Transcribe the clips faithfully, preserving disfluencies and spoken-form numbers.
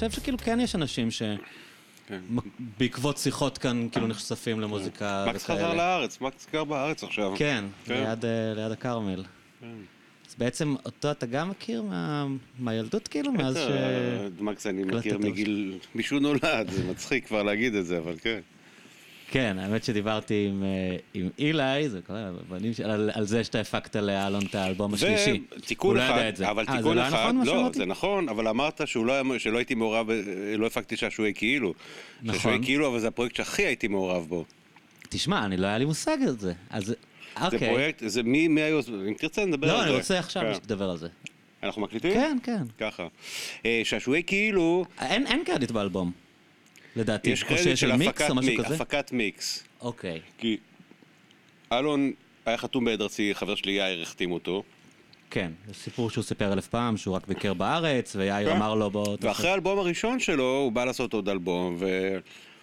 חושב שכאילו כן יש אנשים שבעקבות שיחות כאן כאילו נחשפים למוזיקה. מקס חזר לארץ, מקס גר בארץ עכשיו. כן, ליד הקרמל. אז בעצם אותו אתה גם מכיר מהילדות כאילו, מאז ש... מקס אני מכיר מגיל... מישהו נולד, זה מצחיק כבר להגיד את זה, אבל כן. כן, האמת שדיברתי עם, עם אילי, זה כל הבנים של, על, על זה שאתה הפקת לאלון את האלבום השלישי. ותיקון אחד, אבל 아, תיקון לא אחד, נכון, לא, זה נכון, אבל אמרת שלא, שלא הייתי מעורב, לא הפקתי שעשועי כאילו. נכון. שעשועי כאילו, אבל זה הפרויקט שהכי הייתי מעורב בו. תשמע, אני לא היה לי מושג על זה, אז אוקיי. זה פרויקט, זה מי, מי היו, אם תרצה נדבר לא, על זה. לא, אני רוצה עכשיו כן. שתדבר על זה. אנחנו מקליטים? כן, כן. ככה. שעשועי כאילו... אין, אין קרדיט באלבום. לדעתי, יש קרדיט של מיקס או משהו כזה? הפקת מיקס. אוקיי. כי אלון היה חתום בעד ארצי, חבר שלי יאיר החתים אותו. כן, זה סיפור שהוא סיפר אלף פעם, שהוא רק ביקר בארץ, ויאיר אמר לו בו... ואחרי האלבום הראשון שלו, הוא בא לעשות עוד אלבום, ו...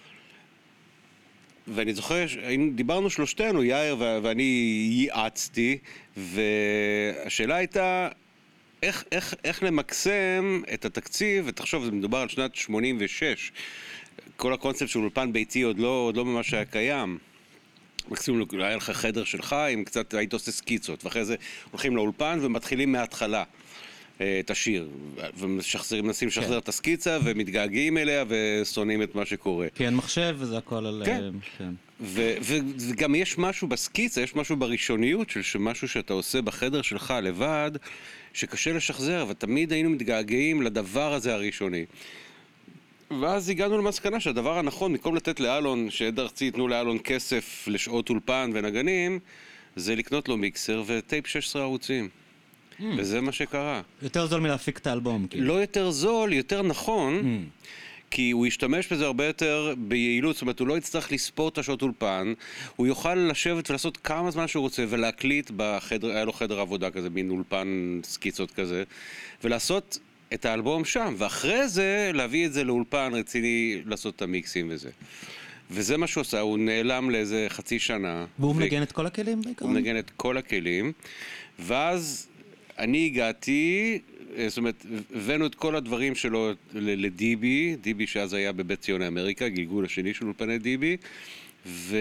ואני זוכר, דיברנו שלושתנו, יאיר ואני ייעצתי, והשאלה הייתה... איך, איך, איך למקסם את התקציב, ותחשוב, זה מדובר על שנת שמונים ושש, כל הקונספט של אולפן ביתי עוד לא, עוד לא ממש היה קיים. מקסימום היה לך חדר שלך, עם קצת היית עושה סקיצות, ואחרי זה הולכים לאולפן ומתחילים מההתחלה את השיר, ומשחזרים, מנסים לשחזר את הסקיצה, ומתגעגעים אליה, ושונאים את מה שקורה. כי אין מחשב, וזה הכל על... כן. כן. ו- ו- וגם יש משהו בסקיצה, יש משהו בראשוניות של משהו שאתה עושה בחדר שלך לבד, שקשה לשחזר, ותמיד היינו מתגעגעים לדבר הזה הראשוני. ואז הגענו למסקנה שהדבר הנכון, במקום לתת לאלון, שעד ארצי ייתנו לאלון כסף לשעות אולפן ונגנים, זה לקנות לו מיקסר וטייפ שש עשרה ערוצים. Mm. וזה מה שקרה. יותר זול מלהפיק את האלבום. כאילו. לא יותר זול, יותר נכון, mm. כי הוא ישתמש בזה הרבה יותר ביעילות, זאת אומרת, הוא לא יצטרך לספור את השעות אולפן, הוא יוכל לשבת ולעשות כמה זמן שהוא רוצה, ולהקליט בחדר, היה לו חדר עבודה כזה, מין אולפן סקיצות כזה, ולעשות את האלבום שם, ואחרי זה להביא את זה לאולפן רציני, לעשות את המיקסים וזה. וזה מה שהוא עושה, הוא נעלם לאיזה חצי שנה. והוא ו... מנגן את כל הכלים בעיקרון? הוא מנגן את כל הכלים, ואז אני הגעתי, זאת אומרת, הבאנו את כל הדברים שלו לדיבי, דיבי שאז היה בבית ציוני אמריקה, גלגול השני של אולפני דיבי, והוא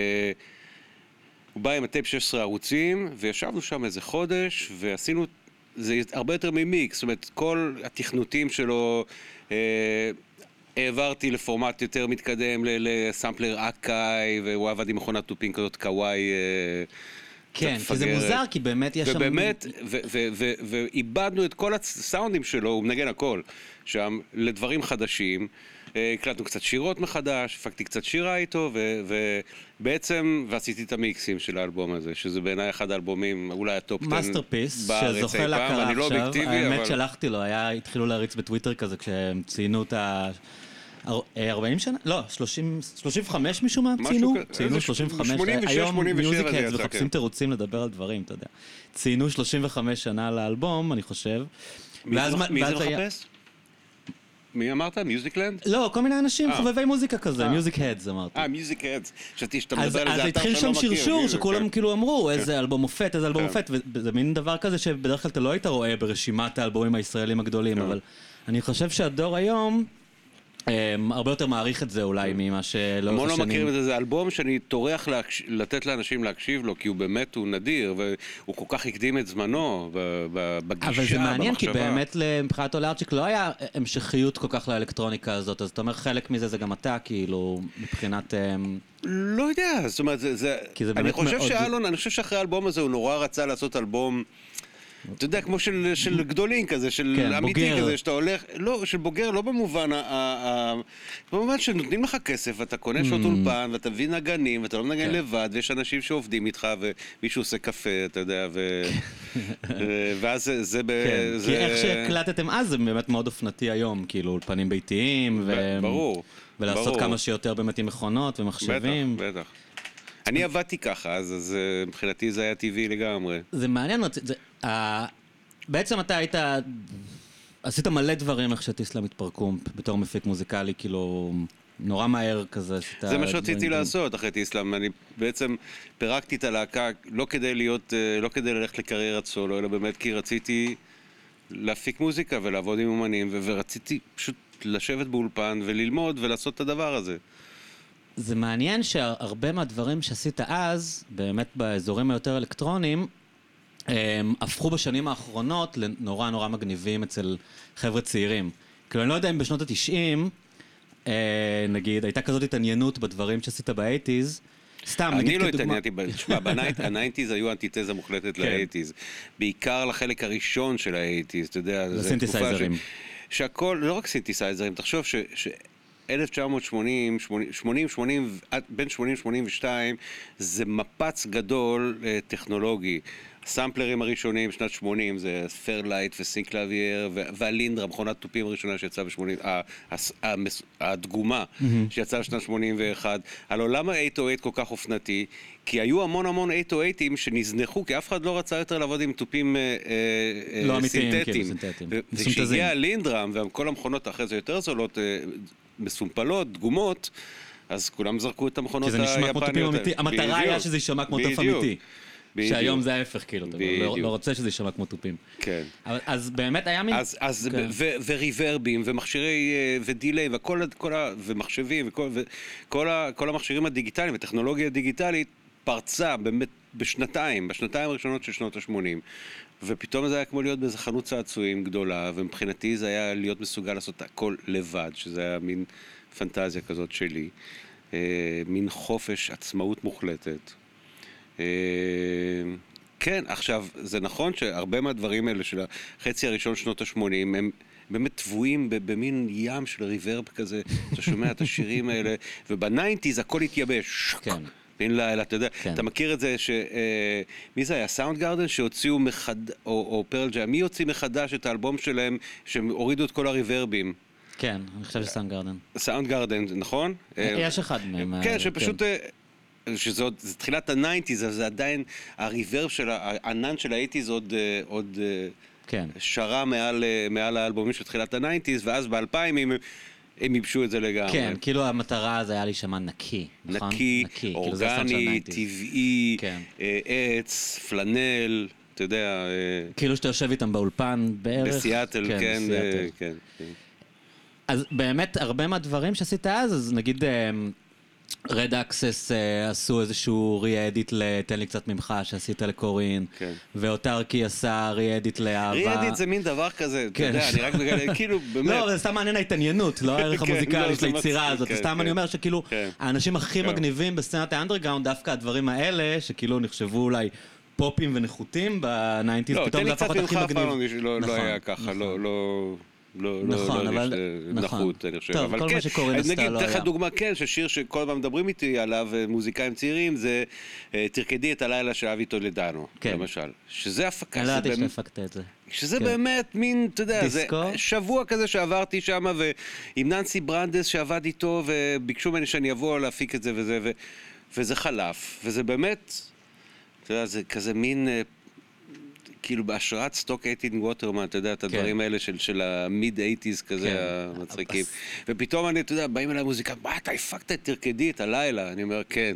בא עם הטייפ שש עשרה ערוצים, וישבנו שם איזה חודש, ועשינו, זה הרבה יותר ממיקס, זאת אומרת, כל התכנותים שלו, אה, העברתי לפורמט יותר מתקדם, לסמפלר אקאי, והוא עבד עם מכונת טופין כזאת קוואי, אה, כן, כי זה מוזר, כי באמת יש שם... ובאמת, ואיבדנו את כל הסאונדים שלו, הוא מנגן הכל, שם, לדברים חדשים, הקלטנו קצת שירות מחדש, הפקתי קצת שירה איתו, ובעצם, ועשיתי את המיקסים של האלבום הזה, שזה בעיניי אחד האלבומים, אולי הטופ עשר מאסטרפיס, שזוכה להכרה עכשיו, האמת שלחתי לו, היה, התחילו להריץ בטוויטר כזה, כשהם ציינו את ה... ארבעים שנה? לא, שלושים וחמש משום מה ציינו? ציינו שלושים וחמש, היום מיוזיקהדס מחפשים תירוצים לדבר על דברים, אתה יודע. ציינו שלושים וחמש שנה לאלבום, אני חושב. מי זה מחפש? מי אמרת? מיוזיקלנד? לא, כל מיני אנשים חובבי מוזיקה כזה, מיוזיקהדס אמרתי. אה, מיוזיקהדס. חשבתי שאתה מדבר על אז זה אתר התחיל שם שרשור, שכולם כאילו אמרו, איזה אלבום מופת, איזה אלבום מופת, וזה מין דבר כזה שבדרך כלל אתה לא היית רואה ברשימת האלבומים הישראלים הגדולים, אבל אני חושב שהדור היום הרבה יותר מעריך את זה אולי ממה שלא המון לא מכירים את זה, זה אלבום שאני טורח לתת לאנשים להקשיב לו, כי הוא באמת, הוא נדיר, והוא כל כך הקדים את זמנו בגישה, במחשבה. אבל זה מעניין, כי באמת מבחינת אולארצ'יק לא היה המשכיות כל כך לאלקטרוניקה הזאת, אז אתה אומר חלק מזה זה גם אתה, כאילו, מבחינת... לא יודע, זאת אומרת, אני חושב שאלון, אני חושב שאחרי האלבום הזה הוא נורא רצה לעשות אלבום... אתה יודע, כמו של, של גדולים כזה, של כן, אמיתי בוגר. כזה, שאתה הולך, לא, של בוגר, לא במובן, ה, ה, במובן שנותנים לך כסף, ואתה קונה שעות אולפן, ואתה מביא נגנים, ואתה לא מנגן כן. לבד, ויש אנשים שעובדים איתך, ומישהו עושה קפה, אתה יודע, ו... ואז זה, זה ב... כן, זה... כי איך שהקלטתם אז זה באמת מאוד אופנתי היום, כאילו אולפנים ביתיים, ו... ברור, ולעשות ברור. כמה שיותר באמת עם מכונות ומחשבים. בטח, בטח. אני עבדתי ככה, אז, אז מבחינתי זה היה טבעי לגמרי. זה מעניין, זה, uh, בעצם אתה היית, עשית מלא דברים איך שטיסלאם התפרקו בתור מפיק מוזיקלי, כאילו נורא מהר כזה. זה מה שרציתי לעשות אחרי טיסלאם, אני בעצם פירקתי את הלהקה לא כדי להיות, לא כדי ללכת לקריירת סולו, אלא באמת כי רציתי להפיק מוזיקה ולעבוד עם אומנים, ורציתי פשוט לשבת באולפן וללמוד ולעשות את הדבר הזה. זה מעניין שהרבה מהדברים שעשית אז, באמת באזורים היותר אלקטרוניים, הם הפכו בשנים האחרונות לנורא נורא מגניבים אצל חבר'ה צעירים. כאילו אני לא יודע אם בשנות ה-תשעים, נגיד, הייתה כזאת התעניינות בדברים שעשית ב-שמונים, סתם, נגיד כדוגמה... אני לא התעניינתי, תשמע, ב-תשעים היו אנטיתזה מוחלטת ל-שמונים, בעיקר לחלק הראשון של ה-שמונים, אתה יודע, זה סינתסייזרים. שהכל, לא רק סינתסייזרים, תחשוב ש... אלף תשע מאות שמונים, שמונים, שמונים, בין שמונים ל-שמונים ושתיים, זה מפץ גדול טכנולוגי. הסמפלרים הראשונים, שנת שמונים, זה פרלייט וסינקלאבייר, והלינדרה, מכונת תופים הראשונה שיצאה ב-שמונים, הדגומה שיצאה בשנת שמונים ואחת. הלוא למה שמונה אפס שמונה כל כך אופנתי? כי היו המון המון שמונה אפס שמונים שנזנחו, כי אף אחד לא רצה יותר לעבוד עם תופים סינתטיים. וכשהגיע הלינדרם, וכל המכונות אחרי זה יותר זולות, מסומפלות, דגומות, אז כולם זרקו את המכונות היפניות. כי זה נשמע כמו תופים אמיתי. המטרה היה שזה יישמע כמו תוף אמיתי. שהיום זה ההפך, כאילו, אתה לא רוצה שזה יישמע כמו תופים. כן. אז באמת היה מין... אז, וריברבים, ומכשירי, ודילי, ומחשבים, וכל המכשירים הדיגיטליים, וטכנולוגיה הדיגיטלית, פרצה באמת בשנתיים, בשנתיים הראשונות של שנות ה-שמונים. ופתאום זה היה כמו להיות באיזו חנות צעצועים גדולה, ומבחינתי זה היה להיות מסוגל לעשות הכל לבד, שזה היה מין פנטזיה כזאת שלי. מין חופש, עצמאות מוחלטת. כן, עכשיו, זה נכון שהרבה מהדברים האלה של החצי הראשון שנות ה-שמונים, הם באמת טבועים במין ים של ריברב כזה, אתה שומע את השירים האלה, וב-תשעים הכל התייבש. כן. בין לילה, אתה יודע, אתה מכיר את זה ש... מי זה היה? סאונד גארדן שהוציאו מחד... או פרל ג'אם, מי הוציא מחדש את האלבום שלהם שהם הורידו את כל הריברבים? כן, אני חושב שסאונד גארדן. סאונד גארדן, נכון? יש אחד מהם. כן, שפשוט... שזה תחילת ה-תשעים, זה עדיין הריברב של הענן של ה-שמונים עוד, עוד כן. שרה מעל, מעל האלבומים של תחילת ה-תשעים, ואז ב-אלפיים הם, הם ייבשו את זה לגמרי. כן, כאילו המטרה זה היה להישמע נקי, נכון? נקי, נקי אורגני, טבעי, כן. עץ, פלנל, אתה יודע... כאילו שאתה יושב איתם באולפן בערך. בסיאטל, כן, כן, בסיאטל. כן, כן. אז באמת הרבה מהדברים שעשית אז, אז נגיד... רד אקסס uh, עשו איזשהו רי-אדיט לתן לי קצת ממך שעשית לקורין, כן. ואוטרקי עשה רי-אדיט לאהבה. רי-אדיט זה מין דבר כזה, כן. אתה יודע, אני רק מגלה, כאילו, באמת... לא, זה סתם מעניין ההתעניינות, לא הערך המוזיקלי של היצירה הזאת, סתם אני אומר שכאילו, האנשים הכי מגניבים בסצנת האנדרגאונד, דווקא הדברים האלה, שכאילו נחשבו אולי פופים ונחותים ב-תשעים, פתאום זה הפכות הכי מגניב. לא היה ככה, לא... לא, נכון, לא, אבל... נחות, אני חושב. טוב, כל מה שקוראים עשתה לא היה. נגיד, תכף דוגמה, כן, ששיר שכל פעם מדברים איתי עליו, מוזיקאים צעירים, זה תרקדי את הלילה של אבי טולדנו, למשל. שזה הפקה. אני לא יודעת שהפקת את זה. שזה באמת מין, אתה יודע, זה שבוע כזה שעברתי שם, ועם ננסי ברנדס שעבד איתו, וביקשו ממני שאני אבוא להפיק את זה וזה, וזה חלף. וזה באמת, אתה יודע, זה כזה מין... כאילו בהשראת סטוק אייטין ווטרמן, אתה יודע, את הדברים האלה של המיד-אייטיז כזה, המצחיקים. ופתאום אני, אתה יודע, באים אליי מוזיקה, מה, אתה הפקת את תרקדי, את הלילה? אני אומר, כן.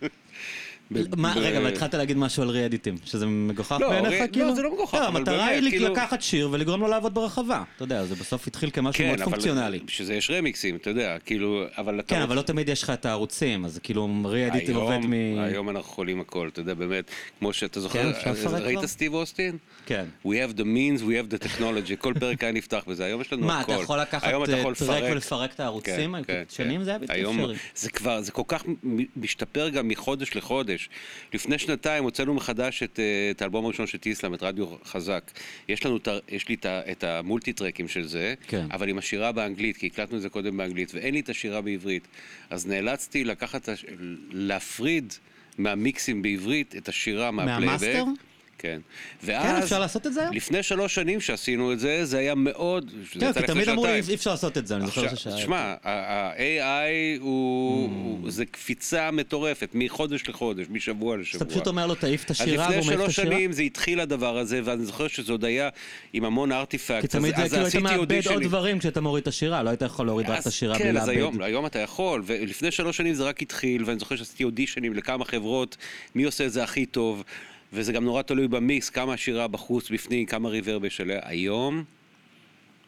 רגע, אבל התחלת להגיד משהו על רי-אדיטים, שזה מגוחך בעיניך, כאילו? לא, זה לא מגוחך, אבל באמת, המטרה היא לקחת שיר ולגרום לו לעבוד ברחבה. אתה יודע, זה בסוף התחיל כמשהו מאוד פונקציונלי. כן, אבל שזה יש רמיקסים, אתה יודע, כאילו, אבל אתה... כן, אבל לא תמיד יש לך את הערוצים, אז כאילו רי-אדיטים עובד מ... היום אנחנו חולים הכל, אתה יודע, באמת, כמו שאתה זוכר, ראית סטיב אוסטין? כן. We have the means, we have the technology, כל פרק היה נפתח בזה, היום יש לנו הכל. מה, אתה יכול לקחת טרק ולפרק את הערוצים? שנים זה היה בלתי אפשרי. זה כבר, זה כל כך משתפר גם מחודש לחודש. לפני שנתיים הוצאנו מחדש את, את האלבום הראשון של טיסלאם, את רדיו חזק. יש לנו, יש לי את, את המולטי טרקים של זה, כן. אבל עם השירה באנגלית, כי הקלטנו את זה קודם באנגלית, ואין לי את השירה בעברית. אז נאלצתי לקחת, להפריד מהמיקסים בעברית את השירה מהפלייבק. מהמאסטר? כן. כן, אפשר לעשות את זה? לפני שלוש שנים שעשינו את זה, זה היה מאוד... כן, כי תמיד אמרו, אי אפשר לעשות את זה, אני זוכר ששעה. תשמע, ה-איי איי הוא... זה קפיצה מטורפת, מחודש לחודש, משבוע לשבוע. אתה פשוט אומר לו, תעיף את השירה, אז לפני שלוש שנים זה התחיל הדבר הזה, ואני זוכר שזה עוד היה עם המון ארטיפקט. כי תמיד זה כאילו היית מאבד עוד דברים כשאתה מוריד את השירה, לא היית יכול להוריד רק את השירה בלי לאבד. כן, אז היום אתה יכול, ולפני שלוש שנים זה רק התחיל, ואני זוכר שעשיתי אודישנים לכמה חברות, מי עושה את זה הכי טוב. וזה גם נורא תלוי במיקס, כמה השירה בחוץ, בפנים, כמה ריברב יש עליה. היום,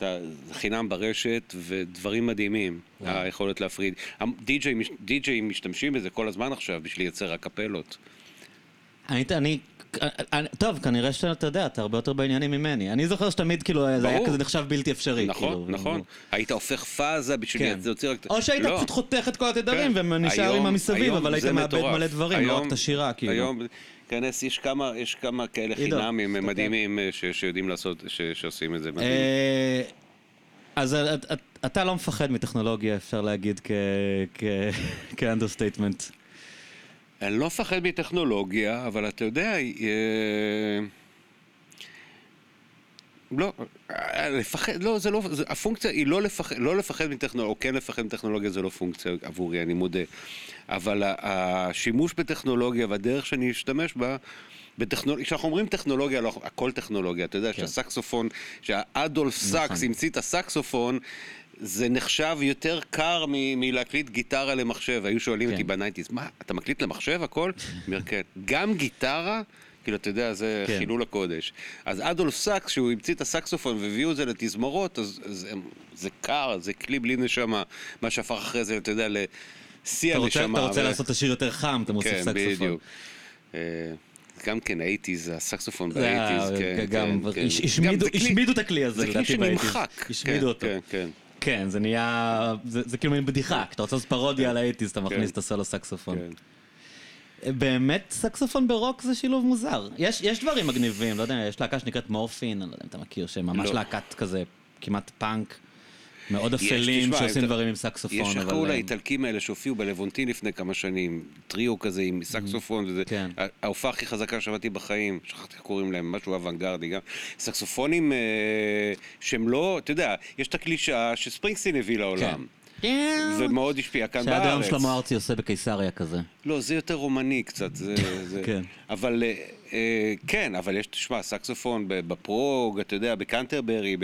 זה חינם ברשת ודברים מדהימים, היכולת להפריד. די-ג'יי משתמשים בזה כל הזמן עכשיו בשביל לייצר הקפלות. אני, אני, טוב, כנראה שאתה יודע, אתה הרבה יותר בעניינים ממני. אני זוכר שתמיד כאילו זה היה כזה נחשב בלתי אפשרי. נכון, נכון. היית הופך פאזה בשביל להוציא רק... או שהיית פשוט חותך את כל התדרים ונשאר עם המסביב, אבל היית מאבד מלא דברים, לא רק את השירה, כאילו. היום, כנס, יש כמה, יש כמה כאלה חינמים מדהימים שיודעים לעשות, שעושים את זה מדהים. אז אתה לא מפחד מטכנולוגיה, אפשר להגיד כאנדרסטייטמנט. אני לא מפחד מטכנולוגיה, אבל אתה יודע, לא, לפחד, לא, זה לא, הפונקציה היא לא לפחד, לא לפחד מטכנולוגיה, או כן לפחד מטכנולוגיה, זה לא פונקציה עבורי, אני מודה. אבל השימוש בטכנולוגיה והדרך שאני אשתמש בה, בטכנולוגיה, כשאנחנו אומרים טכנולוגיה, לא, הכל טכנולוגיה, אתה יודע, שהסקסופון, שהאדולף סאקס המציא את הסקסופון, זה נחשב יותר קר מלהקליט גיטרה למחשב. היו שואלים אותי בניינטיז, מה, אתה מקליט למחשב הכל? מרקט. גם גיטרה, כאילו, אתה יודע, זה חילול הקודש. אז אדולף סאקס, שהוא המציא את הסקסופון והביאו את זה לתזמורות, אז זה קר, זה כלי בלי נשמה. מה שהפך אחרי זה, אתה יודע, לשיא הנשמה. אתה רוצה לעשות את השיר יותר חם, אתה מוסיף סקסופון. כן, בדיוק. גם כן, האייטיז, הסקסופון באייטיז, כן. השמידו את הכלי הזה, זה כלי שנמחק. השמידו אותו. כן, זה נהיה, זה כאילו מין בדיחה, כשאתה רוצה לעשות פרודיה על האייטיז, אתה מכניס את הסולו סקסופון. באמת סקסופון ברוק זה שילוב מוזר. יש דברים מגניבים, לא יודע, יש להקה שנקראת מורפין, אני לא יודע אם אתה מכיר, שממש להקת כזה, כמעט פאנק, מאוד אפלים, שעושים דברים עם סקסופון. יש כל האיטלקים האלה שהופיעו בלוונטין לפני כמה שנים, טריו כזה עם סקסופון, ההופעה הכי חזקה שבאתי בחיים, שכחתי איך קוראים להם, משהו אוונגרדי גם, סקסופונים שהם לא, אתה יודע, יש את הקלישה שספרינגסטין הביא לעולם. ומאוד השפיע כאן בארץ. שעד היום שלמה ארצי עושה בקיסריה כזה. לא, זה יותר רומני קצת. כן. אבל, כן, אבל יש, תשמע, סקסופון בפרוג, אתה יודע, בקנטרברי,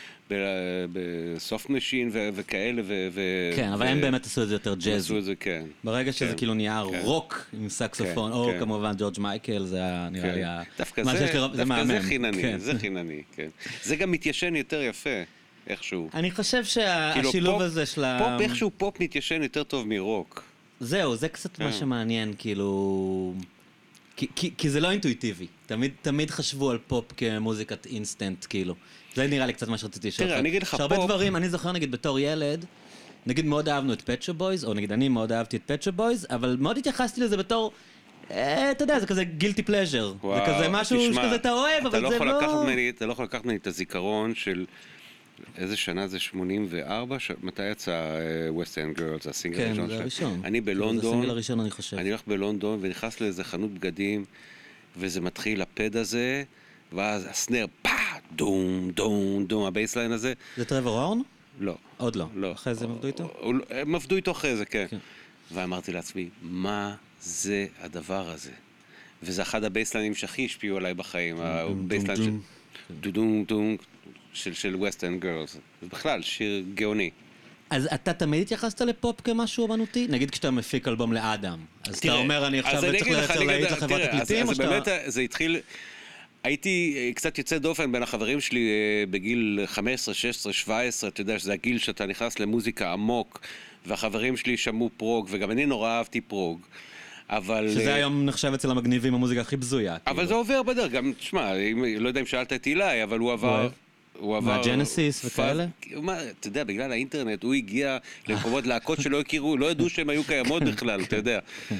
בסופט משין וכאלה. כן, אבל הם באמת עשו את זה יותר ג'אז. עשו את זה, כן. ברגע שזה כאילו נהיה רוק עם סקסופון, או כמובן ג'ורג' מייקל, זה נראה לי... דווקא זה חינני, זה חינני, כן. זה גם מתיישן יותר יפה. איכשהו. אני חושב שהשילוב הזה של ה... פופ, איכשהו פופ מתיישן יותר טוב מרוק. זהו, זה קצת מה שמעניין, כאילו... כי זה לא אינטואיטיבי. תמיד חשבו על פופ כמוזיקת אינסטנט, כאילו. זה נראה לי קצת מה שרציתי לשאול. תראה, אני אגיד לך פופ... שהרבה דברים, אני זוכר נגיד בתור ילד, נגיד מאוד אהבנו את פט שופ בויז, או נגיד אני מאוד אהבתי את פט שופ בויז, אבל מאוד התייחסתי לזה בתור... אתה יודע, זה כזה גילטי פלז'ר. זה כזה משהו שכזה אתה אוהב, אבל זה לא... אתה לא יכול לקחת ממני את הזיכרון של... איזה שנה זה שמונים וארבע? מתי יצא West End Girls, הסינגל הראשון? כן, זה הראשון. אני בלונדון. זה הסינגל הראשון, אני חושב. אני הולך בלונדון ונכנס לאיזה חנות בגדים, וזה מתחיל הפד הזה, ואז הסנר, פאק, דום, דום, דום, הבייסליין הזה. זה טרוור הורן? לא. עוד לא. לא. אחרי זה הם עבדו איתו? הם עבדו איתו אחרי זה, כן. ואמרתי לעצמי, מה זה הדבר הזה? וזה אחד הבייסליינים שהכי השפיעו עליי בחיים, הבייסליין של דום, דום, של, של West End Girls. זה בכלל שיר גאוני. אז אתה תמיד התייחסת לפופ כמשהו אמנותי? נגיד כשאתה מפיק אלבום לאדם. אז אתה אומר, אני עכשיו צריך לייצר להיט לחברת תקליטים? אז באמת זה התחיל... הייתי קצת יוצא דופן בין החברים שלי בגיל חמש עשרה, שש עשרה, שבע עשרה, אתה יודע שזה הגיל שאתה נכנס למוזיקה עמוק, והחברים שלי שמעו פרוג, וגם אני נורא אהבתי פרוג. אבל... שזה היום נחשב אצל המגניבים המוזיקה הכי בזויה. אבל זה עובר בדרך, גם, תשמע, לא יודע אם שאלת את אילי, אבל הוא עבר... מה, ג'נסיס וכאלה? אתה יודע, בגלל האינטרנט הוא הגיע למקומות להקות שלא הכירו, לא ידעו שהם היו קיימות בכלל, אתה יודע.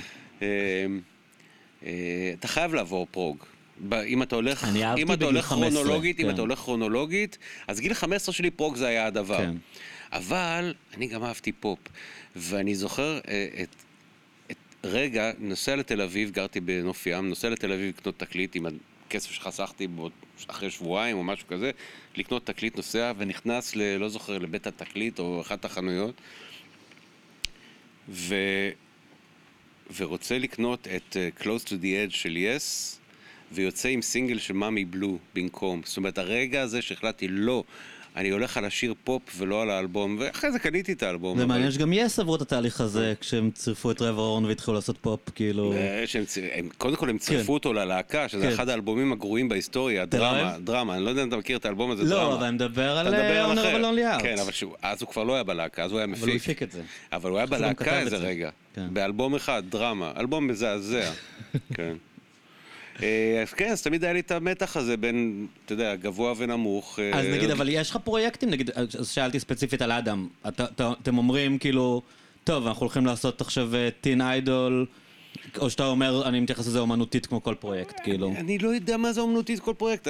אתה חייב לעבור פרוג. אם אתה הולך כרונולוגית, אם אתה הולך כרונולוגית, אז גיל חמש עשרה שלי פרוג זה היה הדבר. אבל אני גם אהבתי פופ, ואני זוכר את רגע, נוסע לתל אביב, גרתי בנוף ים, נוסע לתל אביב לקנות תקליט עם הכסף שחסכתי אחרי שבועיים או משהו כזה, לקנות תקליט, נוסע ונכנס, ל, לא זוכר, לבית התקליט או אחת החנויות, ו... ורוצה לקנות את uh, Close to the Edge של Yes, ויוצא עם סינגל של מאמי בלו במקום. זאת אומרת, הרגע הזה שהחלטתי, לא, אני הולך על השיר פופ ולא על האלבום, ואחרי זה קניתי את האלבום. זה מעניין שגם יס עברו את התהליך הזה, כשהם צירפו את טרוור הורן והתחילו לעשות פופ, כאילו... קודם כל הם צירפו אותו ללהקה, שזה אחד האלבומים הגרועים בהיסטוריה, דרמה, דרמה, אני לא יודע אם אתה מכיר את האלבום הזה, דרמה. לא, אבל אני מדבר על Honorable Lonely Hearts. כן, אבל אז הוא כבר לא היה בלהקה, אז הוא היה מפיק. אבל הוא הפיק את זה. אבל הוא היה בלהקה איזה רגע, באלבום אחד, דרמה, אלבום מזעזע. כן. אז כן, אז תמיד היה לי את המתח הזה בין, אתה יודע, גבוה ונמוך. אז נגיד, אבל יש לך פרויקטים, נגיד, אז שאלתי ספציפית על אדם, אתם אומרים כאילו, טוב, אנחנו הולכים לעשות עכשיו טין איידול, או שאתה אומר, אני מתייחס לזה אומנותית כמו כל פרויקט, כאילו. אני לא יודע מה זה אומנותית כל פרויקט.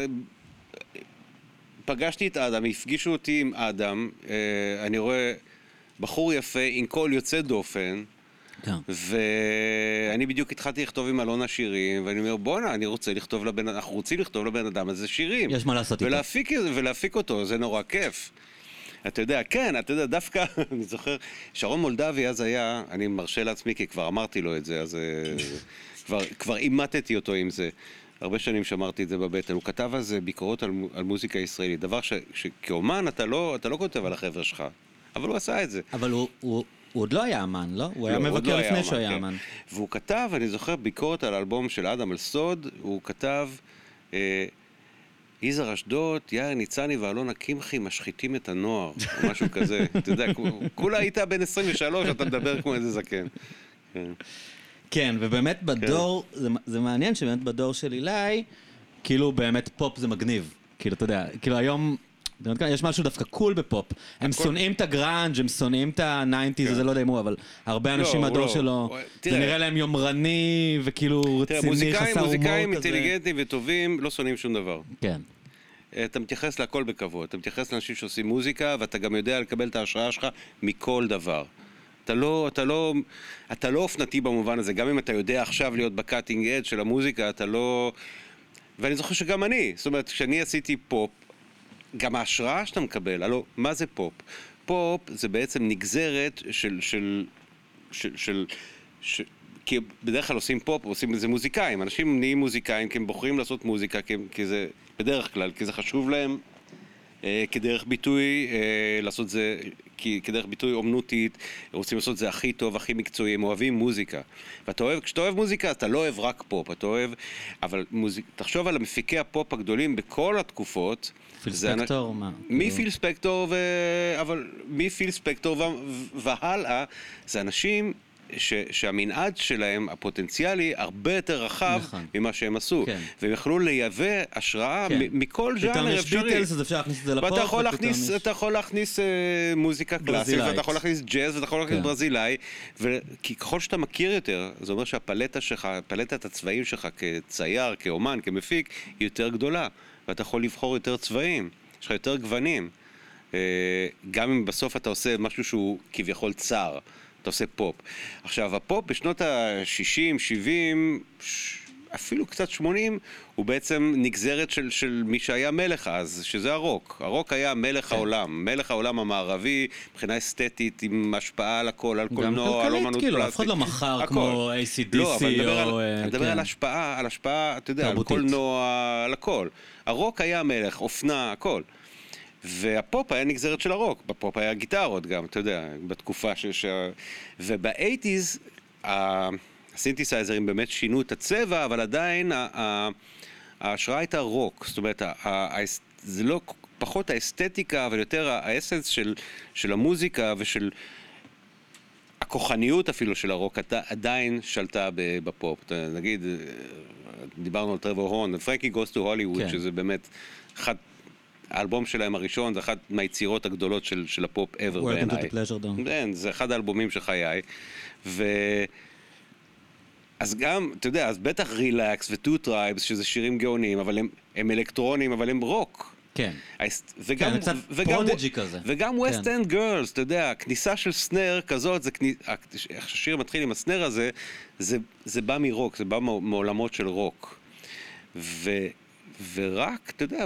פגשתי את אדם, הפגישו אותי עם אדם, אני רואה בחור יפה עם קול יוצא דופן, ואני בדיוק התחלתי לכתוב עם אלונה שירים, ואני אומר, בוא'נה, אני רוצה לכתוב לבן אדם, אנחנו רוצים לכתוב לבן אדם הזה שירים. יש מה לעשות איתו. ולהפיק אותו, זה נורא כיף. אתה יודע, כן, אתה יודע, דווקא, אני זוכר, שרון מולדבי אז היה, אני מרשה לעצמי, כי כבר אמרתי לו את זה, אז כבר, כבר אימתתי אותו עם זה. הרבה שנים שמרתי את זה בבטן. הוא כתב אז ביקורות על, על מוזיקה ישראלית, דבר ש, שכאומן אתה לא, אתה לא כותב על החבר'ה שלך, אבל הוא עשה את זה. אבל הוא... הוא... הוא עוד לא היה אמן, לא? הוא היה מבקר לפני שהוא היה אמן. והוא כתב, אני זוכר ביקורת על האלבום של אדם על סוד, הוא כתב, יזהר אשדוד, יאיר ניצני ואלונה קמחי משחיתים את הנוער, או משהו כזה. אתה יודע, כולה היית בן עשרים ושלוש, אתה מדבר כמו איזה זקן. כן, ובאמת בדור, זה מעניין שבאמת בדור של אילי, כאילו באמת פופ זה מגניב. כאילו, אתה יודע, כאילו היום... יש משהו דווקא קול בפופ. הם שונאים את הגראנג', הם שונאים את ה-תשעים, זה לא יודע אם הוא, אבל הרבה אנשים מהדור שלו, זה נראה להם יומרני וכאילו רציני, חסר הומור כזה. מוזיקאים אינטליגנטים וטובים לא שונאים שום דבר. כן. אתה מתייחס להכל בכבוד, אתה מתייחס לאנשים שעושים מוזיקה, ואתה גם יודע לקבל את ההשראה שלך מכל דבר. אתה לא, אתה לא, אתה לא אופנתי במובן הזה, גם אם אתה יודע עכשיו להיות בקאטינג אדג' של המוזיקה, אתה לא... ואני זוכר שגם אני, זאת אומרת, כשאני עשיתי פופ, גם ההשראה שאתה מקבל, הלוא, מה זה פופ? פופ זה בעצם נגזרת של, של, של, של, של כי בדרך כלל עושים פופ, עושים איזה מוזיקאים, אנשים נהיים מוזיקאים כי הם בוחרים לעשות מוזיקה, כי, כי זה, בדרך כלל, כי זה חשוב להם, אה, כדרך ביטוי, אה, לעשות זה, כי, כדרך ביטוי אומנותית, רוצים לעשות זה הכי טוב, הכי מקצועי, הם אוהבים מוזיקה. ואתה אוהב, כשאתה אוהב מוזיקה, אתה לא אוהב רק פופ, אתה אוהב, אבל מוזיק, תחשוב על המפיקי הפופ הגדולים בכל התקופות, פיל ספקטור, מה? מי פיל ספקטור, ו... אבל מי פיל ספקטור ו... והלאה, זה אנשים ש... שהמנעד שלהם, הפוטנציאלי, הרבה יותר רחב נכון. ממה שהם עשו. כן. והם יכלו לייבא השראה כן. מ... מכל ז'אנר אפשרי. פתאום יש ביטלס, אז אפשר להכניס את זה לפופ. ואתה יכול להכניס, יש... אתה יכול להכניס uh, מוזיקה קלאסית, ואתה יכול להכניס ג'אז, ואתה יכול להכניס כן. ברזילאי, ו... כי ככל שאתה מכיר יותר, זה אומר שהפלטה שלך, פלטת הצבעים שלך כצייר, כאומן, כמפיק, היא יותר גדולה. ואתה יכול לבחור יותר צבעים, יש לך יותר גוונים. גם אם בסוף אתה עושה משהו שהוא כביכול צר, אתה עושה פופ. עכשיו, הפופ בשנות ה-שישים, שבעים, אפילו קצת שמונים, הוא בעצם נגזרת של, של מי שהיה מלך אז, שזה הרוק. הרוק היה מלך כן. העולם, מלך העולם המערבי, מבחינה אסתטית, עם השפעה על הכל, על קולנוע, על אומנות כאילו, פלסטית. אף אחד לא מחר כמו איי סי די סי לא, או... אני מדבר על השפעה, על השפעה, אתה יודע, על קולנוע, על הכל. הרוק היה מלך, אופנה, הכל. והפופ היה נגזרת של הרוק. בפופ היה גיטרות גם, אתה יודע, בתקופה ש... וב-אייטיז, הסינתסייזרים באמת שינו את הצבע, אבל עדיין ההשראה הייתה רוק. זאת אומרת, זה לא פחות האסתטיקה, אבל יותר האסנס של, של המוזיקה ושל הכוחניות אפילו של הרוק, עדיין שלטה בפופ. נגיד, דיברנו על טרוור הורן, פרנקי גוס טו הוליווד, שזה באמת אחד... האלבום שלהם הראשון, זה אחת מהיצירות הגדולות של, של הפופ ever בעיניי. כן, זה אחד האלבומים של חיי. ו... אז גם, אתה יודע, אז בטח רילקס וטו טרייבס, שזה שירים גאונים, אבל הם, הם אלקטרונים, אבל הם רוק. כן. וגם, כן, קצת פרודג'י כזה. וגם ווסט אנד גרלס, אתה יודע, כניסה של סנר כזאת, זה כניס... איך שהשיר מתחיל עם הסנר הזה, זה, זה בא מרוק, זה בא מעולמות של רוק. ו... ורק, אתה יודע,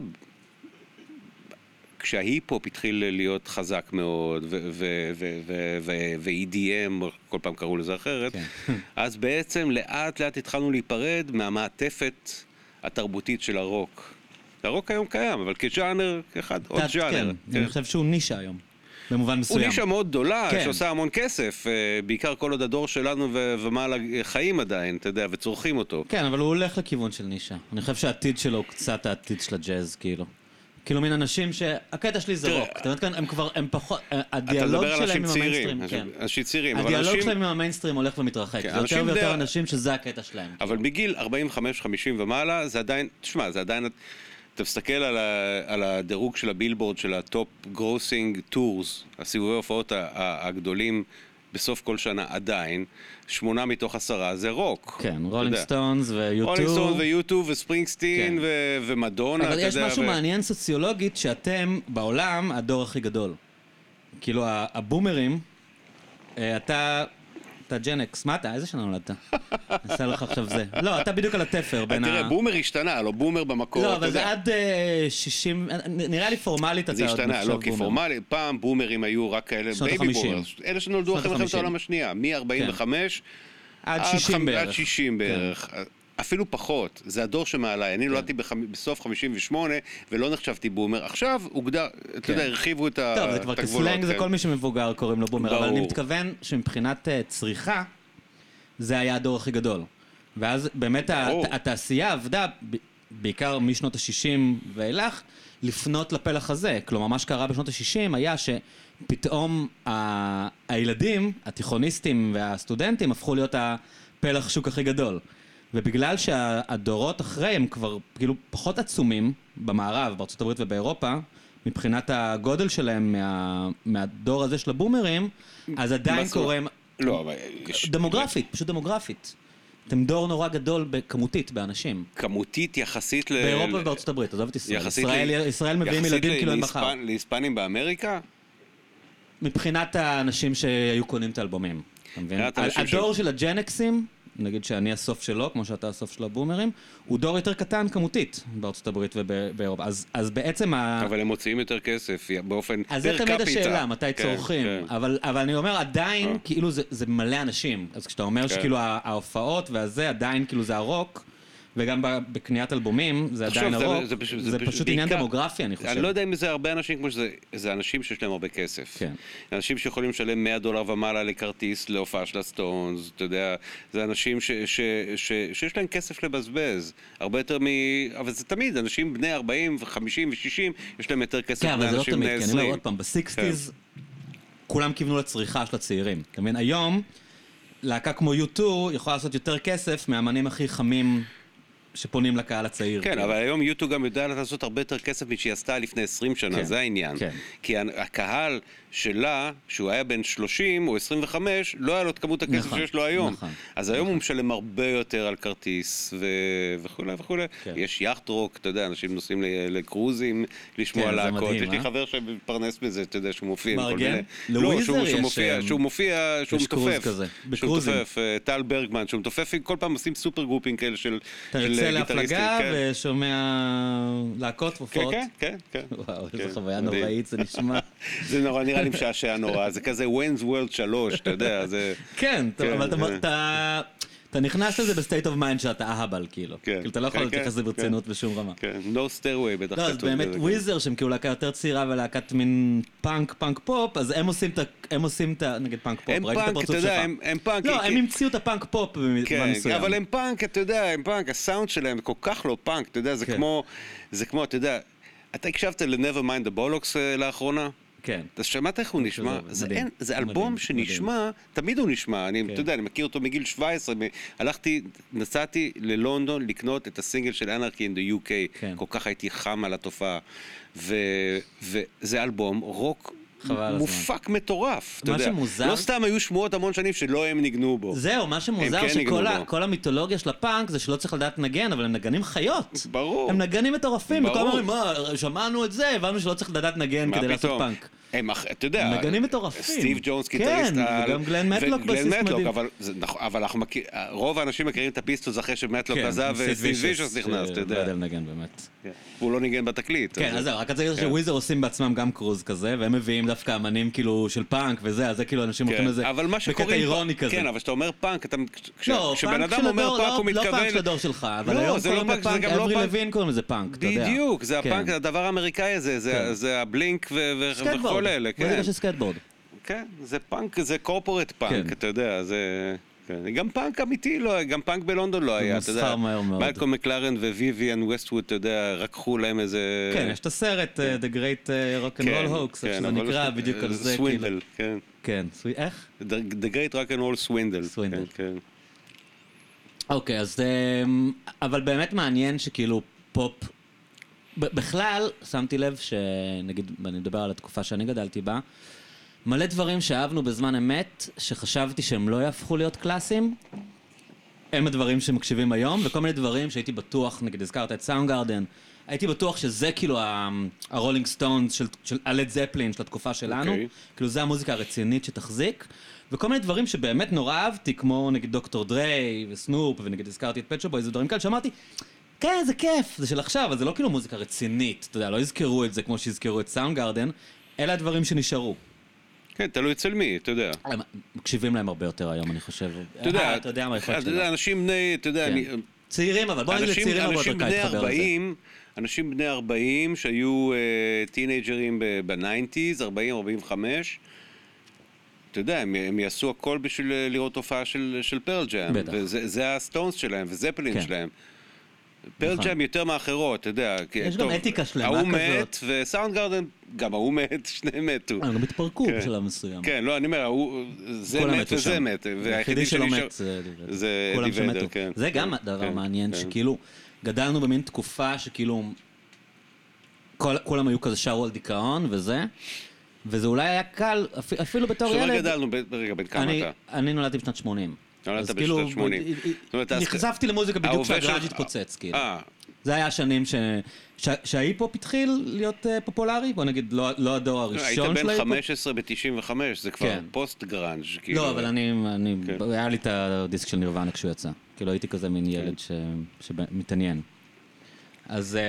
כשההיפ-הופ התחיל להיות חזק מאוד, ו-אי די אם, כל פעם קראו לזה אחרת, אז בעצם לאט לאט התחלנו להיפרד מהמעטפת התרבותית של הרוק. הרוק היום קיים, אבל כז'אנר, אחד, עוד ז'אנר. כן, אני חושב שהוא נישה היום. במובן מסוים. הוא נישה מאוד גדולה, כן. שעושה המון כסף, בעיקר כל עוד הדור שלנו ו- ומעלה חיים עדיין, אתה יודע, וצורכים אותו. כן, אבל הוא הולך לכיוון של נישה. אני חושב שהעתיד שלו הוא קצת העתיד של הג'אז, כאילו. כאילו מין אנשים שהקטע שלי זה רוק. אתה יודעת כאן, הם כבר, הם פחות, הדיאלוג שלהם עם המיינסטרים, כן. אנשים צעירים. הדיאלוג שלהם עם המיינסטרים הולך ומתרחק. זה יותר ויותר אנשים שזה הקטע שלהם. אבל בגיל ארבעים וחמש חמישים ומעלה, זה עדיין, תשמע, זה עדיין... אתה מסתכל על, ה, על הדירוג של הבילבורד של הטופ גרוסינג טורס, הסיבובי ההופעות הגדולים בסוף כל שנה עדיין, שמונה מתוך עשרה זה רוק. כן, רולינג סטונס ויוטו. רולינג סטונס ויוטו וספרינגסטין כן. ו- ומדונה. אבל יש משהו ו... מעניין סוציולוגית שאתם בעולם הדור הכי גדול. כאילו הבומרים, אתה... אתה ג'נקס, מה אתה? איזה שנה נולדת? נעשה לך עכשיו זה. לא, אתה בדיוק על התפר בין ה... תראה, בומר השתנה, לא בומר במקור. לא, אבל זה עד שישים... נראה לי פורמלית אתה עוד נחשב בומר. זה השתנה, לא, כי פורמלית, פעם בומרים היו רק כאלה... שנות ה-חמישים. אלה שנולדו אחרי מלחמת העולם השנייה, מ-ארבעים וחמש עד שישים בערך. עד שישים בערך. אפילו פחות, זה הדור שמעליי. אני נולדתי בסוף חמישים ושמונה ולא נחשבתי בומר. עכשיו הוגדר, אתה יודע, הרחיבו את הגבולות. טוב, זה כבר כסלנג, זה כל מי שמבוגר קוראים לו בומר, אבל אני מתכוון שמבחינת צריכה, זה היה הדור הכי גדול. ואז באמת התעשייה עבדה, בעיקר משנות ה-שישים ואילך, לפנות לפלח הזה. כלומר, מה שקרה בשנות ה-שישים היה שפתאום הילדים, התיכוניסטים והסטודנטים הפכו להיות הפלח שוק הכי גדול. ובגלל שהדורות אחרי הם כבר כאילו פחות עצומים במערב, בארצות הברית ובאירופה, מבחינת הגודל שלהם מה, מהדור הזה של הבומרים, אז עדיין קורה... לא, אבל... דמוגרפית, פשוט דמוגרפית. אתם דור נורא גדול כמותית באנשים. כמותית יחסית ל... באירופה ובארצות הברית, עזוב את ישראל. ישראל, ישראל מביאים ילדים כאילו אין מחר. להיספנים באמריקה? מבחינת האנשים שהיו קונים את האלבומים. הדור של הג'נקסים... נגיד שאני הסוף שלו, כמו שאתה הסוף של הבומרים, הוא דור יותר קטן כמותית בארצות הברית ובאירופה. אז, אז בעצם ה... אבל הם מוצאים יותר כסף באופן פר קפיטה. אז זה תמיד השאלה, מתי צורכים. כן, כן. אבל, אבל אני אומר, עדיין, אה. כאילו זה, זה מלא אנשים. אז כשאתה אומר כן. שכאילו ההופעות והזה, עדיין כאילו זה הרוק, וגם בקניית אלבומים, זה עדיין הרוק, זה, זה פשוט, זה זה פשוט בעיקר, עניין דמוגרפי, אני חושב. אני לא יודע אם זה הרבה אנשים כמו שזה, זה אנשים שיש להם הרבה כסף. כן. אנשים שיכולים לשלם מאה דולר ומעלה לכרטיס להופעה של הסטונס, אתה יודע, זה אנשים ש, ש, ש, שיש להם כסף לבזבז, הרבה יותר מ... אבל זה תמיד, אנשים בני ארבעים וחמישים ושישים, יש להם יותר כסף כן, מאנשים לא בני עשרים. כן, אבל זה לא תמיד, כי אני אומר עוד פעם, בסיקסטיז, כולם כיוונו לצריכה של הצעירים. אתה מבין, היום, להקה כמו יו טו יכולה לעשות יותר כסף מהאמנים הכי חמים שפונים לקהל הצעיר. כן, אבל היום יוטיוב גם יודע לעשות הרבה יותר כסף משהיא עשתה לפני עשרים שנה, זה העניין. כי הקהל שלה, שהוא היה בן שלושים או עשרים וחמש, לא היה לו את כמות הכסף שיש לו היום. אז היום הוא משלם הרבה יותר על כרטיס וכו' וכו'. יש יאכט רוק, אתה יודע, אנשים נוסעים לקרוזים, לשמוע להקות. יש לי חבר שמפרנס בזה, אתה יודע, שהוא מופיע. מארגן? לוויזר יש... שהוא מופיע, שהוא מתופף. שהוא מתופף, טל ברגמן, שהוא מתופף, כל פעם עושים סופר גרופינג כאלה של להפלגה ושומע להקות ופות. כן, כן, כן. וואו, איזו חוויה נוראית, זה נשמע. זה נורא, נראה לי משעשע נורא, זה כזה Wayne's World שלוש, אתה יודע, זה... כן, אבל אתה נכנס לזה בסטייט אוף מיינד שאתה אהבל, כאילו. כאילו, אתה לא יכול להתייחס לזה ברצינות בשום רמה. כן, No Stairway בטח. לא, אז באמת וויזר, שהם כאילו להקה יותר צעירה ולהקת מין פאנק, פאנק פופ, אז הם עושים את ה... נגיד פאנק פופ, ראיתי את הפרצוף שלך. הם פאנק, לא, הם המציאו את הפאנק פופ במובן מסוים. אבל הם פאנק, אתה יודע, הם פאנק, הסאונד שלהם כל כך לא פאנק, אתה יודע, זה כמו, זה כמו, אתה יודע, אתה הקשבת ל-Never Mind the Bollocks לאחרונה? כן. אתה שמעת איך הוא נשמע? זה אלבום שנשמע, תמיד הוא נשמע, אני, אתה יודע, אני מכיר אותו מגיל שבע עשרה, הלכתי, נסעתי ללונדון לקנות את הסינגל של Anarchy in the יו קיי, כל כך הייתי חם על התופעה, וזה אלבום רוק מופק מטורף, אתה יודע. לא סתם היו שמועות המון שנים שלא הם ניגנו בו. זהו, מה שמוזר שכל המיתולוגיה של הפאנק זה שלא צריך לדעת נגן, אבל הם נגנים חיות. ברור. הם נגנים מטורפים, וכל אומרים, מה, שמענו את זה, הבנו שלא צריך לדעת נגן כדי לעשות פאנק. הם, אתה יודע, נגנים מטורפים. סטיב ג'ונס, גיטריסט, כן, וגם גלן מטלוק בסיס מדהים. אבל, אבל אנחנו מכיר, רוב האנשים מכירים את הפיסטוס אחרי שמטלוק עזב וסטיב וישוס נכנס, אתה יודע. לא יודע לנגן באמת. הוא לא ניגן בתקליט. כן, אז זהו, רק זה שוויזר עושים בעצמם גם קרוז כזה, והם מביאים דווקא אמנים כאילו של פאנק וזה, אז זה כאילו אנשים הולכים לזה בקטע אירוני כזה. כן, אבל כשאתה אומר פאנק, כשבן אדם אומר פאנק הוא מתכוון... לא פאנק של הדור שלך, אבל היום קוראים לפאנק, אברי לוין קוראים לזה פאנק, אתה יודע. בדיוק, זה הפאנק, הדבר האמריקאי הזה, זה הבלינק וכל אלה. מוזיקה של סקייטבורד. כן, זה פאנק, זה קורפורט פאנק, אתה יודע, זה... גם פאנק אמיתי לא, גם פאנק בלונדון לא היה, אתה יודע, מייקל מקלרן וויביאן ווסטווד, אתה יודע, רקחו להם איזה... כן, יש את הסרט, The Great Rock and Roll Hoax, שזה נקרא בדיוק על זה, סווינדל, כן. כן, איך? The Great Rock and Roll סווינדל. סווינדל. אוקיי, אז... אבל באמת מעניין שכאילו פופ... בכלל, שמתי לב שנגיד, אני מדבר על התקופה שאני גדלתי בה, מלא דברים שאהבנו בזמן אמת, שחשבתי שהם לא יהפכו להיות קלאסיים, הם הדברים שמקשיבים היום, וכל מיני דברים שהייתי בטוח, נגיד הזכרת את סאונדגרדן, הייתי בטוח שזה כאילו הרולינג סטונס של הלד זפלין של התקופה שלנו, כאילו זה המוזיקה הרצינית שתחזיק, וכל מיני דברים שבאמת נורא אהבתי, כמו נגיד דוקטור דריי וסנופ, ונגיד הזכרתי את פט שופ בויז, זה דברים כאלה שאמרתי, כן, זה כיף, זה של עכשיו, אבל זה לא כאילו מוזיקה רצינית, אתה יודע, לא יזכרו את זה כמו שיזכרו את סאונדגרדן, אלה הדברים שנשארו. כן, תלוי אצל מי, אתה יודע. מקשיבים להם הרבה יותר היום, אני חושב. אתה יודע, אתה יודע מה יכול להיות שלא. אנשים בני, אתה יודע, צעירים, אבל בוא נגיד לצעירים הרבה יותר קל להתחבר לזה. אנשים בני ארבעים שהיו טינג'רים בניינטיז, ארבעים ארבעים וחמש, אתה יודע, הם יעשו הכל בשביל לראות תופעה של פרל ג'אם. בטח. וזה הסטונס שלהם, וזפלין שלהם. פרל ג'אם יותר מאחרות, אתה יודע. יש גם אתיקה שלמה כזאת. ההוא מת, וסאונד גרדן, גם ההוא מת, שניהם מתו. הם גם התפרקו בשלב מסוים. כן, לא, אני אומר, זה מת וזה מת. והיחידי שלא מת זה אדי ויידר, כן. זה גם דבר מעניין, שכאילו, גדלנו במין תקופה שכאילו, כולם היו כזה שרו על דיכאון וזה, וזה אולי היה קל, אפילו בתור ילד. שלא גדלנו, רגע, בין כמה אתה? אני נולדתי בשנת שמונים. נולדת בשנת שמונים. נחשפתי למוזיקה בדיוק כשהגראז' התפוצץ, כאילו. זה היה השנים שההיפ-הופ התחיל להיות פופולרי, בוא נגיד, לא הדור הראשון של ההיפ-הופ. היית בן חמש עשרה ב-תשעים וחמש, זה כבר פוסט גראנג'. לא, אבל אני, היה לי את הדיסק של נירוונה כשהוא יצא. כאילו הייתי כזה מין ילד שמתעניין. אז...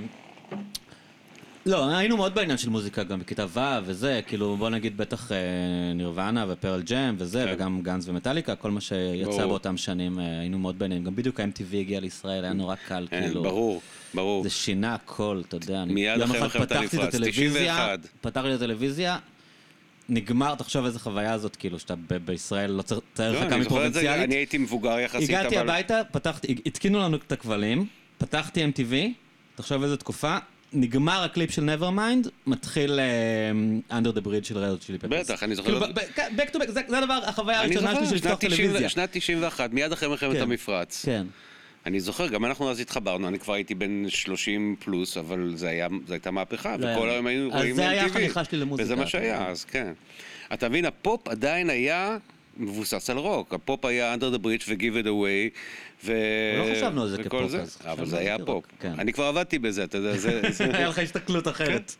לא, היינו מאוד בעניין של מוזיקה גם בכיתה ו' וזה, כאילו בוא נגיד בטח נירוונה ופרל ג'אם וזה, וגם גאנז ומטאליקה, כל מה שיצא באותם שנים היינו מאוד בעניין, גם בדיוק ה-אם טי וי הגיע לישראל, היה נורא קל, כאילו. ברור, ברור. זה שינה הכל, אתה יודע. מיד אחרי מלחמת המפרץ, תשעים ואחת. פתחתי את הטלוויזיה, נגמר, תחשוב איזה חוויה הזאת, כאילו, שאתה בישראל לא צריך חכה מפרובינציאלית. אני הייתי מבוגר יחסית, אבל... הגעתי הביתה, התקינו לנו את הכבלים, פתחתי אם טי וי, תחשוב איזה תקופה, נגמר הקליפ של Nevermind, מתחיל Under the Bridge של רדות שלי פפס. בטח, אני זוכר... back to back, זה הדבר, החוויה הראשונה שלי של לפתוח טלוויזיה. שנת תשעים ואחת, מיד אחרי מלחמת המפרץ. כן. אני זוכר, גם אנחנו אז התחברנו, אני כבר הייתי בן שלושים פלוס, אבל זו הייתה מהפכה, וכל היום היינו רואים אם טי וי. אז זה היה החניכה שלי למוזיקה. וזה מה שהיה, אז כן. אתה מבין, הפופ עדיין היה מבוסס על רוק. הפופ היה Under the Bridge ו-Give it away. לא חשבנו על זה כפופ אז. אבל זה היה פופ. אני כבר עבדתי בזה, אתה יודע. היה לך הסתכלות אחרת.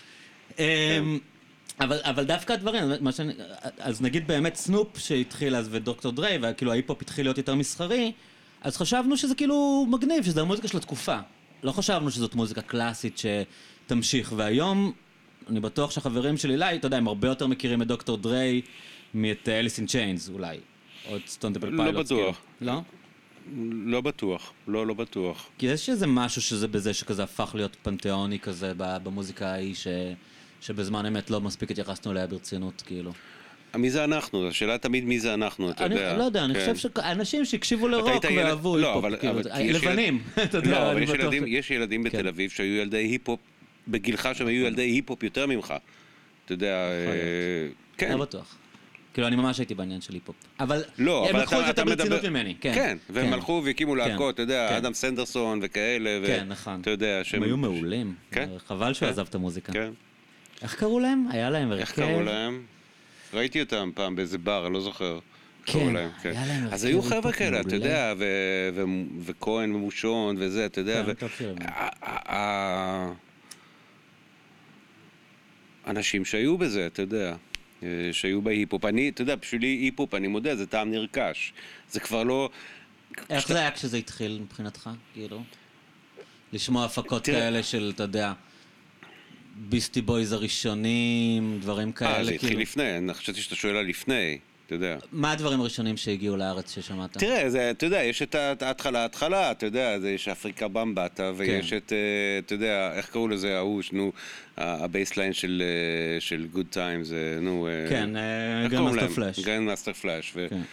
אבל דווקא הדברים, אז נגיד באמת סנופ שהתחיל אז ודוקטור דריי, וכאילו ההיפ-הופ התחיל להיות יותר מסחרי, אז חשבנו שזה כאילו מגניב, שזה המוזיקה של התקופה. לא חשבנו שזאת מוזיקה קלאסית שתמשיך, והיום אני בטוח שהחברים שלי אליי, אתה יודע, הם הרבה יותר מכירים את דוקטור דריי מאת אליס אין צ'יינס אולי, או את סטון טמפל פיילוטס. לא בטוח. לא? לא בטוח, לא, לא בטוח. כי יש איזה משהו שזה בזה שכזה הפך להיות פנתיאוני כזה במוזיקה ההיא, שבזמן אמת לא מספיק התייחסנו אליה ברצינות, כאילו. מי זה אנחנו? השאלה תמיד מי זה אנחנו, אתה יודע. אני לא יודע, אני חושב שאנשים שהקשיבו לרוק ואהבו היפ-הופ, לבנים, אתה יודע. לא, אבל יש ילדים בתל אביב שהיו ילדי היפ-הופ, בגילך שהם היו ילדי היפ-הופ יותר ממך. אתה יודע, כן. לא בטוח. כאילו, אני ממש הייתי בעניין של היפ-הופ. אבל הם לקחו את זה יותר ברצינות ממני. כן, והם הלכו והקימו להקות, אתה יודע, אדם סנדרסון וכאלה. כן, נכון. אתה יודע, הם היו מעולים. חבל שהוא עזב את המוזיקה. איך קראו להם? היה להם הרכב? איך קראו להם? ראיתי אותם פעם באיזה בר, אני לא זוכר. כן, היה להם... אז היו חבר'ה כאלה, אתה יודע, וכהן ומושון וזה, אתה יודע. אנשים שהיו בזה, אתה יודע, שהיו בהיפופ. אני, אתה יודע, בשבילי היפופ, אני מודה, זה טעם נרכש. זה כבר לא... איך כשאתה... זה היה כשזה התחיל מבחינתך, כאילו? לשמוע הפקות תראה... כאלה של, אתה יודע, ביסטי בויז הראשונים, דברים כאלה. אה, זה התחיל כאילו... לפני, אני חשבתי שאתה שואל על לפני. אתה יודע. מה הדברים הראשונים שהגיעו לארץ ששמעת? תראה, זה, אתה יודע, יש את ההתחלה, ההתחלה, אתה יודע, זה, יש אפריקה במבטה, ויש כן. את, אתה יודע, איך קראו לזה, ההוא, נו, הבייסליין של, של Good Times, נו, כן, גרנדמאסטר פלאש. גרנדמאסטר פלאש.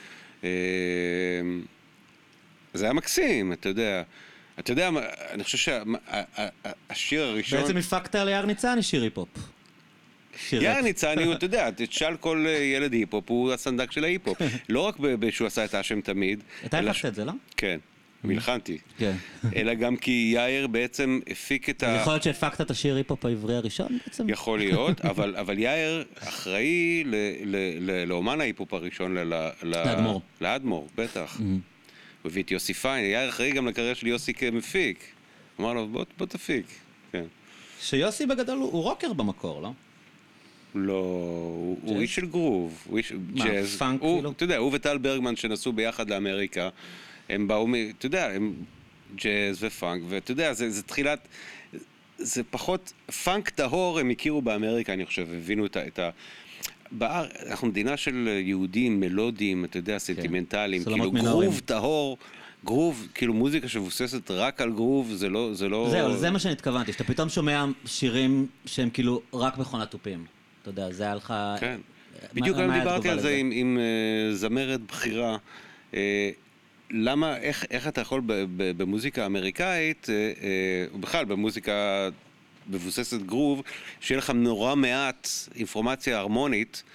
זה היה מקסים, אתה יודע. אתה יודע, אני חושב שהשיר הראשון... בעצם הפקת על יער ניצני שיר היפ-הופ. יער ניצני, אתה יודע, תשאל כל ילד היפ-הופ, הוא הסנדק של ההיפ-הופ. לא רק שהוא עשה את השם תמיד. אתה הפקת את זה, לא? כן, מלחנתי. אלא גם כי יאיר בעצם הפיק את ה... יכול להיות שהפקת את השיר היפ-הופ העברי הראשון בעצם? יכול להיות, אבל יאיר אחראי לאומן ההיפ-הופ הראשון, לאדמו"ר. לאדמו"ר, בטח. הוא הביא את יוסי פיין, יאיר אחראי גם לקריירה של יוסי כמפיק. אמר לו, בוא תפיק. שיוסי בגדול הוא רוקר במקור, לא? לא, הוא איש של גרוב, הוא איש של ג'אז. פאנק כאילו? אתה יודע, הוא וטל ברגמן שנסעו ביחד לאמריקה, הם באו, אתה יודע, הם ג'אז ופאנק, ואתה יודע, זה תחילת, זה פחות, פאנק טהור הם הכירו באמריקה, אני חושב, הבינו את ה... אנחנו מדינה של יהודים, מלודיים, אתה יודע, סנטימנטליים, כאילו גרוב טהור, גרוב, כאילו מוזיקה שמבוססת רק על גרוב, זה לא... זהו, זה מה שאני התכוונתי, שאתה פתאום שומע שירים שהם כאילו רק מכונת תופים. אתה יודע, זה היה לך... כן. בדיוק גם דיברתי על זה עם זמרת בחירה. למה, איך אתה יכול במוזיקה אמריקאית, ובכלל במוזיקה מבוססת גרוב, שיהיה לך נורא מעט אינפורמציה הרמונית,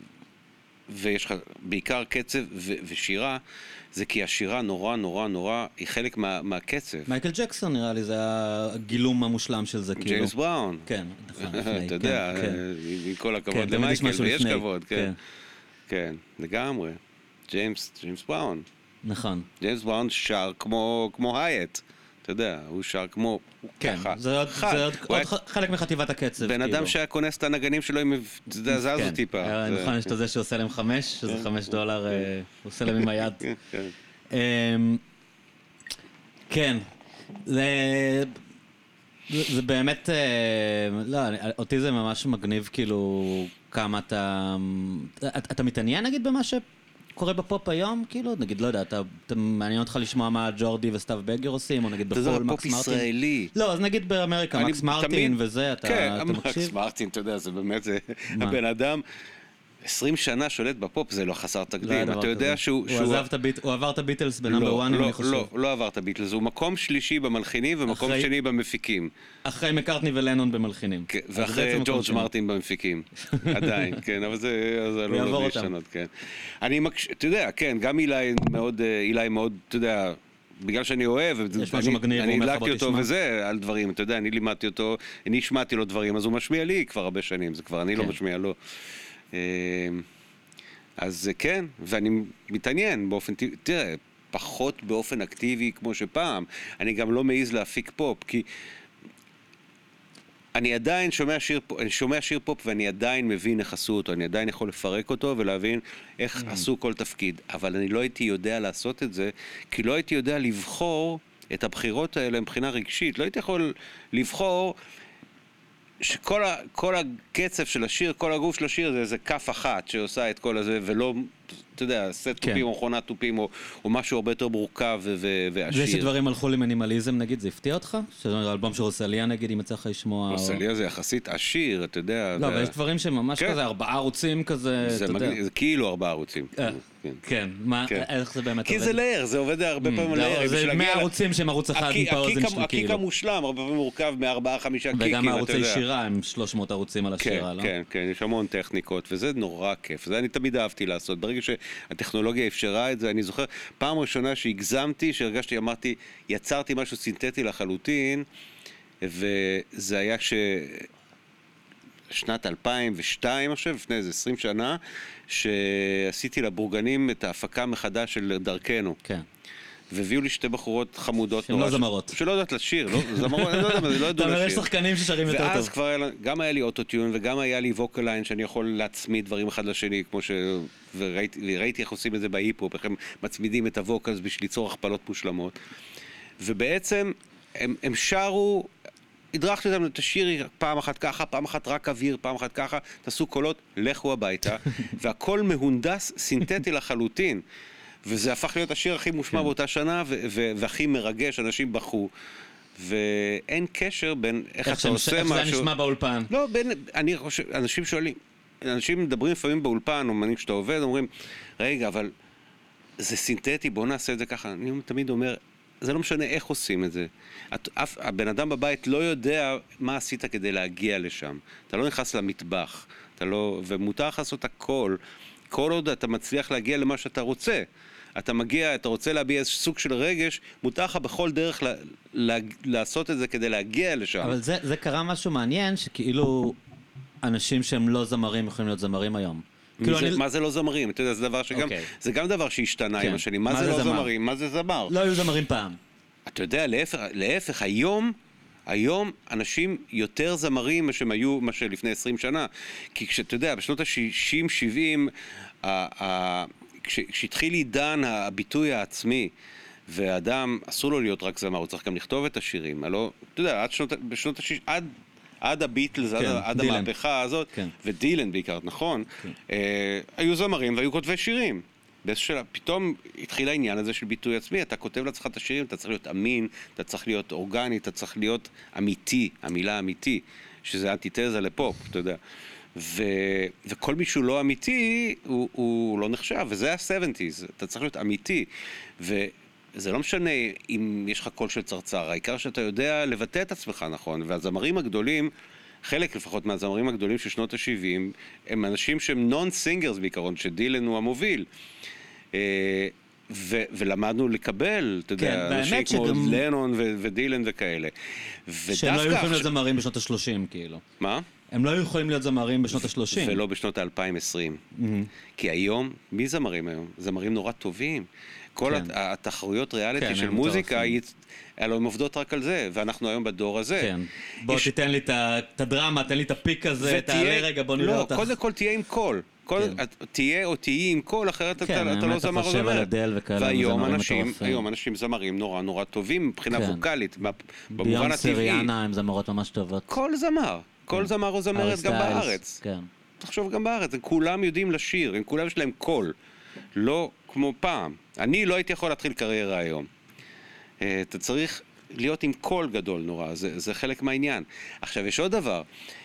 ויש לך בעיקר קצב ושירה, זה כי השירה נורא נורא נורא היא חלק מה, מהקצב. מייקל ג'קסון נראה לי, זה הגילום המושלם של זה, כאילו. ג'יימס בראון. כן, אתה יודע, עם כל הכבוד למייקל, ויש כבוד, כן. כן, לגמרי. ג'יימס, ג'יימס בראון. נכון. ג'יימס בראון שר כמו הייט. אתה יודע, הוא שר כמו ככה. זה עוד חלק מחטיבת הקצב. בן אדם שהיה כונס את הנגנים שלו, אתה יודע, זזו טיפה. נכון, יש את זה שעושה להם חמש, שזה חמש דולר, הוא עושה להם עם היד. כן, זה באמת, לא, אותי זה ממש מגניב, כאילו, כמה אתה, אתה מתעניין נגיד במה ש... קורה בפופ היום, כאילו, נגיד, לא יודע, אתה מעניין אותך לשמוע מה ג'ורדי וסטאב בגר עושים, או נגיד בפול מקס מרטין. פופ ישראלי. לא, אז נגיד באמריקה, מקס מרטין וזה, אתה מקשיב? כן, מקס מרטין, אתה יודע, זה באמת, זה הבן אדם, עשרים שנה שולט בפופ, זה לא חסר תקדים. אתה יודע שהוא... הוא עבר את הביטלס בנאמבר אחת, אני חושב. לא, לא עבר את הביטלס, הוא מקום שלישי במלחינים ומקום שני במפיקים. אחרי מקארטני ולנון במלחינים. ואחרי ג'ורג' מרטין במפיקים. עדיין, כן, אבל זה לא לא להשתנות, כן. אני מקשיב, אתה יודע, כן, גם אילי מאוד, אילי מאוד, אתה יודע, בגלל שאני אוהב, אני הדלקתי אותו וזה, על דברים, אתה יודע, אני לימדתי אותו, אני השמעתי לו דברים, אז הוא משמיע לי כבר הרבה שנים, זה כבר אני לא משמיע לו. אז כן, ואני מתעניין באופן, תראה, פחות באופן אקטיבי כמו שפעם, אני גם לא מעיז להפיק פופ, כי אני עדיין שומע שיר, אני שומע שיר פופ ואני עדיין מבין איך עשו אותו, אני עדיין יכול לפרק אותו ולהבין איך mm. עשו כל תפקיד, אבל אני לא הייתי יודע לעשות את זה, כי לא הייתי יודע לבחור את הבחירות האלה מבחינה רגשית, לא הייתי יכול לבחור שכל ה, כל הקצב של השיר, כל הגוף של השיר זה איזה כף אחת שעושה את כל הזה, ולא, אתה יודע, סט טופים או מכונת טופים, או, או משהו הרבה יותר מורכב ועשיר. זה שדברים הלכו למינימליזם, נגיד, זה הפתיע אותך? שזה אלבום של רוסליה, נגיד, אם יצא לך לשמוע... רוסליה זה יחסית עשיר, אתה יודע. לא, אבל יש דברים שממש כזה, ארבעה ערוצים כזה, אתה יודע. זה כאילו ארבעה ערוצים. כן, איך זה באמת עובד? כי זה לאר, זה עובד הרבה פעמים לאר. זה מאה ערוצים שהם ערוץ אחד מפה אוזן של כאילו. הקיק המושלם, הרבה פעמים מורכב מארבעה, חמישה קיקים, וגם הערוצי שירה הם שלוש מאות ערוצים על השירה, לא? כן, כן, יש המון טכניקות, וזה נורא כיף. זה אני תמיד אהבתי לעשות. ברגע שהטכנולוגיה אפשרה את זה, אני זוכר, פעם ראשונה שהגזמתי, שהרגשתי, אמרתי, יצרתי משהו סינתטי לחלוטין, וזה היה כש... שנת אלפיים ושתיים, עכשיו, לפני איזה עשרים שנה, שעשיתי לבורגנים את ההפקה מחדש של דרכנו. כן. והביאו לי שתי בחורות חמודות. שהן לא זמרות. שלא יודעת לשיר, זמרות, אני לא יודע, לא ידעו לשיר. יש שחקנים ששרים יותר טוב. ואז כבר גם היה לי אוטוטיון, וגם היה לי ווקליין, שאני יכול להצמיד דברים אחד לשני, כמו ש... וראיתי איך עושים את זה בהיפ-הופ, איך הם מצמידים את הווקלס בשביל ליצור הכפלות מושלמות. ובעצם הם, הם שרו, הדרכתי אותם, תשירי פעם אחת ככה, פעם אחת רק אוויר, פעם אחת ככה, תעשו קולות, לכו הביתה, והכל מהונדס סינתטי לחלוטין. וזה הפך להיות השיר הכי מושמע באותה שנה, והכי מרגש, אנשים בכו. ואין קשר בין איך אתה עושה משהו... איך זה נשמע באולפן? לא, בין, אני חושב, אנשים שואלים, אנשים מדברים לפעמים באולפן, אומנים כשאתה עובד, אומרים, רגע, אבל זה סינתטי, בוא נעשה את זה ככה. אני תמיד אומר, זה לא משנה איך עושים את זה. הבן אדם בבית לא יודע מה עשית כדי להגיע לשם. אתה לא נכנס למטבח, אתה לא, ומותר לך לעשות הכל. כל עוד אתה מצליח להגיע למה שאתה רוצה. אתה מגיע, אתה רוצה להביע איזה סוג של רגש, מותר לך בכל דרך לה, לה, לעשות את זה כדי להגיע לשם. אבל זה, זה קרה משהו מעניין, שכאילו אנשים שהם לא זמרים יכולים להיות זמרים היום. כאילו זה, אני... מה זה לא זמרים? אתה יודע, זה דבר שגם, okay. זה גם דבר שהשתנה כן. עם השנים. מה, מה זה, זה לא זמר? זמרים? מה זה זמר? לא היו זמרים פעם. אתה יודע, להפך, להפך היום, היום אנשים יותר זמרים מה שהם היו, מה שלפני עשרים שנה. כי כשאתה יודע, בשנות ה-שישים שבעים, כשהתחיל עידן הביטוי העצמי, והאדם, אסור לו להיות רק זמר, הוא צריך גם לכתוב את השירים. הלא, אתה יודע, עד שנות, בשנות ה-שישים, עד... עד הביטלס, כן, עד, עד המהפכה הזאת, כן. ודילן בעיקר, נכון, כן. אה, היו זמרים והיו כותבי שירים. בשלה, פתאום התחיל העניין הזה של ביטוי עצמי, אתה כותב לעצמך את השירים, אתה צריך להיות אמין, אתה צריך להיות אורגני, אתה צריך להיות אמיתי, המילה אמיתי, שזה אנטיתזה לפופ, אתה יודע. ו, וכל מישהו לא אמיתי, הוא, הוא לא נחשב, וזה ה-שבעים, אתה צריך להיות אמיתי. ו... זה לא משנה אם יש לך קול של צרצר, העיקר שאתה יודע לבטא את עצמך נכון, והזמרים הגדולים, חלק לפחות מהזמרים הגדולים של שנות ה-שבעים, הם אנשים שהם נון-סינגרס בעיקרון, שדילן הוא המוביל. ו- ולמדנו לקבל, אתה יודע, אנשים כמו לנון ו- ודילן וכאלה. שהם לא היו יכולים להיות זמרים בשנות ה-שלושים, כאילו. מה? הם לא היו יכולים להיות זמרים בשנות ה-שלושים. ולא בשנות ה-אלפיים ועשרים. כי היום, מי זמרים היום? זמרים נורא טובים. כל כן. התחרויות ריאליטי כן, של מוזיקה, הן עובדות רק על זה, ואנחנו היום בדור הזה. כן. בוא יש... תיתן לי את הדרמה, תן לי את הפיק הזה, תעלה רגע, בוא נראה לא, אותך. קודם כל תהיה עם קול. כל... כן. תהיה או תהיי עם קול, אחרת כן, אתה, אתה לא זמר או זמרת. והיום אנשים, היום אנשים זמרים נורא נורא טובים מבחינה כן. ווקלית, במובן הטבעי. ריאנה הם זמרות ממש טובות. כל זמר, כל כן. זמר או זמרת גם בארץ. כן. תחשוב גם בארץ, כולם יודעים לשיר, הם כולם יש להם קול. לא כמו פעם. אני לא הייתי יכול להתחיל קריירה היום. אתה צריך להיות עם קול גדול נורא, זה, זה חלק מהעניין. עכשיו, יש עוד דבר.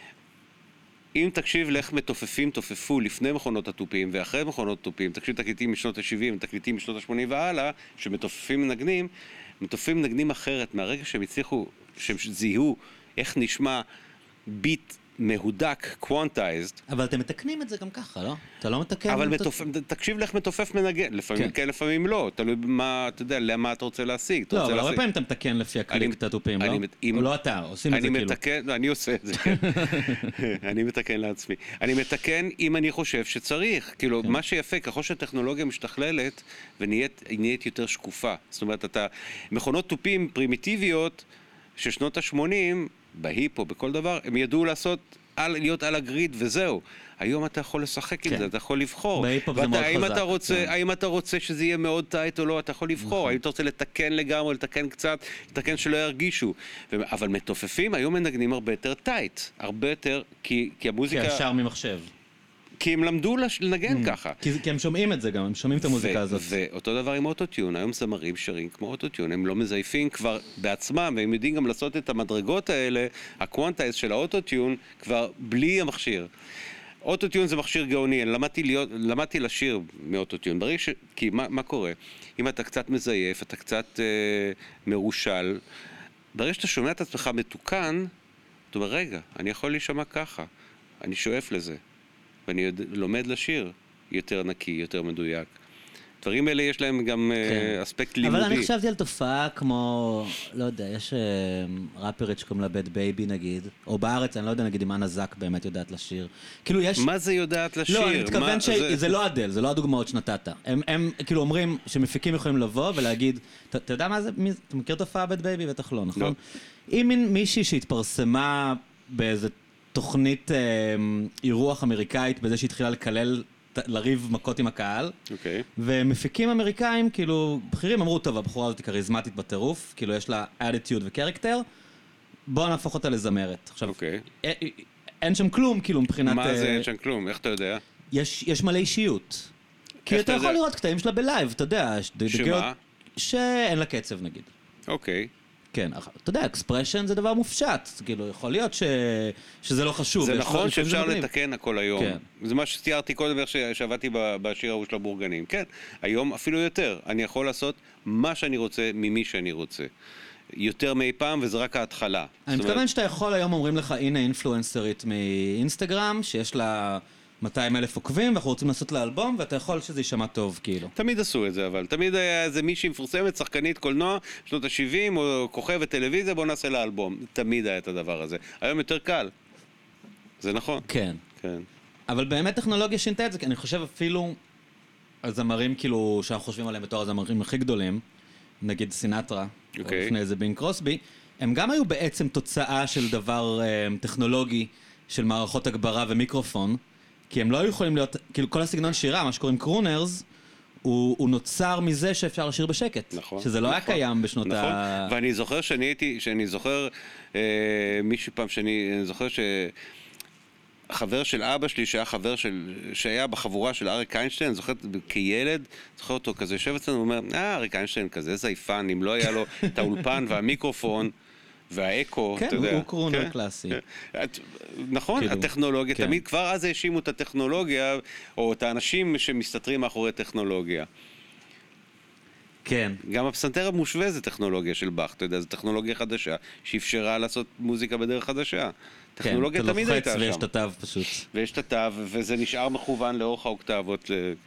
אם תקשיב לאיך מתופפים תופפו לפני מכונות התופים ואחרי מכונות התופים, תקשיב תקליטים משנות ה-שבעים, תקליטים משנות ה-שמונים והלאה, שמתופפים מנגנים, מתופפים מנגנים אחרת, מהרגע שהם הצליחו, שהם זיהו איך נשמע ביט מהודק, quantized. אבל אתם מתקנים את זה גם ככה, לא? אתה לא מתקן... אבל מתופף, תקשיב לך מתופף מנגן, לפעמים כן, לפעמים לא, תלוי במה, אתה יודע, למה אתה רוצה להשיג. לא, אבל הרבה פעמים אתה מתקן לפי הקליק את התופים, לא? או לא אתה, עושים את זה כאילו. לא, אני עושה את זה, כן. אני מתקן לעצמי. אני מתקן אם אני חושב שצריך. כאילו, מה שיפה, ככל שהטכנולוגיה משתכללת ונהיית יותר שקופה. זאת אומרת, אתה, מכונות תופים פרימיטיביות של שנות ה-שמונים, בהיפו, בכל דבר, הם ידעו לעשות, על, להיות על הגריד וזהו. היום אתה יכול לשחק עם זה, אתה יכול לבחור. בהיפו זה מאוד חזק. אתה רוצה, האם אתה רוצה שזה יהיה מאוד טייט או לא, אתה יכול לבחור. האם אתה רוצה לתקן לגמרי, לתקן קצת, לתקן שלא ירגישו. אבל מתופפים היום מנגנים הרבה יותר טייט. הרבה יותר, כי, כי המוזיקה... כי השאר ממחשב. כי הם למדו לנגן ככה. כי, כי הם שומעים את זה גם, הם שומעים את המוזיקה הזאת. ואותו דבר עם אוטוטיון, היום זמרים שרים כמו אוטוטיון, הם לא מזייפים כבר בעצמם, והם יודעים גם לעשות את המדרגות האלה, הקוונטייז של האוטוטיון, כבר בלי המכשיר. אוטוטיון זה מכשיר גאוני, אני למדתי, להיות, למדתי לשיר מאוטוטיון, ברגע ש... כי מה, מה קורה? אם אתה קצת מזייף, אתה קצת אה, מרושל, ברגע שאתה שומע את עצמך מתוקן, אתה אומר, רגע, אני יכול להישמע ככה, אני שואף לזה. ואני לומד לשיר יותר נקי, יותר מדויק. דברים האלה יש להם גם כן. אספקט לימודי. אבל אני חשבתי על תופעה כמו, לא יודע, יש ראפרית שקוראים לה בד בייבי נגיד, או בארץ, אני לא יודע נגיד אם אנה זק באמת יודעת לשיר. כאילו יש... מה זה יודעת לשיר? לא, אני מתכוון שזה זה... לא אדל, זה לא הדוגמאות שנתת. הם, הם כאילו אומרים שמפיקים יכולים לבוא ולהגיד, אתה יודע מה זה, מי, אתה מכיר תופעה בד בייבי? בטח לא, נכון? לא. אם מין מישהי שהתפרסמה באיזה תוכנית אה, אירוח אמריקאית, בזה שהתחילה לקלל לריב מכות עם הקהל, okay. ומפיקים אמריקאים, כאילו, בכירים אמרו, טוב, הבחורה הזאת היא כריזמטית בטירוף, כאילו יש לה attitude וקרקטר, בואו נהפוך אותה לזמרת. עכשיו, okay. א- אין שם כלום, כאילו, מבחינת... מה זה אין שם כלום? איך אתה יודע? יש, יש מלא אישיות. כי אתה יכול לראות קטעים שלה בלייב, אתה יודע. שמה? שאין לה קצב, נגיד. אוקיי. כן, אתה יודע, אקספרשן זה דבר מופשט, כאילו, יכול להיות ש... שזה לא חשוב. זה נכון שאפשר לתקן הכל היום. כן. זה מה שתיארתי קודם איך שעבדתי בשיר ההוא של הבורגנים. כן, היום אפילו יותר. אני יכול לעשות מה שאני רוצה ממי שאני רוצה. יותר מאי פעם, וזה רק ההתחלה. אני מתכוון אומרת... שאתה יכול, היום אומרים לך, הנה אינפלואנסרית מאינסטגרם, שיש לה מאתיים אלף עוקבים, ואנחנו רוצים לעשות לה אלבום, ואתה יכול שזה יישמע טוב, כאילו. תמיד עשו את זה, אבל תמיד היה איזה מישהי מפורסמת, שחקנית קולנוע, שנות ה-שבעים, או כוכבת טלוויזיה, בוא נעשה לה אלבום. תמיד היה את הדבר הזה. היום יותר קל. זה נכון. כן. כן. אבל באמת טכנולוגיה שינתה את זה, כי אני חושב אפילו הזמרים, כאילו, שאנחנו חושבים עליהם בתור הזמרים הכי גדולים, נגיד סינטרה, okay. או לפני איזה בין קרוסבי, הם גם היו בעצם תוצאה של דבר um, טכנולוגי, של מערכות הגברה ומיקרופון, כי הם לא היו יכולים להיות, כאילו כל הסגנון שירה, מה שקוראים קרונרס, הוא, הוא נוצר מזה שאפשר לשיר בשקט. נכון. שזה לא נכון, היה קיים בשנות נכון. ה... נכון, ואני זוכר שאני הייתי, שאני זוכר, אה, מישהו פעם שאני, אני זוכר ש... חבר של אבא שלי, שהיה חבר של, שהיה בחבורה של אריק איינשטיין, זוכר כילד, זוכר אותו כזה, יושב אצלנו, הוא אומר, אה, אריק איינשטיין כזה זייפן, אם לא היה לו את האולפן והמיקרופון והאקו, כן, אתה יודע. כן, הוא קרונר קלאסי. נכון, הטכנולוגיה, תמיד כבר אז האשימו את הטכנולוגיה, או את האנשים שמסתתרים מאחורי טכנולוגיה. כן. גם הפסנתר המושווה זה טכנולוגיה של באך, אתה יודע, זו טכנולוגיה חדשה, שאפשרה לעשות מוזיקה בדרך חדשה. טכנולוגיה תמיד הייתה שם. כן, אתה לוחץ ויש את התו פשוט. ויש את התו, וזה נשאר מכוון לאורך האוקטבות.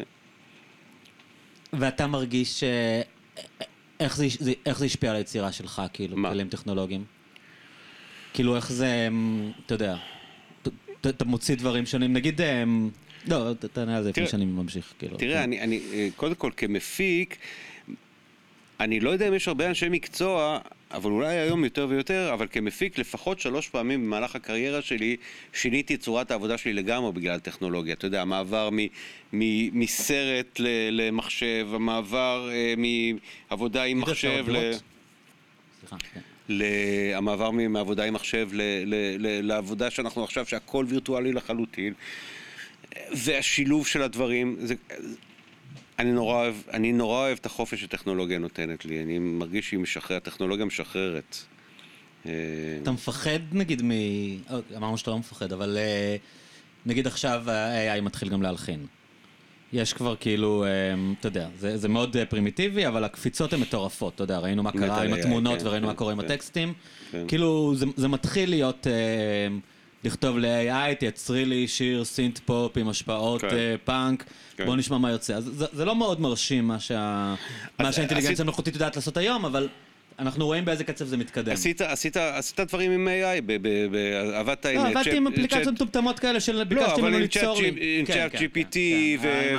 ואתה מרגיש ש... איך זה, איך זה השפיע על היצירה שלך, כאילו, כלים טכנולוגיים? כאילו, איך זה, אתה יודע, אתה מוציא דברים שונים, נגיד, לא, תענה על זה לפני שאני ממשיך, כאילו. תראה, אני, קודם כל, כמפיק, אני לא יודע אם יש הרבה אנשי מקצוע, אבל אולי היום יותר ויותר, אבל כמפיק לפחות שלוש פעמים במהלך הקריירה שלי, שיניתי את צורת העבודה שלי לגמרי בגלל טכנולוגיה. אתה יודע, המעבר מ, מ, מסרט ל, למחשב, המעבר אה, מעבודה עם מחשב ל... סליחה, כן. המעבר מעבודה עם מחשב ל, ל, ל, לעבודה שאנחנו עכשיו, שהכל וירטואלי לחלוטין, והשילוב של הדברים, זה... אני נורא אוהב, אני נורא אוהב את החופש שהטכנולוגיה נותנת לי, אני מרגיש שהיא משחררת, הטכנולוגיה משחררת. אתה מפחד נגיד מ... אמרנו שאתה לא מפחד, אבל נגיד עכשיו ה-איי איי מתחיל גם להלחין. יש כבר כאילו, אתה יודע, זה, זה מאוד פרימיטיבי, אבל הקפיצות הן מטורפות, אתה יודע, ראינו מה קרה עם התמונות כן, וראינו כן, מה קורה כן, עם הטקסטים. כן. כאילו, זה, זה מתחיל להיות... לכתוב ל-איי איי, תייצרי לי שיר סינט פופ עם השפעות okay. uh, פאנק, okay. בואו נשמע מה יוצא. אז זה, זה לא מאוד מרשים מה, שה... מה שהאינטליגנציה המלאכותית יודעת לעשות היום, אבל אנחנו רואים באיזה קצב זה מתקדם. עשית, עשית, עשית דברים עם איי איי, עבדת עם... לא, עבדתי עם אפליקציות מטומטמות כאלה של ביקשתי ממנו ליצור לי. עם צ'אט ג'י פי טי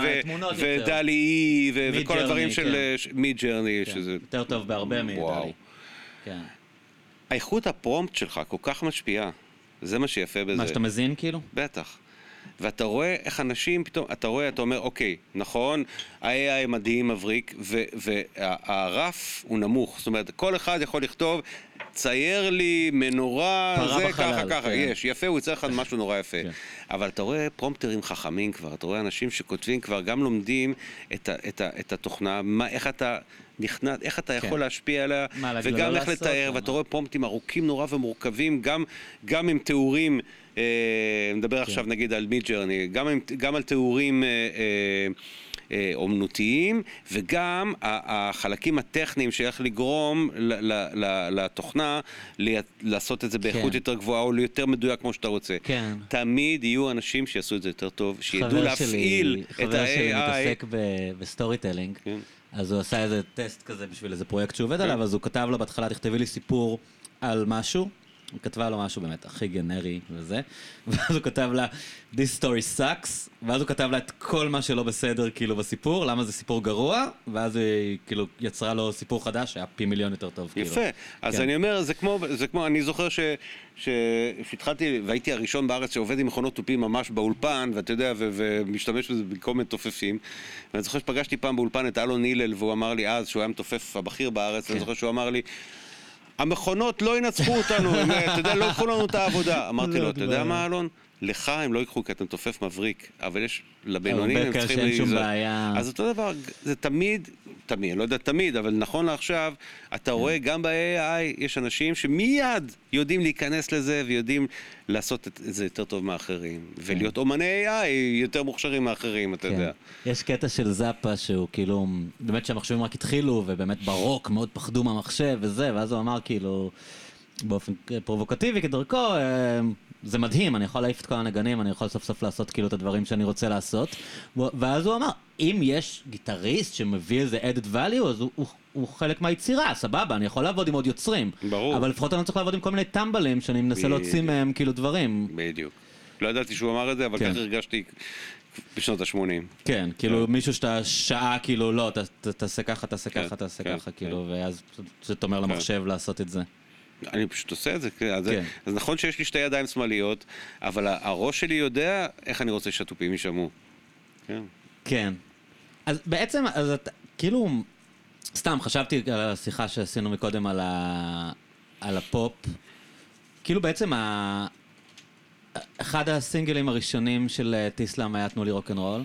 ודלי וכל הדברים של מיד ג'רני. יותר טוב בהרבה מדלי. האיכות הפרומפט שלך כל כך משפיעה. זה מה שיפה בזה. מה שאתה מזין כאילו? בטח. ואתה רואה איך אנשים פתאום, אתה רואה, אתה אומר, אוקיי, נכון, ה-איי איי מדהים, מבריק, והרף הוא נמוך. זאת אומרת, כל אחד יכול לכתוב, צייר לי מנורה, זה ככה ככה, יש, יפה, הוא יצטרך משהו נורא יפה. אבל אתה רואה פרומפטרים חכמים כבר, אתה רואה אנשים שכותבים כבר, גם לומדים את התוכנה, איך אתה... נכנעת, איך אתה יכול להשפיע עליה, וגם איך לתאר, ואתה רואה פרומפטים ארוכים נורא ומורכבים, גם עם תיאורים, נדבר עכשיו נגיד על מיד ג'רני, גם על תיאורים אומנותיים, וגם החלקים הטכניים שאיך לגרום לתוכנה לעשות את זה באיכות יותר גבוהה או יותר מדויק כמו שאתה רוצה. תמיד יהיו אנשים שיעשו את זה יותר טוב, שידעו להפעיל את ה-איי איי. חבר שלי מתעסק בסטורי טלינג, אז הוא עשה איזה טסט כזה בשביל איזה פרויקט שהוא עובד עליו, אז הוא כתב לו בהתחלה, תכתבי לי סיפור על משהו, הוא כתבה לו משהו באמת הכי גנרי וזה, ואז הוא כתב לה, this story sucks, ואז הוא כתב לה את כל מה שלא בסדר כאילו בסיפור, למה זה סיפור גרוע, ואז היא כאילו יצרה לו סיפור חדש, שהיה פי מיליון יותר טוב. יפה, כאילו. אז כן. אני אומר, זה כמו, זה כמו, אני זוכר ש, שהתחלתי, והייתי הראשון בארץ שעובד עם מכונות תופים ממש באולפן, ואתה יודע, ו, ומשתמש בזה בכל מיני תופפים, ואני זוכר שפגשתי פעם באולפן את אלון הלל, והוא אמר לי אז, שהוא היה מתופף הבכיר בארץ, כן. אני זוכר שהוא אמר לי, המכונות לא ינצחו אותנו, אתה יודע, לא יקחו לנו את העבודה. אמרתי לו, אתה יודע מה, אלון? לך הם לא יקחו, כי אתה תופף מבריק, אבל יש לבינונים, הם צריכים... שאין שום בעיה. אז אותו דבר, זה תמיד, תמיד, אני לא יודע תמיד, אבל נכון לעכשיו, אתה רואה גם ב-איי איי, יש אנשים שמיד יודעים להיכנס לזה, ויודעים לעשות את זה יותר טוב מאחרים, ולהיות אומני איי איי יותר מוכשרים מאחרים, אתה יודע. יש קטע של זאפה שהוא כאילו, באמת שהמחשבים רק התחילו, ובאמת ברוק מאוד פחדו מהמחשב וזה, ואז הוא אמר כאילו, באופן פרובוקטיבי כדרכו, זה מדהים, אני יכול להעיף את כל הנגנים, אני יכול סוף סוף לעשות כאילו את הדברים שאני רוצה לעשות. ואז הוא אמר, אם יש גיטריסט שמביא איזה added value, אז הוא, הוא, הוא חלק מהיצירה, סבבה, אני יכול לעבוד עם עוד יוצרים. ברור. אבל לפחות אני צריך לעבוד עם כל מיני טמבלים, שאני מנסה להוציא מהם כאילו דברים. בדיוק. לא ידעתי שהוא אמר את זה, אבל כן. כך הרגשתי בשנות ה-שמונים. כן, כאילו מישהו שאתה שעה, כאילו לא, ת, תעשה ככה, תעשה כן, ככה, תעשה כן, ככה, כן. כאילו, ואז זה תאמר למחשב כן. לעשות את זה. אני פשוט עושה את זה, אז, כן. אז נכון שיש לי שתי ידיים שמאליות, אבל הראש שלי יודע איך אני רוצה שהתופים יישמעו. כן. כן. אז בעצם, אז את, כאילו, סתם חשבתי על השיחה שעשינו מקודם על, ה, על הפופ, כאילו בעצם ה, אחד הסינגלים הראשונים של טיסלאם היה תנו לי רוק'נ'רול.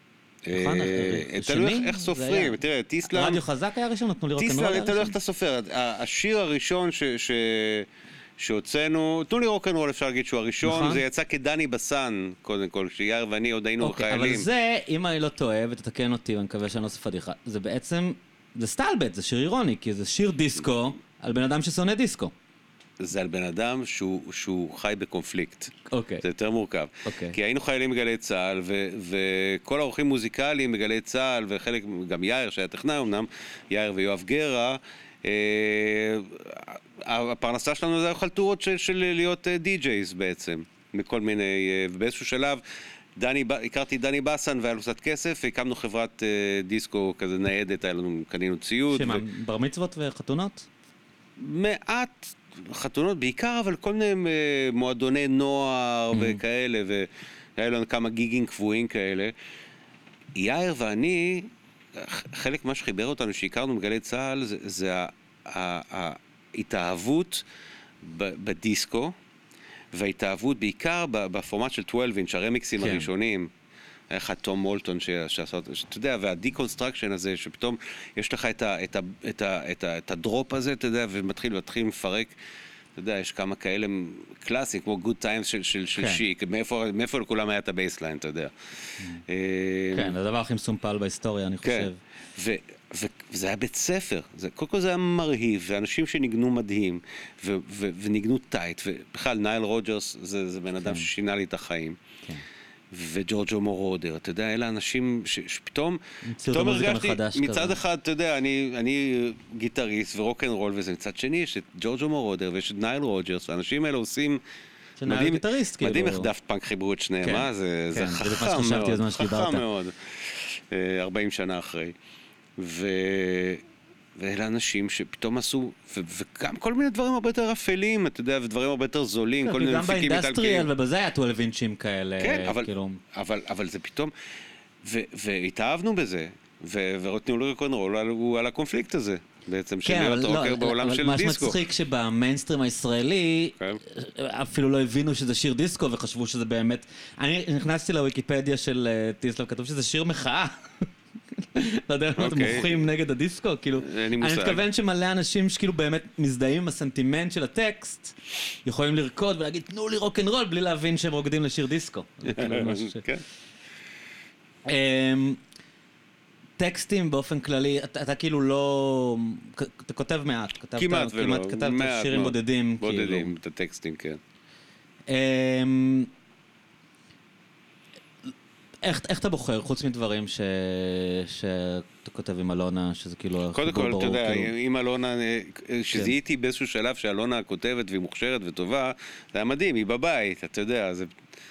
תלוי איך סופרים, תראה, טיסלאם... רדיו חזק היה ראשון, נתנו לי רוק'נ'רול. טיסלאם, תלוי איך אתה סופר. השיר הראשון שהוצאנו, תנו לי רוק'נ'רול אפשר להגיד שהוא הראשון, זה יצא כדני בסן, קודם כל, שייר ואני עוד היינו חיילים. אבל זה, אם אני לא טועה, ותתקן אותי, ואני מקווה שאני לא עושה פדיחה, זה בעצם, זה סטלבט, זה שיר אירוני, כי זה שיר דיסקו על בן אדם ששונא דיסקו. זה על בן אדם שהוא, שהוא חי בקונפליקט. אוקיי. זה יותר מורכב. אוקיי. כי היינו חיילים בגלי צהל, ו- וכל האורחים מוזיקליים בגלי צהל, וחלק, גם יאיר, שהיה טכנאי אמנם, יאיר ויואב גרה, אה, הפרנסה שלנו זה חלטורות של, של להיות די-ג'ייז בעצם, מכל מיני, אה, ובאיזשהו שלב, דני, הכרתי דני בסן והיה לו קצת כסף, והקמנו חברת אה, דיסקו כזה ניידת, היה לנו, קנינו ציוד. שמה, ו... בר מצוות וחתונות? מעט חתונות, בעיקר, אבל כל מיני מועדוני נוער mm-hmm. וכאלה, והיה לנו כמה גיגים קבועים כאלה. יאיר ואני, חלק מה שחיבר אותנו, שהכרנו בגלי צהל, זה, זה ההתאהבות בדיסקו, וההתאהבות בעיקר בפורמט של שתים עשרה אינץ', הרמיקסים כן. הראשונים, היה לך תום מולטון שעשה, אתה יודע, והדיקונסטרקשן הזה, שפתאום יש לך את, ה, את, ה, את, ה, את, ה, את הדרופ הזה, אתה יודע, ומתחיל להתחיל לפרק, אתה יודע, יש כמה כאלה קלאסיים, כמו Good Times של, של, של כן. שיק, מאיפה, מאיפה לכולם היה את הבייסליין, אתה יודע. כן, זה הדבר הכי מסומפל בהיסטוריה, אני חושב. ו, ו, וזה היה בית ספר, זה, קודם כל זה היה מרהיב, ואנשים שניגנו מדהים, ו, ו, וניגנו טייט, ובכלל נייל רוג'רס זה, זה בן אדם כן. ששינה לי את החיים. כן. וג'ורג'ו מורודר, אתה יודע, אלה אנשים ש, שפתאום, פתאום הרגשתי, מצד כזה. אחד, אתה יודע, אני, אני גיטריסט ורוק'נ'רול וזה, מצד שני יש את ג'ורג'ו מורודר ויש את נייל רוג'רס, והאנשים האלה עושים, מדהים, גיטריסט, מדהים כאילו. איך דאפט פאנק חיברו את שניהם, כן, אה? זה, כן, זה חכם מאוד, חכם מאוד, ארבעים שנה אחרי. ו... ואלה אנשים שפתאום עשו, ו- וגם כל מיני דברים הרבה יותר אפלים, אתה יודע, ודברים הרבה יותר זולים, כל מיני מפיקים איטלקיים. גם באינדסטריאל, ובזה היה שתים עשרה אינצ'ים כאלה. כן, אבל, כאילו... אבל, אבל זה פתאום, ו- והתאהבנו בזה, ו- ורותניו לרוק'נ'רול הוא על הקונפליקט הזה, בעצם, של להיות רוקר לא, בעולם של אבל דיסקו. מה שמצחיק שבמיינסטרים הישראלי, כן. אפילו לא הבינו שזה שיר דיסקו, וחשבו שזה באמת... אני נכנסתי לוויקיפדיה של טיסלאם, כתוב שזה שיר מחאה. לא יודע, אתם מוחים נגד הדיסקו, כאילו, אני מתכוון שמלא אנשים שכאילו באמת מזדהים עם הסנטימנט של הטקסט, יכולים לרקוד ולהגיד, תנו לי רוק'נ'רול, בלי להבין שהם רוקדים לשיר דיסקו. טקסטים באופן כללי, אתה, אתה כאילו לא... אתה כותב מעט. כתבת, כמעט ולא, כמעט כתבת מעט שירים מאוד. בודדים. בודדים, כאילו. את הטקסטים, כן. אמ... איך, איך אתה בוחר, חוץ מדברים ש... שאתה כותב עם אלונה, שזה כאילו... קודם כל, אתה יודע, כאילו... עם אלונה, שזיהיתי באיזשהו שלב שאלונה כותבת והיא מוכשרת וטובה, זה היה מדהים, היא בבית, אתה יודע, זה...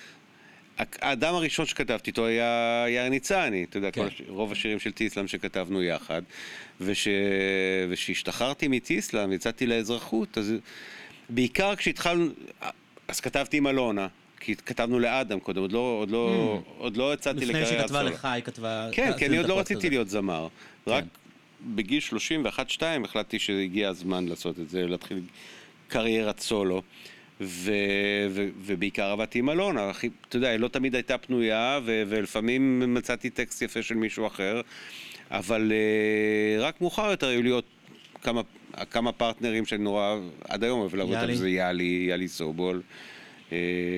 האדם הראשון שכתבתי איתו היה יאיר ניצני, אתה יודע, כן. כל, רוב השירים של טיסלאם שכתבנו יחד, וש... ושהשתחררתי מטיסלאם, יצאתי לאזרחות, אז בעיקר כשהתחלנו, אז כתבתי עם אלונה, כי כתבנו לאדם קודם, עוד לא, עוד לא, mm. עוד לא יצאתי לקריירת סולו. לפני שכתבה לך, היא כתבה... כן, כי אני עוד לא רציתי להיות זמר. כן. רק בגיל שלושים ואחת שתיים החלטתי שהגיע הזמן לעשות את זה, להתחיל קריירת סולו. ו- ו- ובעיקר עבדתי עם אלונה, אתה יודע, היא לא תמיד הייתה פנויה, ו- ולפעמים מצאתי טקסט יפה של מישהו אחר, אבל uh, רק מאוחר יותר היו לי עוד כמה, כמה פרטנרים שאני נורא, עד היום אוהב לעבוד על זה, יאלי, יאלי סובול, uh,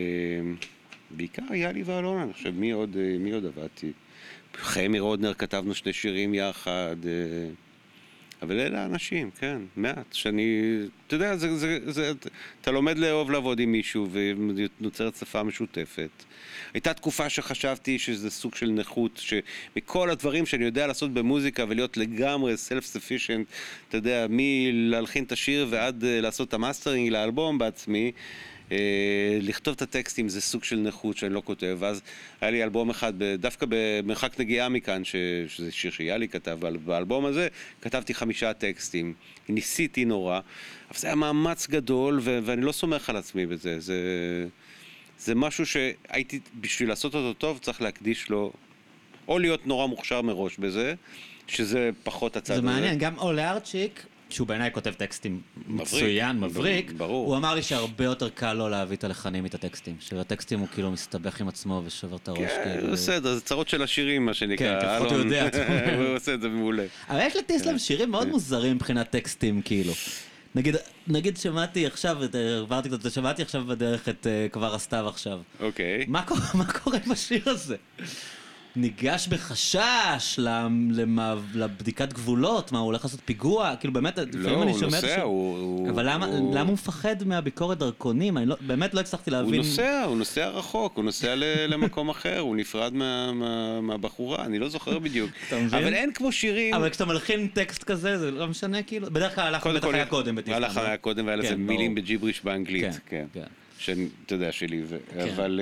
בעיקר יאלי ואלונה, אני חושב, מי עוד, uh, מי עוד עבדתי? חמי רודנר כתבנו שני שירים יחד, uh, אבל אלה האנשים, כן, מעט, שאני, אתה יודע, זה, זה, זה, אתה לומד לאהוב לעבוד עם מישהו ונוצרת שפה משותפת. הייתה תקופה שחשבתי שזה סוג של נכות, שמכל הדברים שאני יודע לעשות במוזיקה ולהיות לגמרי self-sufficient, אתה יודע, מלהלחין את השיר ועד לעשות את המאסטרינג לאלבום בעצמי, לכתוב את הטקסטים זה סוג של נכות שאני לא כותב, ואז היה לי אלבום אחד, דווקא במרחק נגיעה מכאן, שזה שיר שיאלי כתב, באלבום הזה כתבתי חמישה טקסטים, ניסיתי נורא, אבל זה היה מאמץ גדול, ואני לא סומך על עצמי בזה, זה, זה משהו שהייתי, בשביל לעשות אותו טוב, צריך להקדיש לו, או להיות נורא מוכשר מראש בזה, שזה פחות הצד הזה. זה מעניין, גם אולה ארצ'יק, שהוא בעיניי כותב טקסטים מצוין, מבריק, ברור. הוא אמר לי שהרבה יותר קל לו להביא את הלחנים את הטקסטים, שהטקסטים הוא כאילו מסתבך עם עצמו ושובר את הראש. כן, בסדר, זה צרות של השירים מה שנקרא. כן, כפחות הוא יודע. הוא עושה את זה מעולה. אבל יש לטיסלאם שירים מאוד מוזרים מבחינת טקסטים, כאילו. נגיד, נגיד שמעתי עכשיו, עברתי קצת, שמעתי עכשיו בדרך את כבר הסתיו עכשיו. אוקיי. מה קורה בשיר הזה? ניגש בחשש לבדיקת גבולות, מה, הוא הולך לעשות פיגוע? כאילו באמת, לפעמים אני שומע... לא, הוא נוסע, אבל למה הוא מפחד מהביקורת דרכונים? אני באמת לא הצלחתי להבין... הוא נוסע, הוא נוסע רחוק, הוא נוסע למקום אחר, הוא נפרד מהבחורה, אני לא זוכר בדיוק. אבל אין כמו שירים... אבל כשאתה מלחין טקסט כזה, זה לא משנה, כאילו... בדרך כלל הלך בטח היה קודם בטיסלאם. הלך היה קודם, והיה לזה מילים בג'יבריש באנגלית, כן. אתה יודע, שלי, אבל...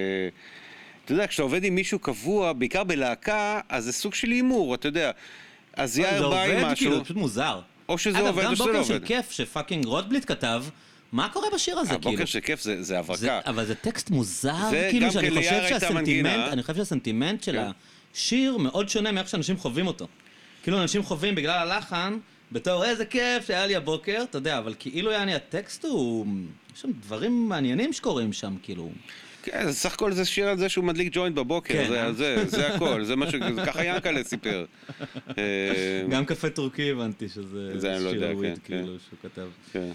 אתה יודע, כשאתה עובד עם מישהו קבוע, בעיקר בלהקה, אז זה סוג של אימור, אתה יודע. אז יאיר בא עם משהו... זה פשוט מוזר. או שזה עובד או שזה לא עובד. אגב, גם בוקר של כיף שפאקינג רוטבליט כתב, מה קורה בשיר הזה, כאילו? הבוקר של כיף זה הברקה. אבל זה טקסט מוזר, כאילו שאני חושב שהסנטימנט, אני חושב שהסנטימנט של השיר מאוד שונה מאיך שאנשים חווים אותו. כאילו אנשים חווים בגלל הלחן, בתור איזה כיף שהיה לי הבוקר, אתה יודע, אבל כאילו יעני הטקסט הוא... יש שם דברים מעניינים שקורים שם, כאילו... כן, סך הכל זה שיר על זה שהוא מדליק ג'וינט בבוקר, זה הכל, זה משהו, ככה ינקלה סיפר. גם קפה טורקי הבנתי שזה שיר הוויד, כאילו, שהוא כתב. כן.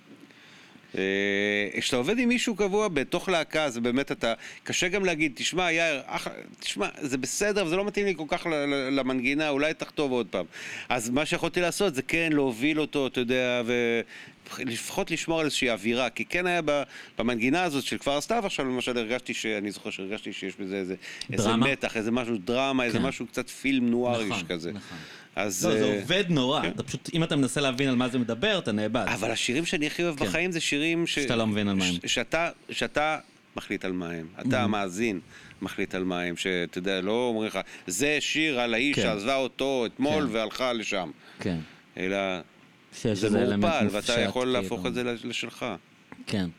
כשאתה עובד עם מישהו קבוע בתוך להקה, זה באמת אתה, קשה גם להגיד, תשמע, יאיר, תשמע, זה בסדר, וזה לא מתאים לי כל כך למנגינה, אולי תכתוב עוד פעם. אז מה שיכולתי לעשות זה כן להוביל אותו, אתה יודע, ולפחות לשמור על איזושהי אווירה, כי כן היה במנגינה הזאת של כפר הסתיו, עכשיו למשל הרגשתי שאני זוכר שהרגשתי שיש בזה איזה מתח, איזה משהו דרמה, איזה משהו קצת פילם נואריש כזה. לא, זה עובד נורא, אתה פשוט, אם אתה מנסה להבין על מה זה מדבר, אתה נאבד. אבל השירים שאני הכי אוהב בחיים זה שירים שאתה לא מבין על מה הם. שאתה מחליט על מה הם, אתה המאזין מחליט על מה הם, שאתה יודע, לא אומרים לך, זה שיר על האיש שעזבה אותו אתמול והלכה לשם. כן. אלא זה מעופל, ואתה יכול להפוך את זה לשלך. כן.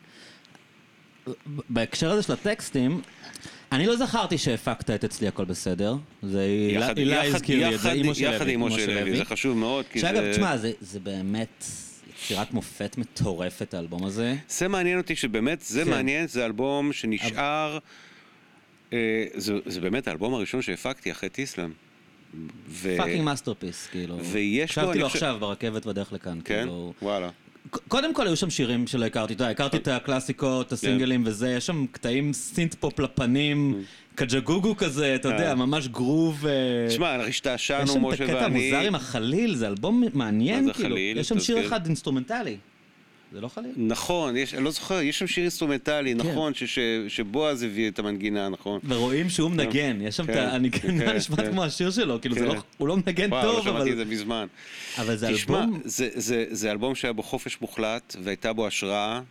בהקשר הזה של הטקסטים, אני לא זכרתי שהפקת את אצלי הכל בסדר, זה הילה הזכיר לי את זה, אימו של לוי. יחד עם אימו של לוי, זה חשוב מאוד. שאגב, תשמע, זה באמת יצירת מופת מטורפת האלבום הזה. זה מעניין אותי שבאמת, זה מעניין, זה אלבום שנשאר, זה באמת האלבום הראשון שהפקתי אחרי טיסלאם. פאקינג מאסטרפיס, כאילו. הקשבתי לו עכשיו ברכבת בדרך לכאן. כן? וואלה. קודם כל היו שם שירים שלא הכרתי, אתה יודע, הכרתי את הקלאסיקות, הסינגלים וזה, יש שם קטעים סינט פופ לפנים, קג'גוגו כזה, אתה יודע, ממש גרוב. תשמע, השתעשענו, משה ואני. יש שם את הקטע מוזר עם החליל, זה אלבום מעניין, כאילו. יש שם שיר אחד אינסטרומנטלי. זה לא חליל? נכון, אני לא זוכר, יש שם שיר אינסטרומנטלי, נכון, שבועז הביא את המנגינה, נכון. ורואים שהוא מנגן, יש שם את הנגנה נשמעת כמו השיר שלו, כאילו הוא לא מנגן טוב, אבל... וואו, שמעתי את זה מזמן. אבל זה אלבום... תשמע, זה אלבום שהיה בו חופש מוחלט, והייתה בו השראה,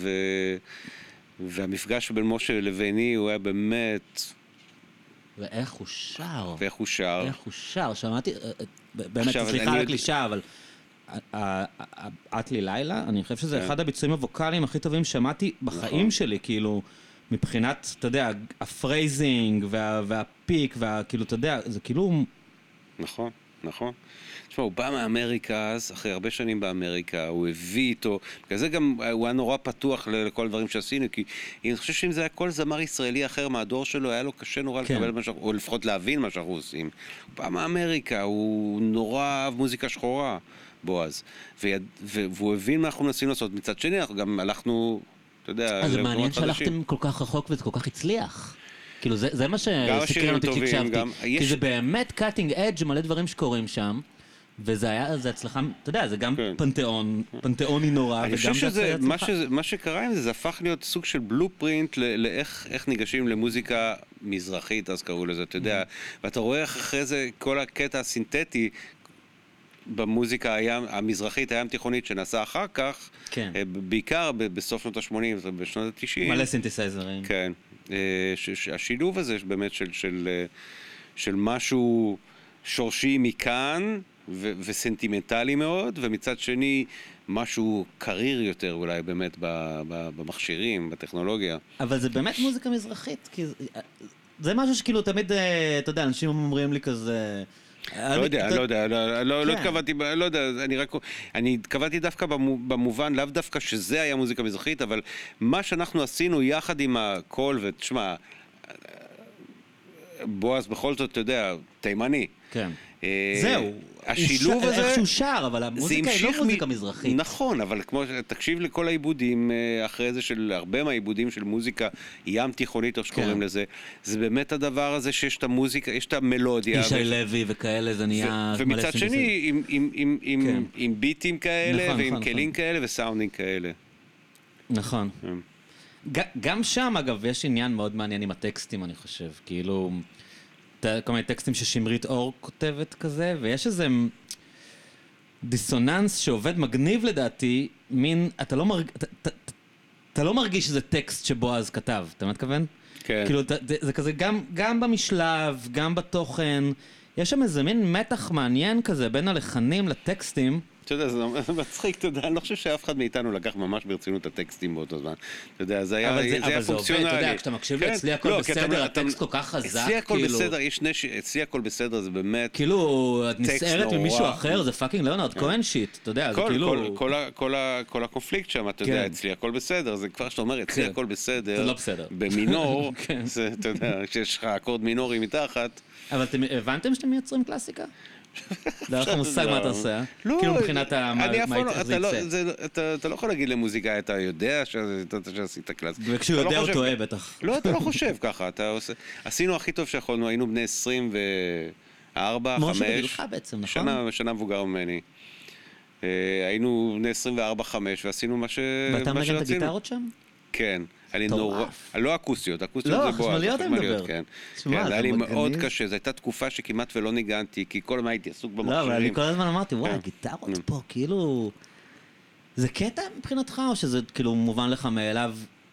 והמפגש בין משה לביני הוא היה באמת... ואיך הוא שר. ואיך הוא שר. איך הוא שר, שמעתי, באמת, סליחה על הקלישה, אבל... את לי לילה, אני חושב שזה אחד הביצועים הווקליים הכי טובים שמעתי בחיים שלי, כאילו, מבחינת, אתה יודע, הפרייזינג והפיק, והכאילו, אתה יודע, זה כאילו... נכון, נכון. תשמע, הוא בא מאמריקה אז, אחרי הרבה שנים באמריקה, הוא הביא איתו, בגלל זה גם הוא היה נורא פתוח לכל הדברים שעשינו, כי אני חושב שאם זה היה כל זמר ישראלי אחר מהדור שלו, היה לו קשה נורא לקבל מה שאנחנו, או לפחות להבין מה שאנחנו עושים. הוא בא מאמריקה, הוא נורא אהב מוזיקה שחורה. בועז, והוא הבין מה אנחנו מנסים לעשות. מצד שני, אנחנו גם הלכנו, אתה יודע, אז זה מעניין שהלכתם כל כך רחוק וזה כל כך הצליח. כאילו, זה מה שסקרן אותי כשהקשבתי. כי זה באמת קאטינג אדג' מלא דברים שקורים שם, וזה היה, זה הצלחה, אתה יודע, זה גם פנתיאון, פנתיאוני נורא, אני חושב שזה, מה שקרה עם זה, זה הפך להיות סוג של בלופרינט לאיך ניגשים למוזיקה מזרחית, אז קראו לזה, אתה יודע, ואתה רואה אחרי זה כל הקטע הסינתטי, במוזיקה הים, המזרחית, הים תיכונית שנעשה אחר כך, כן. בעיקר בסוף שנות ה-שמונים, בשנות ה-תשעים. מלא סינתסייזרים. כן. השילוב הזה באמת של, של, של משהו שורשי מכאן ו- וסנטימנטלי מאוד, ומצד שני משהו קריר יותר אולי באמת במכשירים, בטכנולוגיה. אבל זה באמת מוזיקה מזרחית, כי זה משהו שכאילו תמיד, אתה יודע, אנשים אומרים לי כזה... לא יודע, לא יודע, לא התכוונתי, לא יודע, אני רק, אני התכוונתי דווקא במובן, לאו דווקא שזה היה מוזיקה מזרחית, אבל מה שאנחנו עשינו יחד עם הקול, ותשמע, בועז בכל זאת, אתה יודע, תימני. כן. זהו. השילוב הזה... איך שהוא שר, אבל המוזיקה היא לא מוזיקה מזרחית. נכון, אבל כמו, תקשיב לכל העיבודים אחרי זה של הרבה מהעיבודים של מוזיקה ים תיכונית, או שקוראים לזה, זה באמת הדבר הזה שיש את המוזיקה, יש את המלודיה. ישי לוי וכאלה, זה נהיה... ומצד שני, עם ביטים כאלה, ועם כלים כאלה, וסאונדים כאלה. נכון. גם שם, אגב, יש עניין מאוד מעניין עם הטקסטים, אני חושב, כאילו... כל מיני טקסטים ששמרית אור כותבת כזה, ויש איזה דיסוננס שעובד מגניב לדעתי, מין, אתה לא, מרג... אתה, אתה, אתה לא מרגיש שזה טקסט שבועז כתב, אתה מתכוון? כן. כאילו, זה, זה כזה גם, גם במשלב, גם בתוכן, יש שם איזה מין מתח מעניין כזה בין הלחנים לטקסטים, אתה יודע, זה מצחיק, אתה יודע, אני לא חושב שאף אחד מאיתנו לקח ממש ברצינות את הטקסטים באותו זמן. אתה יודע, זה היה פונקציונלי. אבל זה עובד, אתה יודע, כשאתה מקשיב לי, אצלי הכל בסדר, הטקסט כל כך חזק, כאילו. אצלי הכל בסדר, יש שני, אצלי הכל בסדר, זה באמת... כאילו, את נסערת ממישהו אחר, זה פאקינג ליאונרד כהן שיט, אתה יודע, זה כאילו... כל הקונפליקט שם, אתה יודע, אצלי הכל בסדר, זה כבר שאתה אומר, אצלי הכל בסדר. זה לא בסדר. במינור, אתה יודע, כשיש לך אקורד מינורי מתחת. אבל אתם הבנתם שאתם מייצרים קלאסיקה? לא לך מושג מה אתה עושה, כאילו מבחינת מה זה יצא. אתה לא יכול להגיד למוזיקאי, אתה יודע שעשית קלאסיקה. וכשהוא יודע הוא טועה בטח. לא, אתה לא חושב ככה. עשינו הכי טוב שיכולנו, היינו בני עשרים וארבע, חמש. משה בגילך בעצם, נכון? שנה מבוגר ממני. היינו בני עשרים וארבע, חמש, ועשינו מה שרצינו. ואתה מנגן את הגיטרות שם? כן. אני נורא, לא אקוסטיות, אקוסטיות זה בועז. לא, חשמליות אני מדבר. כן, היה לי מאוד קשה, זו הייתה תקופה שכמעט ולא ניגנתי, כי כל הזמן הייתי עסוק במכשירים. לא, אבל אני כל הזמן אמרתי, וואי, הגיטרות פה, כאילו... זה קטע מבחינתך, או שזה כאילו מובן לך מאליו,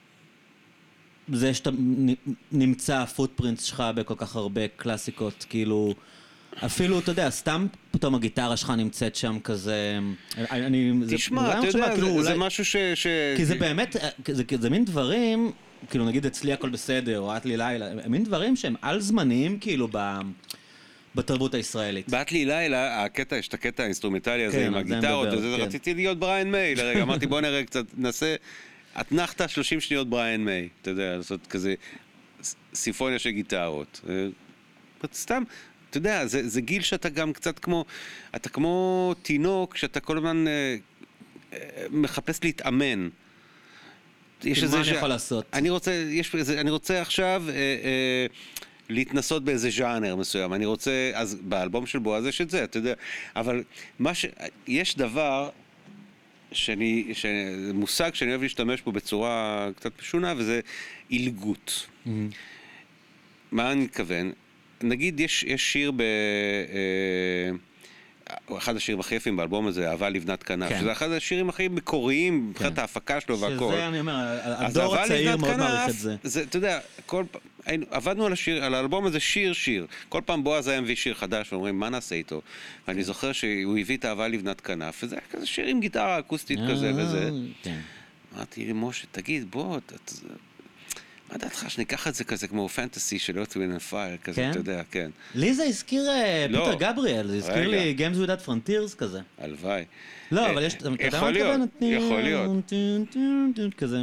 זה שאתה נמצא הפוטפרינט שלך בכל כך הרבה קלאסיקות, כאילו... אפילו, אתה יודע, סתם פתאום הגיטרה שלך נמצאת שם כזה... תשמע, אתה יודע, זה משהו ש... כי זה באמת, זה מין דברים, כאילו נגיד אצלי הכל בסדר, או את לי לילה, מין דברים שהם על זמניים, כאילו, בתרבות הישראלית. באת לי לילה, הקטע, יש את הקטע האינסטרומנטלי הזה עם הגיטרות, רציתי להיות בריין מיי, לרגע, אמרתי בוא נראה קצת, נעשה, אתנחתא שלושים שניות בריין מיי, אתה יודע, לעשות כזה סימפוניה של גיטרות. סתם... אתה יודע, זה, זה גיל שאתה גם קצת כמו, אתה כמו תינוק, שאתה כל הזמן, מחפש להתאמן. יש מה אני יכול לעשות? אני רוצה, יש איזה, אני רוצה עכשיו אה, אה, להתנסות באיזה ז'אנר מסוים. אני רוצה, אז באלבום של בועז יש את זה, אתה יודע. אבל מה ש... יש דבר שאני, ש... מושג שאני אוהב להשתמש בו בצורה קצת משונה, וזה אילגות. Mm-hmm. מה אני מתכוון? נגיד, יש, יש שיר ב... אה, אחד השירים הכי יפים באלבום הזה, אהבה לבנת כנף, כן. שזה אחד השירים הכי מקוריים, מבחינת כן. ההפקה שלו והכל. שזה, אני אומר, הדור הצעיר מאוד מעריך את זה. זה, אתה יודע, כל פעם, עבדנו על, השיר, על האלבום הזה שיר-שיר. כל פעם בועז היה מביא שיר חדש, ואומרים, מה נעשה איתו? ואני כן. זוכר שהוא הביא את אהבה לבנת כנף, וזה היה כזה שיר עם גיטרה אקוסטית כזה וזה. כן. אמרתי לי, משה, תגיד, בוא, אתה... מה דעתך שניקח את זה כזה כמו פנטסי של Earth, Wind and Fire, כזה, אתה יודע, כן. לי זה הזכיר פיטר גבריאל, זה הזכיר לי Games Without Frontiers כזה. הלוואי. לא, אבל יש, אתה יודע מה מתכוון? יכול להיות. כזה.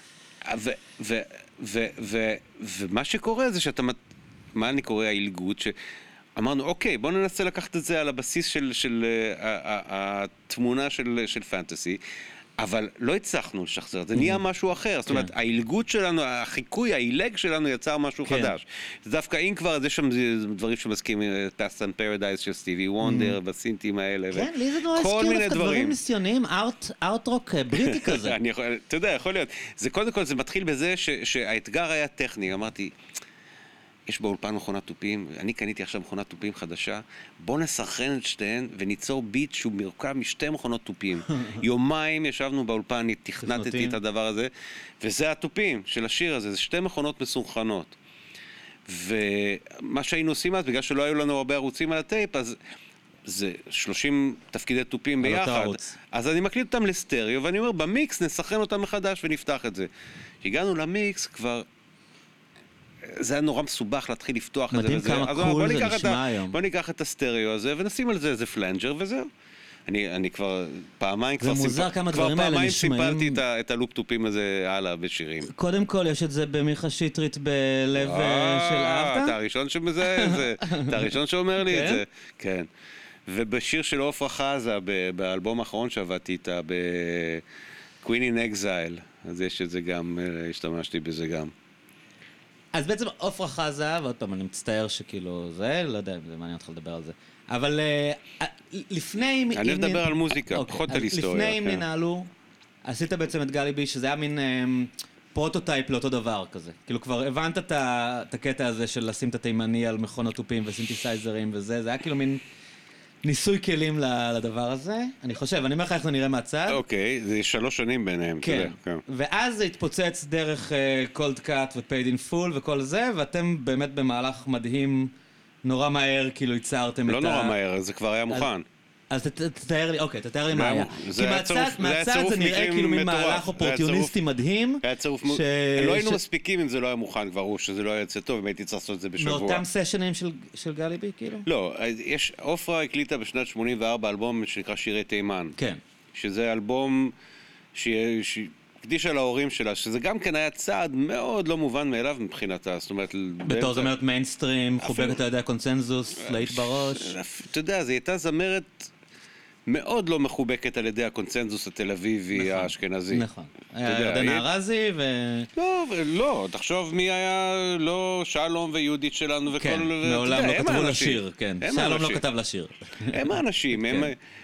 ומה שקורה זה שאתה, מה אני קורא האילגות, שאמרנו, אוקיי, בוא ננסה לקחת את זה על הבסיס של התמונה של פנטסי, אבל לא הצלחנו לשחזר, זה נהיה משהו אחר, זאת אומרת, האילגות שלנו, החיקוי, האילג שלנו יצר משהו חדש. דווקא אם כבר, יש שם דברים שמזכירים, Past and Paradise של סטיבי וונדר, בסינטים האלה, כן, לי זה נורא הזכיר דווקא דברים ניסיוניים, ארט-רוק בריטי כזה. אתה יודע, יכול להיות. זה קודם כל, זה מתחיל בזה שהאתגר היה טכני, אמרתי, יש באולפן מכונת טופים, אני קניתי עכשיו מכונת טופים חדשה, בוא נסחרן את שתיהן וניצור ביט שהוא מורכב משתי מכונות טופים. יומיים ישבנו באולפן, תכנתתי את הדבר הזה, וזה הטופים של השיר הזה, זה שתי מכונות מסונכרנות. ומה שהיינו עושים אז, בגלל שלא היו לנו הרבה ערוצים על הטייפ, אז זה שלושים תפקידי טופים ביחד. אז אני מקליט אותם לסטריאו, ואני אומר, במיקס נסחרן אותם מחדש ונפתח את זה. הגענו למיקס כבר, זה היה נורא מסובך להתחיל לפתוח את זה. מדהים כמה קול זה נשמע היום. בוא ניקח את הסטריאו הזה ונשים על זה איזה פלנג'ר וזהו. אני, אני כבר פעמיים כבר מוזר כמה דברים האלה נשמעים. כבר פעמיים סיפרתי את הלופ-טופים הזה הלאה בשירים. קודם כל יש את זה במיכה שטרית בלב של אהבת? אתה הראשון שמזהה את זה, אתה הראשון שאומר לי את זה. כן. ובשיר של עופרה חזה, באלבום האחרון שעבדתי איתה, ב-Queen in Exile, אז יש את זה גם, השתמשתי בזה גם. אז בעצם עופרה חזה, ועוד פעם אני מצטער שכאילו זה, לא יודע, זה מעניין אותך לדבר על זה. אבל לפני... אני מדבר על מוזיקה, פחות על היסטוריה. לפני אם ננהלו, עשית בעצם את גלי בי, שזה היה מין פרוטוטייפ לאותו דבר כזה. כאילו כבר הבנת את הקטע הזה של לשים את התימני על מכונות טופים וסינתסייזרים וזה, זה היה כאילו מין ניסוי כלים לדבר הזה. אני חושב, אני אומר לך איך זה נראה מהצד. אוקיי, זה שלוש שנים ביניהם. כן, ואז זה התפוצץ דרך קולד קאט ופייד אין פול וכל זה, ואתם באמת במהלך מדהים נורא מהר, כאילו ייצרתם את ה... לא נורא מהר, זה כבר היה מוכן. אז תתאר לי, אוקיי, תתאר לי מה היה. כי מהצד זה נראה כאילו מין מהלך אופורטיוניסטי מדהים. היה צירוף, לא היינו מספיקים אם זה לא היה מוכן כבר, או שזה לא היה יוצא טוב, אם הייתי צריך לעשות את זה בשבוע. מאותם סשנים של גלי בי, כאילו? לא, עופרה הקליטה בשנת שמונים וארבע אלבום שנקרא שירי תימן. כן. שזה אלבום הקדישה להורים שלה, שזה גם כן היה צעד מאוד לא מובן מאליו מבחינתה, זאת אומרת... בתור זמרת מיינסטרים, חובקת על ידי הקונצנזוס, להיט בראש. אתה יודע, זו הייתה זמרת מאוד לא מחובקת על ידי הקונצנזוס התל אביבי האשכנזי. נכון. היה ירדן ארזי ו... לא, לא, תחשוב מי היה, לא שלום ויהודית שלנו וכל... כן, מעולם לא כתבו לשיר, כן. שלום לא כתב לשיר. הם האנשים, הם...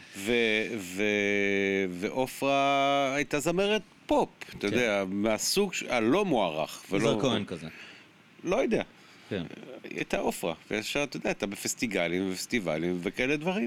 ועופרה הייתה זמרת פופ, אתה יודע, מהסוג הלא מוערך. זר כהן כזה. לא יודע. הייתה עופרה, ואתה יודע, הייתה בפסטיגלים ופסטיבלים וכאלה דברים.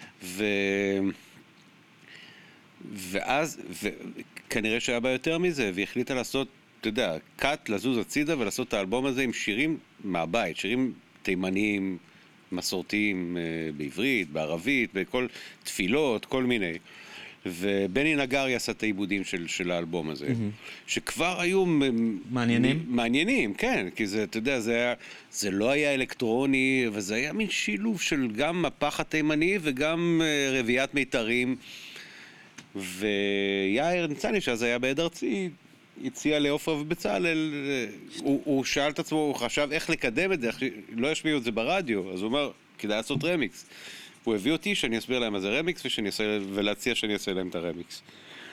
ואז, כנראה שהיה בה יותר מזה, והיא החליטה לעשות, אתה יודע, קאט, לזוז הצידה ולעשות את האלבום הזה עם שירים מהבית, שירים תימניים, מסורתיים בעברית, בערבית, בכל תפילות, כל מיני. ובני נגרי עשה את העיבודים של, של האלבום הזה, שכבר היו... מעניינים? מעניינים, כן, כי זה, אתה יודע, זה, היה, זה לא היה אלקטרוני, וזה היה מין שילוב של גם מפח התימני וגם רביעת מיתרים. ויאיר ניצני, שאז היה בעד ארצי, הציע לעופרה ובצלאל, הוא, הוא שאל את עצמו, הוא חשב איך לקדם את זה, לא ישמיעו את זה ברדיו, אז הוא אומר, כדאי לעשות רמיקס. הוא הביא אותי שאני אסביר להם מה זה רמיקס, ולהציע שאני אעשה להם את הרמיקס.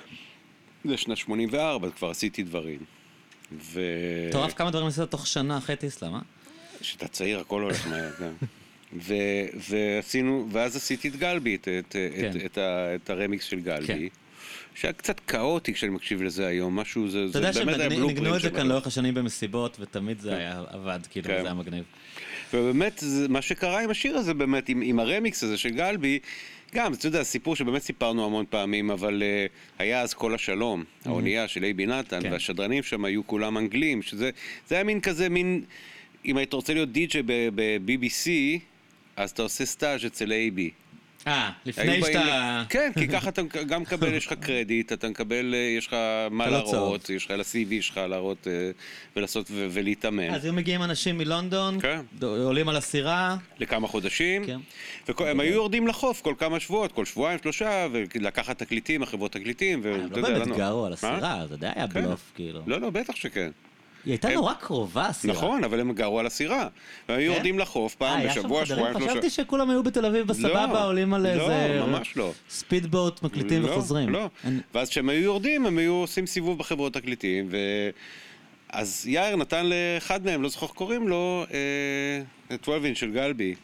זה שנת שמונים וארבע, כבר עשיתי דברים. ו... טוב, כמה דברים עשית תוך שנה אחרי טיסלאם, אה? שאתה צעיר, הכל הולך מהר, כן. ו... ועשינו, ואז עשיתי את גלבי, את, את, כן. את, את, ה... את הרמיקס של גלבי. כן. שהיה קצת כאוטי כשאני מקשיב לזה היום, משהו, זה, זה באמת היה בלופרינט. אתה יודע שניגנו את זה כאן לאורך השנים במסיבות, ותמיד זה היה עבד, כאילו, זה היה מגניב. ובאמת, מה שקרה עם השיר הזה, באמת, עם, עם הרמיקס הזה של גלבי, גם, אתה יודע, סיפור שבאמת סיפרנו המון פעמים, אבל uh, היה אז כל השלום, mm-hmm. האונייה של אייבי נתן, כן. והשדרנים שם היו כולם אנגלים, שזה זה היה מין כזה, מין, אם היית רוצה להיות די-ג'יי ב-בי בי סי, אז אתה עושה סטאז' אצל אייבי. אה, לפני שאתה... כן, כי ככה אתה גם מקבל, יש לך קרדיט, אתה מקבל, יש לך מה להראות, יש לך ל-סי וי, יש לך להראות ולעשות ולהתאמן. אז היו מגיעים אנשים מלונדון, עולים על הסירה. לכמה חודשים, והם היו יורדים לחוף כל כמה שבועות, כל שבועיים, שלושה, ולקחת תקליטים, החברות תקליטים. הם לא באמת גרו על הסירה, זה די היה בלוף, כאילו. לא, לא, בטח שכן. היא הייתה נורא קרובה, הסירה. נכון, אבל הם גרו על הסירה. והם היו יורדים לחוף פעם בשבוע, שבועיים, שלושה. חשבתי שכולם היו בתל אביב בסבבה, עולים על איזה... לא, ממש לא. ספידבוט, מקליטים וחוזרים. לא, לא. ואז כשהם היו יורדים, הם היו עושים סיבוב בחברות תקליטים, אז יאיר נתן לאחד מהם, לא זוכר קוראים לו, שתים עשרה אינץ' של גלבי.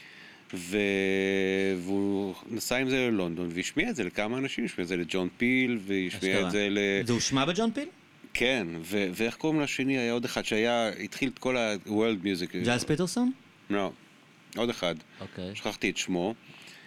והוא נסע עם זה ללונדון, והשמיע את זה לכמה אנשים, השמיע את זה לג'ון פיל, והשמיע את זה ל... זה הושמע בג'ון פיל? כן, ו- ואיך קוראים לשני? היה עוד אחד שהיה, התחיל את כל ה-World Music. ג'אז פיטרסון? לא, עוד אחד. אוקיי. שכחתי את שמו.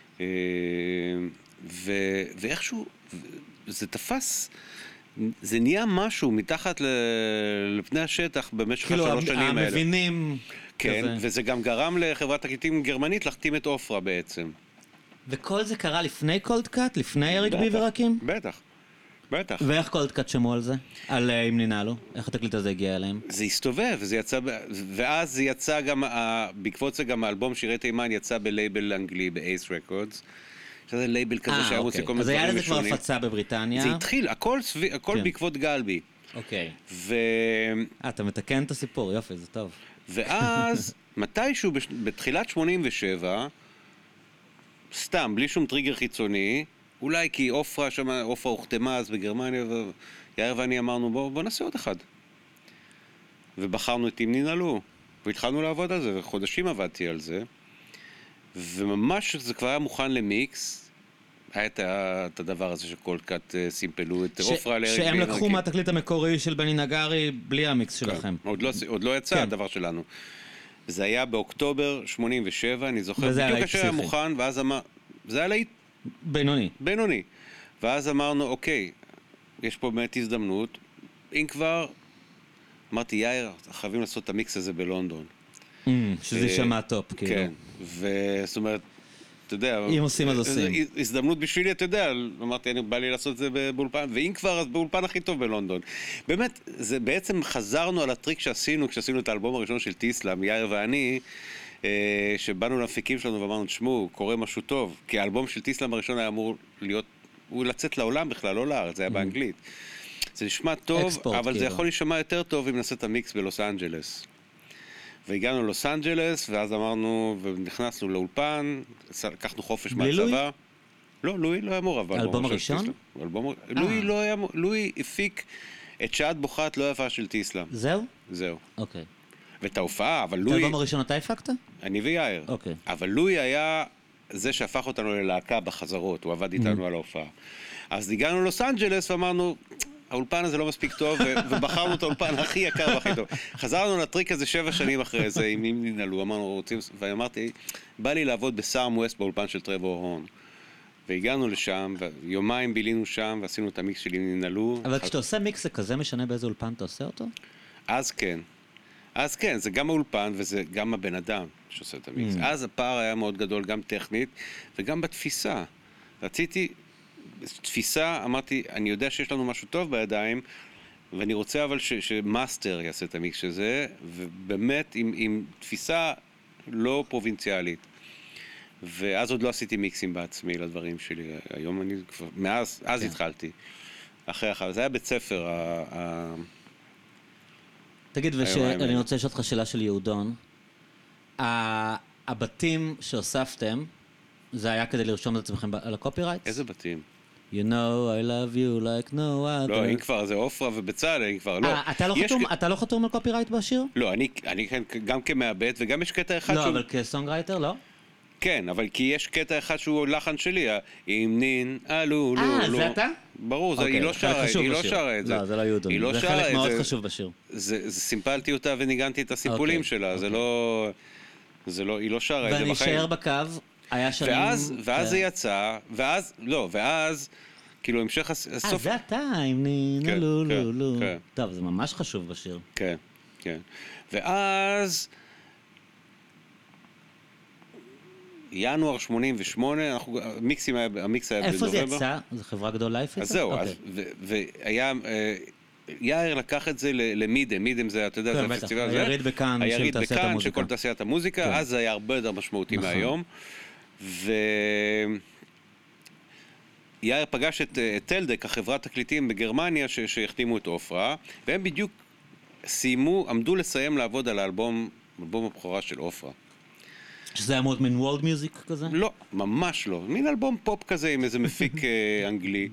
ו- ואיכשהו, זה תפס, זה נהיה משהו מתחת לפני השטח במשך השלוש שנים האלה. כאילו, המבינים... כן, כזה. וזה גם גרם לחברת תקליטים גרמנית להחתים את אופרה בעצם. וכל זה קרה לפני קולדקאט? לפני אריק בי ורקים? בטח. בטח. ואיך קולדקאט שמעו על זה? על אם ננעלו? איך התקליט הזה הגיע אליהם? זה הסתובב, זה יצא, ואז זה יצא גם, בעקבות זה גם האלבום שירי תימן יצא בלייבל אנגלי, ב-Ace Records. שזה לייבל כזה שהיה מוציא כל מיני דברים משונים. אז היה לזה כבר הפצה בבריטניה? זה התחיל, הכל, הכל בעקבות גלבי. אוקיי. ו... אתה מתקן את הסיפור, יופי, זה טוב. ואז, מתישהו, בתחילת שמונים ושבע, סתם, בלי שום טריגר חיצוני, אולי כי אופרה שם, אופרה הוחתמה אז בגרמניה, ויאיר ואני אמרנו, בוא, בוא נעשה עוד אחד. ובחרנו את אם ננעלו, והתחלנו לעבוד על זה, וחודשים עבדתי על זה, וממש זה כבר היה מוכן למיקס, היה את הדבר הזה שקולדקאט סימפלו את אופרה לאריק בי. שהם לקחו מהתקליט המקורי של בני נגרי, בלי המיקס שלכם. עוד לא, עוד לא יצא הדבר שלנו. זה היה באוקטובר שמונים ושבע, אני זוכר, בדיוק כאשר היה מוכן, ואז אמר, זה היה להיט בינוני. בינוני. ואז אמרנו, אוקיי, יש פה באמת הזדמנות. אם כבר, אמרתי, יאיר, חייבים לעשות את המיקס הזה בלונדון. שזה יישמע טופ, כאילו. כן, וזאת אומרת, אתה יודע... אם עושים אז עושים. הזדמנות בשבילי, אתה יודע, אמרתי, אני בא לי לעשות את זה באולפן, ואם כבר, אז באולפן הכי טוב בלונדון. באמת, זה בעצם חזרנו על הטריק שעשינו, כשעשינו את האלבום הראשון של טיסלאם, יאיר ואני, שבאנו למפיקים שלנו ואמרנו, תשמעו, קורה משהו טוב, כי האלבום של טיסלאם הראשון היה אמור להיות, הוא לצאת לעולם בכלל, לא לארץ, זה היה באנגלית. זה נשמע טוב, אבל זה יכול להישמע יותר טוב אם נעשה את המיקס בלוס אנג'לס. והגענו ללוס אנג'לס, ואז אמרנו, ונכנסנו לאולפן, לקחנו חופש מהצבא. לא, לואי לא היה מעורב באלבום הראשון? לואי לא היה, לואי הפיק את שעת בוחת לא יפה של טיסלאם. זהו? זהו. אוקיי. ואת ההופעה, אבל לואי... את האלבום הראשון אתה הפקת? אני ויאיר. אוקיי. אבל לואי היה זה שהפך אותנו ללהקה בחזרות, הוא עבד איתנו על ההופעה. אז הגענו ללוס אנג'לס ואמרנו, האולפן הזה לא מספיק טוב, ובחרנו את האולפן הכי יקר והכי טוב. חזרנו לטריק הזה שבע שנים אחרי זה, אם ננעלו, אמרנו, רוצים... ואמרתי, בא לי לעבוד בסארם ווסט באולפן של טרוור הורן. והגענו לשם, ויומיים בילינו שם, ועשינו את המיקס שלי ננעלו. אבל כשאתה עושה מיקס זה כזה משנה באיזה אולפן אתה עושה אותו? אז כן. אז כן, זה גם האולפן וזה גם הבן אדם שעושה את המיקס. אז הפער היה מאוד גדול, גם טכנית וגם בתפיסה. רציתי, תפיסה, אמרתי, אני יודע שיש לנו משהו טוב בידיים, ואני רוצה אבל ש, שמאסטר יעשה את המיקס הזה, ובאמת עם, עם תפיסה לא פרובינציאלית. ואז עוד לא עשיתי מיקסים בעצמי לדברים שלי. היום אני כבר, מאז, אז כן. התחלתי. אחרי אחר, זה היה בית ספר, ה... ה... תגיד, ואני רוצה לשאול אותך שאלה של יהודון. הבתים שהוספתם, זה היה כדי לרשום את עצמכם על הקופירייטס? איזה בתים? You know I love you like no other. לא, אם כבר זה אופרה ובצלאל, אם כבר לא. אתה לא חתום על קופירייט בשיר? לא, אני גם כמעבד, וגם יש קטע אחד שהוא... לא, אבל כסונגרייטר, לא? כן, אבל כי יש קטע אחד שהוא לחן שלי, אם נין, אלו, לא, לא. אה, זה אתה? ברור, היא לא שרה את זה. לא, זה לא יהודון. זה חלק מאוד חשוב בשיר. זה סימפלתי אותה וניגנתי את הסיפולים שלה, זה לא... זה לא, היא לא שרה את זה בחיים. ואני אשאר בקו, היה שנים... ואז, ואז זה יצא, ואז, לא, ואז, כאילו, המשך הסוף... אה, זה אתה, אם נינה, לא, לא, לא. טוב, זה ממש חשוב בשיר. כן, כן. ואז... ינואר שמונים ושמונה, אנחנו, המיקס היה בנובמבר. איפה זה יצא? זו חברה גדולה איפה זה? אז זהו, והיה, יאיר לקח את זה למידם, מידם זה, אתה יודע, זה הפסטיבל הזה. היריד בכאן של תעשיית המוזיקה. היריד בכאן של כל תעשיית המוזיקה, אז זה היה הרבה יותר משמעותי מהיום. ויאיר פגש את טלדק, החברת תקליטים בגרמניה, שהחתימו את אופרה, והם בדיוק סיימו, עמדו לסיים לעבוד על האלבום, אלבום הבכורה של אופרה. שזה היה מאוד מין וולד מיוזיק כזה? לא, ממש לא. מין אלבום פופ כזה עם איזה מפיק אנגלי.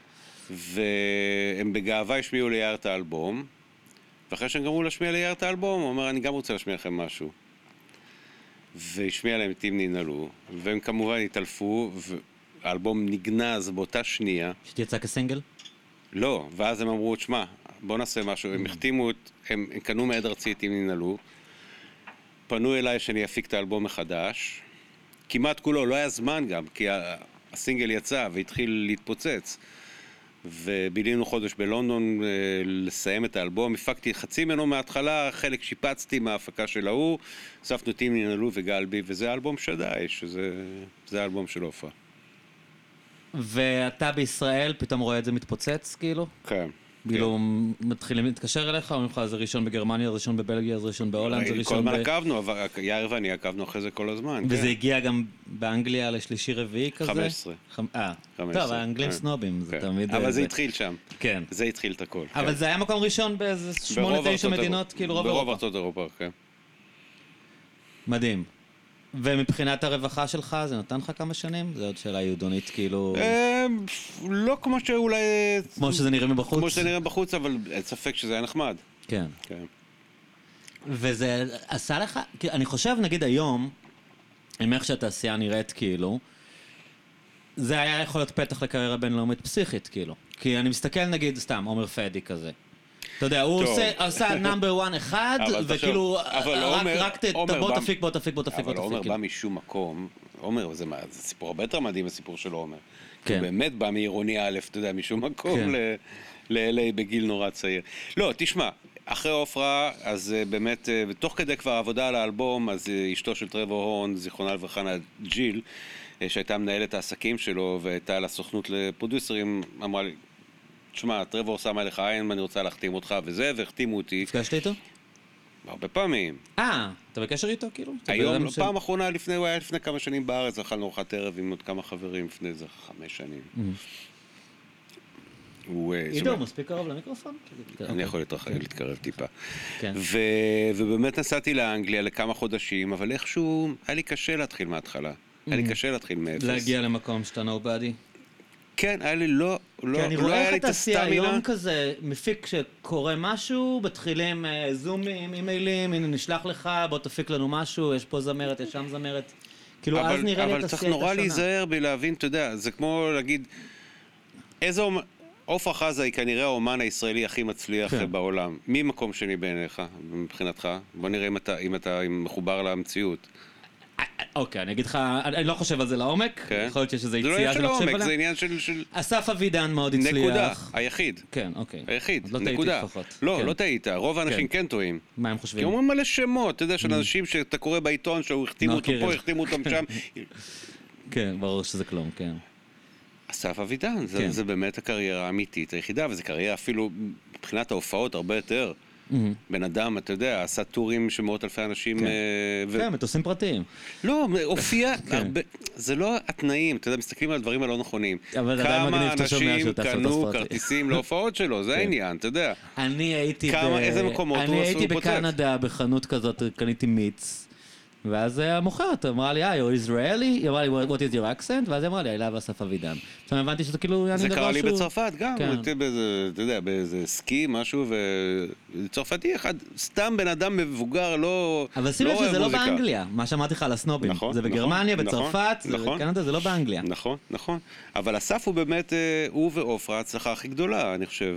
והם בגאווה השמיעו ליאיר את האלבום, ואחרי שהם גמרו להשמיע ליאיר את האלבום, הוא אומר, אני גם רוצה להשמיע לכם משהו. והשמיע להם את אם ננעלו, והם כמובן התעלפו, והאלבום נגנז באותה שנייה. שתיצא כסינגל? לא, ואז הם אמרו, תשמע, בוא נעשה משהו. הם החתימו, הם קנו מעד ארצי את אם ננעלו, פנו אליי שאני אפיק את האלבום מחדש, כמעט כולו, לא היה זמן גם, כי הסינגל יצא והתחיל להתפוצץ, ובילינו חודש בלונדון לסיים את האלבום, הפקתי חצי ממנו מההתחלה, חלק שיפצתי מההפקה של ההוא, אספנו את אם ננעלו וגלבי, וזה האלבום שדאי, שזה האלבום של אופרה. ואתה בישראל פתאום רואה את זה מתפוצץ, כאילו? כן. כאילו, מתחילים להתקשר אליך, אומרים לך, זה ראשון בגרמניה, זה ראשון בבלגיה, זה ראשון בהולנד, זה ראשון ב... כל הזמן עקבנו, אבל יאיר ואני עקבנו אחרי זה כל הזמן. וזה הגיע גם באנגליה לשלישי רביעי כזה? חמש עשרה. אה, טוב, האנגלים סנובים, זה תמיד... אבל זה התחיל שם. כן. זה התחיל את הכל. אבל זה היה מקום ראשון באיזה שמונה, תשע מדינות, כאילו רוב אירופה. ברוב ארצות אירופה, כן. מדהים. ומבחינת הרווחה שלך, זה נתן לך כמה שנים? זו עוד שאלה יהודונית, כאילו... לא כמו שאולי... כמו שזה נראה מבחוץ? כמו שזה נראה בחוץ, אבל אין ספק שזה היה נחמד. כן. וזה עשה לך... אני חושב, נגיד היום, עם איך שהתעשייה נראית, כאילו, זה היה יכול להיות פתח לקריירה בינלאומית פסיכית, כאילו. כי אני מסתכל, נגיד, סתם, עומר פדי כזה. אתה יודע, הוא עושה נאמבר וואן אחד, וכאילו, רק בוא תפיק, בוא תפיק, בוא תפיק, בוא תפיק. אבל עומר בא משום מקום, עומר, זה סיפור הרבה יותר מדהים, הסיפור של עומר. הוא באמת בא מעירוני א', אתה יודע, משום מקום ל-אל איי בגיל נורא צעיר. לא, תשמע, אחרי אופרה, אז באמת, תוך כדי כבר עבודה על האלבום, אז אשתו של טרוור הורן, זיכרונה לברכה, ג'יל, שהייתה מנהלת העסקים שלו, והייתה לה סוכנות לפרודוסרים, אמרה לי, תשמע, טרוור שם עליך עין, אני רוצה להחתים אותך וזה, והחתימו אותי. הפגשת איתו? הרבה פעמים. אה, אתה בקשר איתו כאילו? היום, פעם אחרונה, לפני, הוא היה לפני כמה שנים בארץ, אכלנו ארוחת ערב עם עוד כמה חברים לפני איזה חמש שנים. עידו, מספיק קרוב למיקרופון? אני יכול להתקרב טיפה. ובאמת נסעתי לאנגליה לכמה חודשים, אבל איכשהו היה לי קשה להתחיל מההתחלה. היה לי קשה להתחיל מאפס. להגיע למקום שאתה nobody. כן, היה לי לא, לא, כי אני רואה איך התעשייה היום כזה, מפיק שקורה משהו, בתחילים זומים, אימיילים, הנה נשלח לך, בוא תפיק לנו משהו, יש פה זמרת, יש שם זמרת. כאילו אז נראה לי התעשייה את השונה. אבל צריך נורא להיזהר בלהבין, אתה יודע, זה כמו להגיד, איזה אומן, עופרה חזה היא כנראה האומן הישראלי הכי מצליח בעולם. מי מקום שני בעיניך, מבחינתך? בוא נראה אם אתה מחובר למציאות. אוקיי, אני אגיד לך, אני לא חושב על זה לעומק, יכול להיות שיש איזו יציאה של עומק, זה עניין של... אסף אבידן מאוד הצליח. נקודה, היחיד. כן, אוקיי. היחיד, נקודה. לא, לא טעית, רוב האנשים כן טועים. מה הם חושבים? כי אומרים מלא שמות, אתה יודע, של אנשים שאתה קורא בעיתון, שהוא החתימו אותו פה, החתימו אותם שם. כן, ברור שזה כלום, כן. אסף אבידן, זה באמת הקריירה האמיתית היחידה, וזו קריירה אפילו מבחינת ההופעות הרבה יותר. בן אדם, אתה יודע, עשה טורים שמאות אלפי אנשים... כן, מטוסים פרטיים. לא, הופיע, זה לא התנאים, אתה יודע, מסתכלים על הדברים הלא נכונים. כמה אנשים קנו כרטיסים להופעות שלו, זה העניין, אתה יודע. אני הייתי בקנדה בחנות כזאת, קניתי מיץ, ואז המוכרת אמרה לי, אה, you're Israeli, היא אמרה לי, what is your accent? ואז היא אמרה לי, I love אסף אבידן. עכשיו הבנתי שזה כאילו... זה קרה לי בצרפת גם, אתה יודע, באיזה סקי, משהו, וצרפתי אחד, סתם בן אדם מבוגר, לא... אבל שים לב שזה לא באנגליה, מה שאמרתי לך על הסנובים. זה בגרמניה, בצרפת, בקנדה, זה לא באנגליה. נכון, נכון. אבל אסף הוא באמת, הוא ועופרה, ההצלחה הכי גדולה, אני חושב.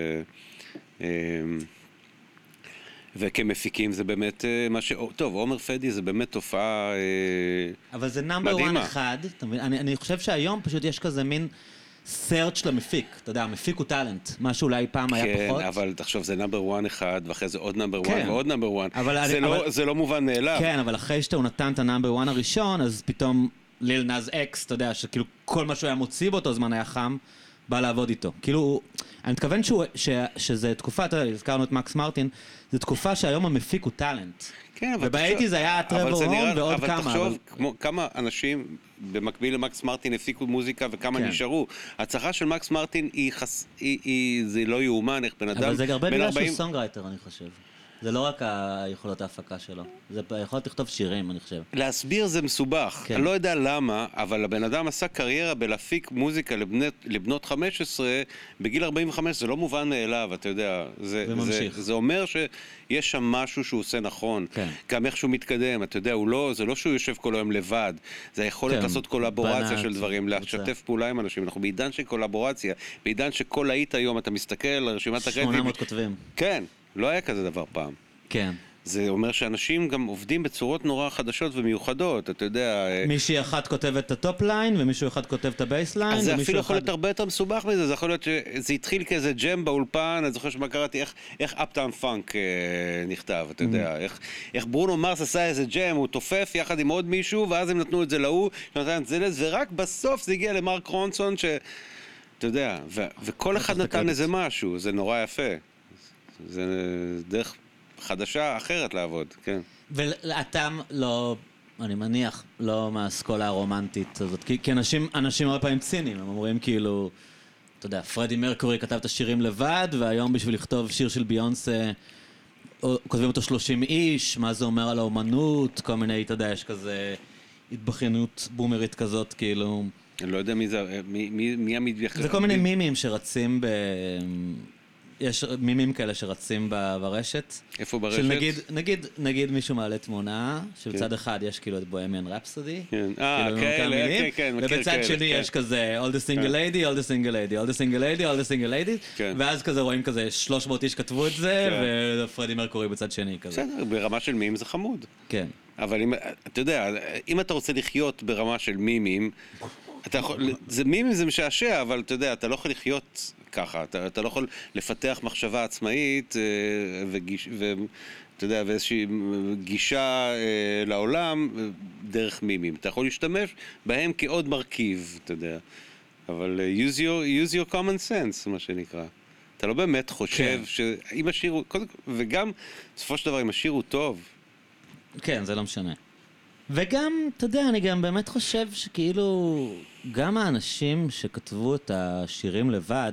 וכמפיקים זה באמת מה ש... טוב, עומר פדי זה באמת תופעה מדהימה. אבל זה נאמבר וואן אחד. אני, אני חושב שהיום פשוט יש כזה מין סרצ' למפיק. אתה יודע, המפיק הוא טלנט. מה שאולי פעם היה פחות. כן, אבל תחשוב, זה נאמבר וואן אחד, ואחרי זה עוד נאמבר וואן ועוד נאמבר וואן. זה לא, זה לא מובן מאליו. כן, אבל אחרי שאתה נתן את הנאמבר וואן הראשון, אז פתאום ליל נאז אקס, אתה יודע, שכאילו כל מה שהוא היה מוציא באותו זמן היה חם, בא לעבוד איתו. כאילו, אני מתכוון שהוא, ש, שזה תקופה, אתה יודע, הזכרנו את מקס מרטין, זו תקופה שהיום המפיק הוא טלנט. כן, אבל ובאייטיז זה היה טרוור הון ועוד אבל כמה. תחשוב, אבל תחשוב כמו, כמה אנשים במקביל למקס מרטין הפיקו מוזיקה וכמה כן. נשארו. ההצלחה של מקס מרטין היא, חס, היא, היא, זה לא יאומן איך בן אדם... אבל זה הרבה בגלל ארבעים... שהוא סונגרייטר, אני חושב. זה לא רק היכולות ההפקה שלו, זה יכולת לכתוב שירים, אני חושב. להסביר זה מסובך, כן. אני לא יודע למה, אבל הבן אדם עשה קריירה בלהפיק מוזיקה לבנות, לבנות חמש עשרה, בגיל ארבעים וחמש, זה לא מובן מאליו, אתה יודע. זה, זה, זה אומר שיש שם משהו שהוא עושה נכון, כן. גם איך שהוא מתקדם, אתה יודע, לא, זה לא שהוא יושב כל היום לבד, זה היכולת כן. לעשות קולבורציה בנת, של דברים, לשתף פעולה עם אנשים, אנחנו בעידן של קולבורציה, בעידן שכל היית היום, אתה מסתכל על רשימת הקרדיט. שמונה מאות כותבים. כן. לא היה כזה דבר פעם. כן. זה אומר שאנשים גם עובדים בצורות נורא חדשות ומיוחדות, אתה יודע... מישהי אחת כותב את הטופ ליין, ומישהו אחד כותב את הבייס ליין, אז זה אפילו יכול להיות הרבה יותר מסובך מזה, זה יכול להיות שזה התחיל כאיזה ג'ם באולפן, אני זוכר שמה קראתי, איך אפטאון פאנק נכתב, אתה יודע, איך ברונו מרס עשה איזה ג'ם, הוא תופף יחד עם עוד מישהו, ואז הם נתנו את זה להוא, ורק בסוף זה הגיע למרק רונסון, שאתה יודע, וכל אחד נתן איזה משהו, זה נורא יפה. זה דרך חדשה אחרת לעבוד, כן. ואתה לא, אני מניח, לא מהאסכולה הרומנטית הזאת, כי, כי אנשים, אנשים הרבה פעמים ציניים, הם אומרים כאילו, אתה יודע, פרדי מרקורי כתב את השירים לבד, והיום בשביל לכתוב שיר של ביונסה, כותבים אותו שלושים איש, מה זה אומר על האומנות, כל מיני, אתה יודע, יש כזה התבכיינות בומרית כזאת, כאילו... אני לא יודע מי זה, מי, מי, מי המתבכ... זה כל מיני מימים שרצים ב... יש מימים כאלה שרצים ברשת. איפה ברשת? שנגיד, נגיד, נגיד מישהו מעלה תמונה, שבצד אחד יש כאילו את בוהמיאן רפסודי. כן, אה, כאלה, כן, כן, מכיר כאלה. ובצד שני יש כזה, all the single lady, all the single lady, all the single lady, all the single lady, ואז כזה רואים כזה, שלוש מאות איש כתבו את זה, ופרדי מרקורי בצד שני כזה. בסדר, ברמה של מים זה חמוד. כן. אבל אם, אתה יודע, אם אתה רוצה לחיות ברמה של מימים, אתה יכול, זה מימים זה משעשע, אבל אתה יודע, אתה לא יכול לחיות ככה, אתה, אתה לא יכול לפתח מחשבה עצמאית וגיש, ואתה יודע, ואיזושהי גישה לעולם דרך מימים. אתה יכול להשתמש בהם כעוד מרכיב, אתה יודע. אבל use your, use your common sense, מה שנקרא. אתה לא באמת חושב שאם השיר הוא, וגם בסופו של דבר, אם השיר הוא טוב. כן, זה לא משנה. וגם, אתה יודע, אני גם באמת חושב שכאילו, גם האנשים שכתבו את השירים לבד,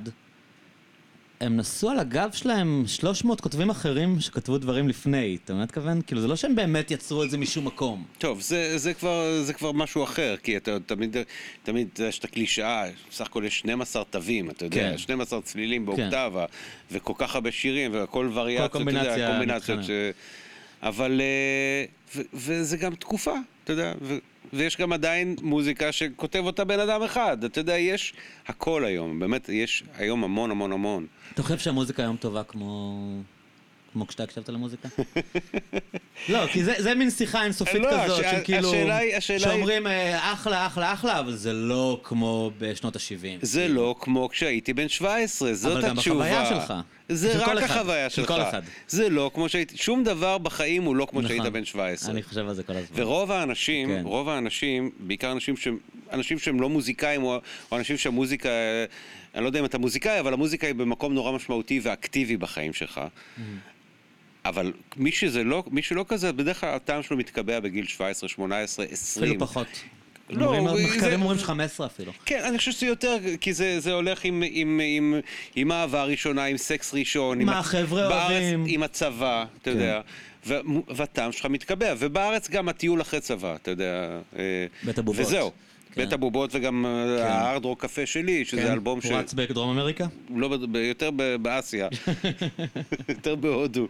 הם נסו על הגב שלהם שלוש מאות כותבים אחרים שכתבו דברים לפני, אתה באמת כוון? כאילו, זה לא שהם באמת יצרו את זה משום מקום. טוב, זה, זה כבר, זה כבר משהו אחר, כי אתה תמיד, תמיד יש את הקלישאה, בסך הכל יש שנים עשר תווים, אתה יודע, כן. שנים עשר צלילים באוקטבה, כן. וכל כך הרבה שירים, וכל וריאציות, כל קומבינציה, אתה יודע, קומבינציות ש... אבל, ו, וזה גם תקופה, אתה יודע, ו, ויש גם עדיין מוזיקה שכותב אותה בן אדם אחד, אתה יודע, יש הכל היום, באמת, יש היום המון המון המון. אתה חושב שהמוזיקה היום טובה כמו... כמו כשאתה הקשבת למוזיקה? לא, כי זה, זה מין שיחה אינסופית לא, כזאת, של כאילו, השאלה היא, השאלה שאומרים אחלה, אחלה, אחלה, אבל זה לא כמו בשנות ה-שבעים. זה כאילו. לא כמו כשהייתי בן שבע עשרה, זאת התשובה. אבל גם בחוויה שלך. זה רק החוויה שלך. כל אחד. זה לא כמו שהייתי, שום דבר בחיים הוא לא כמו נכון. שהיית בן שבע עשרה. אני חושב על זה כל הזמן. ורוב האנשים, כן. רוב האנשים, בעיקר אנשים שהם, אנשים שהם לא מוזיקאים, או, או אנשים שהמוזיקה, אני לא יודע אם אתה מוזיקאי, אבל המוזיקה היא במקום נורא משמעותי ואקטיבי בחיים שלך. Mm-hmm. אבל מי שזה לא, מי שלא כזה, בדרך כלל הטעם שלו מתקבע בגיל שבע עשרה, שמונה עשרה, עשרים. אפילו פחות. מחקרים אומרים חמש עשרה אפילו. כן, אני חושב שזה יותר, כי זה הולך עם אהבה הראשונה, עם סקס ראשון, מה החבר'ה אוהבים. עם הצבא, אתה יודע. והטעם שלך מתקבע, ובארץ גם הטיול אחרי צבא, אתה יודע. בית הבובות. וזהו. בית הבובות וגם הארד רוק קפה שלי, שזה אלבום ש... הוא רץ בדרום אמריקה? לא, יותר באסיה. יותר בהודו.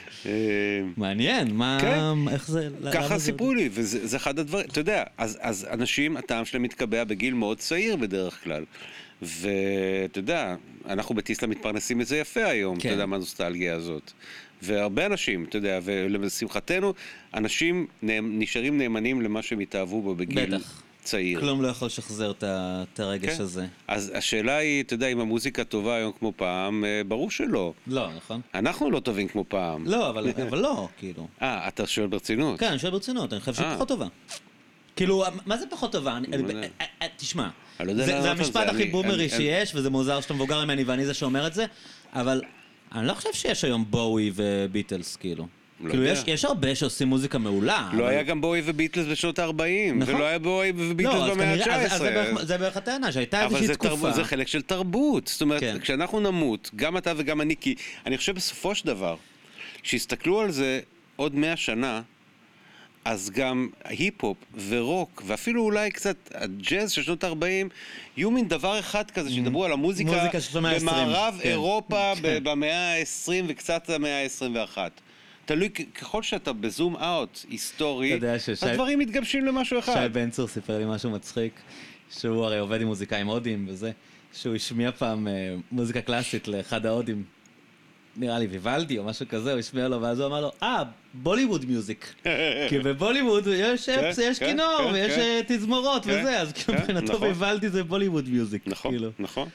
מעניין, מה... איך זה... ככה סיפרו לי, וזה אחד הדברים, אתה יודע, אז אנשים, הטעם שלהם מתקבע בגיל מאוד צעיר בדרך כלל. ואתה יודע, אנחנו בטיסלה מתפרנסים את זה יפה היום, אתה יודע מה הנוסטלגיה הזאת. והרבה אנשים, אתה יודע, ולשמחתנו, אנשים נשארים נאמנים למה שהם התאהבו בו בגיל צעיר. כלום לא יכול לשחזר את הרגש הזה. אז השאלה היא, אתה יודע, אם המוזיקה טובה היום כמו פעם, ברור שלא. לא, נכון. אנחנו לא טובים כמו פעם. לא, אבל לא, כאילו. אה, אתה שואל ברצינות? כן, אני שואל ברצינות, אני חושב שהיא פחות טובה. כאילו, מה זה פחות טובה? תשמע, זה המשפט הכי בומרי שיש, וזה מוזר שאתה מבוגר ממני ואני זה שאומר את זה, אבל אני לא חושב שיש היום בואי וביטלס, כאילו. כאילו, יש הרבה שעושים מוזיקה מעולה. לא היה גם בואי וביטלס בשנות ה-ארבעים, ולא היה בואי וביטלס במאה ה-תשע עשרה. זה בערך הטענה, שהייתה איזושהי תקופה. אבל זה חלק של תרבות. זאת אומרת, כשאנחנו נמות, גם אתה וגם אני, כי אני חושב בסופו של דבר, שהסתכלו על זה עוד מאה שנה, אז גם היפ-הופ ורוק, ואפילו אולי קצת הג'אז של שנות ה-ארבעים, יהיו מין דבר אחד כזה, שידברו על המוזיקה במערב אירופה במאה ה-עשרים וקצת המאה ה-עשרים ואחת. תלוי, ככל שאתה בזום אאוט היסטורי, הדברים מתגבשים למשהו אחד. שי בן צור סיפר לי משהו מצחיק, שהוא הרי עובד עם מוזיקאים הודים וזה, שהוא השמיע פעם מוזיקה קלאסית לאחד ההודים, נראה לי ויוולדי או משהו כזה, הוא השמיע לו, ואז הוא אמר לו, אה, בוליווד מיוזיק. כי בבוליווד יש כינור ויש תזמורות וזה, אז כאילו מבחינתו ויוולדי זה בוליווד מיוזיק. נכון, נכון.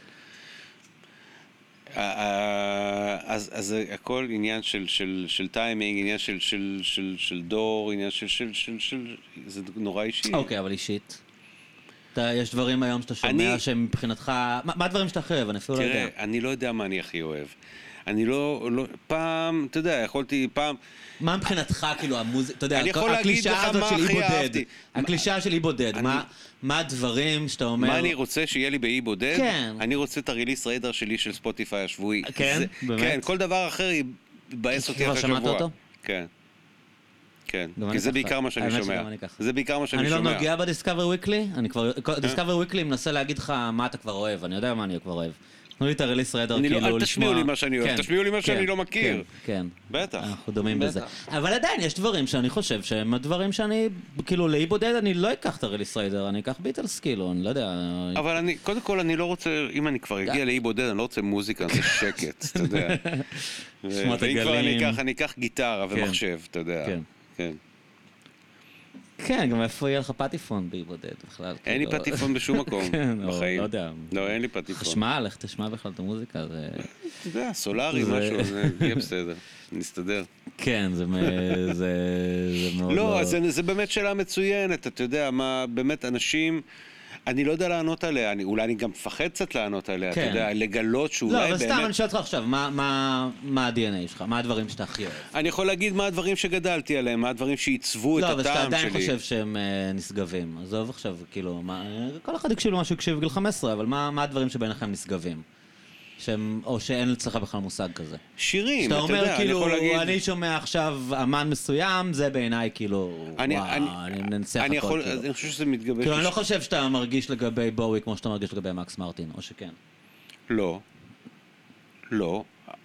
אז זה הכל עניין של טיימינג, עניין של דור, עניין של... זה נורא אישי. אוקיי, אבל אישית. יש דברים היום שאתה שומע שמבחינתך... מה הדברים שאתה הכי אוהב? אני אפילו לא יודע. תראה, אני לא יודע מה אני הכי אוהב. אני לא... פעם, אתה יודע, יכולתי פעם... מה מבחינתך, כאילו, המוזיקה... אתה יודע, הקלישה הזאת של אי בודד. הקלישה של אי בודד. מה הדברים שאתה אומר... מה אני רוצה שיהיה לי באי בודד? כן. אני רוצה את הריליס ריידר שלי של ספוטיפיי השבועי. כן? באמת? כן, כל דבר אחר יבאס אותי אחרי שבוע. כבר שמעת אותו? כן. כן, כי זה בעיקר מה שאני שומע. זה בעיקר מה שאני שומע. אני לא נוגע בדיסקאבר וויקלי, אני כבר... דיסקאבר וויקלי מנסה להגיד לך מה אתה כבר אוהב, אני יודע מה אני כבר אוהב. תנו לי את הריליס ריידר כאילו לשמוע... אל תשמיעו לי מה שאני אוהב, תשמיעו לי מה שאני לא מכיר. כן, בטח. אנחנו דומים בזה. אבל עדיין יש דברים שאני חושב שהם הדברים שאני, כאילו, לאי בודד אני לא אקח את הריליס ריידר, אני אקח ביטלס, כאילו, אני לא יודע... אבל אני, קודם כל, אני לא רוצה, אם אני כבר אגיע לאי בודד, אני לא רוצה מוזיקה, אני רוצה שקט, אתה יודע. שמוע את הגלים. אני אקח גיטרה ומחשב, אתה יודע. כן. כן, גם איפה יהיה לך פטיפון באי בודד בכלל? אין לי פטיפון בשום מקום בחיים. לא יודע. לא, אין לי פטיפון. חשמל, איך תשמע בכלל את המוזיקה? אתה יודע, סולארי, משהו, זה יהיה בסדר. נסתדר. כן, זה מאוד... לא, זה באמת שאלה מצוינת, אתה יודע, מה, באמת אנשים... אני לא יודע לענות עליה, אולי אני גם מפחד קצת לענות עליה, אתה יודע, לגלות שאולי באמת... לא, אבל סתם אני שואל אותך עכשיו, מה ה-די אן איי שלך? מה הדברים שאתה הכי אוהב? אני יכול להגיד מה הדברים שגדלתי עליהם, מה הדברים שעיצבו את הטעם שלי. לא, אבל שאתה עדיין חושב שהם נשגבים. עזוב עכשיו, כאילו, כל אחד הקשיב למה שהוא הקשיב בגיל חמש עשרה, אבל מה הדברים שביניכם נשגבים? או שאין לצלך בכלל מושג כזה. שירים, אתה יודע, אני יכול להגיד... שאתה אומר, כאילו, אני שומע עכשיו אמן מסוים, זה בעיניי, כאילו, וואו, אני מנצח הכל, כאילו. אני חושב שזה מתגבש... כאילו, אני לא חושב שאתה מרגיש לגבי בואי כמו שאתה מרגיש לגבי מקס מרטין, או שכן. לא. לא.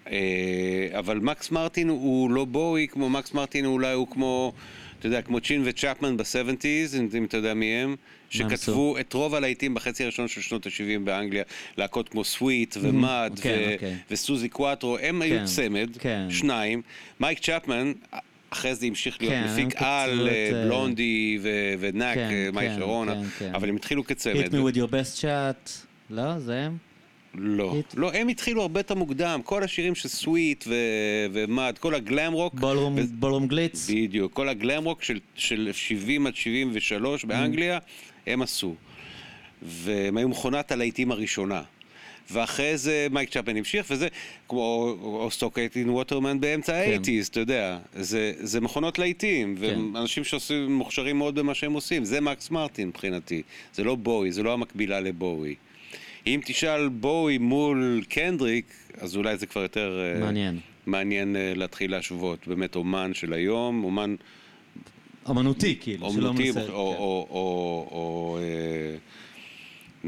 אבל מקס מרטין הוא לא בואי, כמו מקס מרטין אולי הוא כמו... אתה יודע, כמו צ'ין וצ'פמן ב-שבעים, אם אתה יודע מי הם, שכתבו את רוב הלהיטים בחצי הראשון של שנות ה-שבעים באנגליה, להקות כמו סוויט ומאד וסוזי קואטרו, הם היו צמד, שניים. מייק צ'פמן, אחרי זה המשיך להיות מפיק על בלונדי ונאק, מי שרונה, אבל הם התחילו כצמד. Hit me with your best shot, לא? זה הם? לא, לא, הם התחילו הרבה יותר מוקדם, כל השירים של סוויט ומאד, כל הגלאם רוק. בולרום גליץ. בדיוק, כל הגלאם רוק של שבעים עד שבעים ושלוש באנגליה, הם עשו. והם היו מכונת הלהיטים הראשונה. ואחרי זה מייק צ'פמן המשיך, וזה כמו אוסטוקייטין ווטרמן באמצע ה-שמונים, אתה יודע, זה מכונות להיטים, ואנשים שעושים מוכשרים מאוד במה שהם עושים, זה מקס מרטין מבחינתי, זה לא בואי, זה לא המקבילה לבואי. אם תשאל בואי מול קנדריק, אז אולי זה כבר יותר מעניין. מעניין להתחיל להשוות, באמת אומן של היום, אומן... אומנותי, כאילו, שלא מנסה. אומנותי, או מ...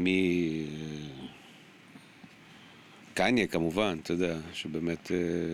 קניה, כמובן, אתה יודע, שבאמת...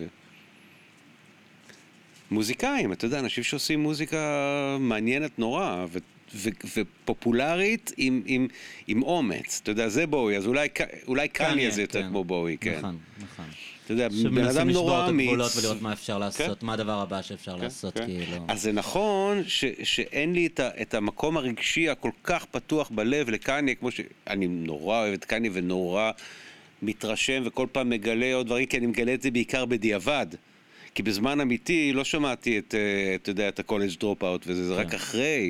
מוזיקאים, אתה יודע, אנשים שעושים מוזיקה מעניינת נורא, ו... ו- ופופולרית עם, עם, עם אומץ, אתה יודע, זה בואי, אז אולי, אולי קניה זה יותר כמו בואי, כן. נכון, נכון. אתה יודע, בן אדם נורא אמיץ. שמנסים לשבור את הגבולות ולראות מה אפשר לעשות, מה הדבר הבא שאפשר לעשות, כאילו. אז זה נכון ש- שאין לי את, ה- את המקום הרגשי הכל כך פתוח בלב לקניה, כמו שאני נורא אוהב את קניה ונורא מתרשם וכל פעם מגלה עוד דברים, כי אני מגלה את זה בעיקר בדיעבד. כי בזמן אמיתי לא שמעתי את, אתה יודע, את הקולג' דרופ-אוט וזה, זה רק אחרי.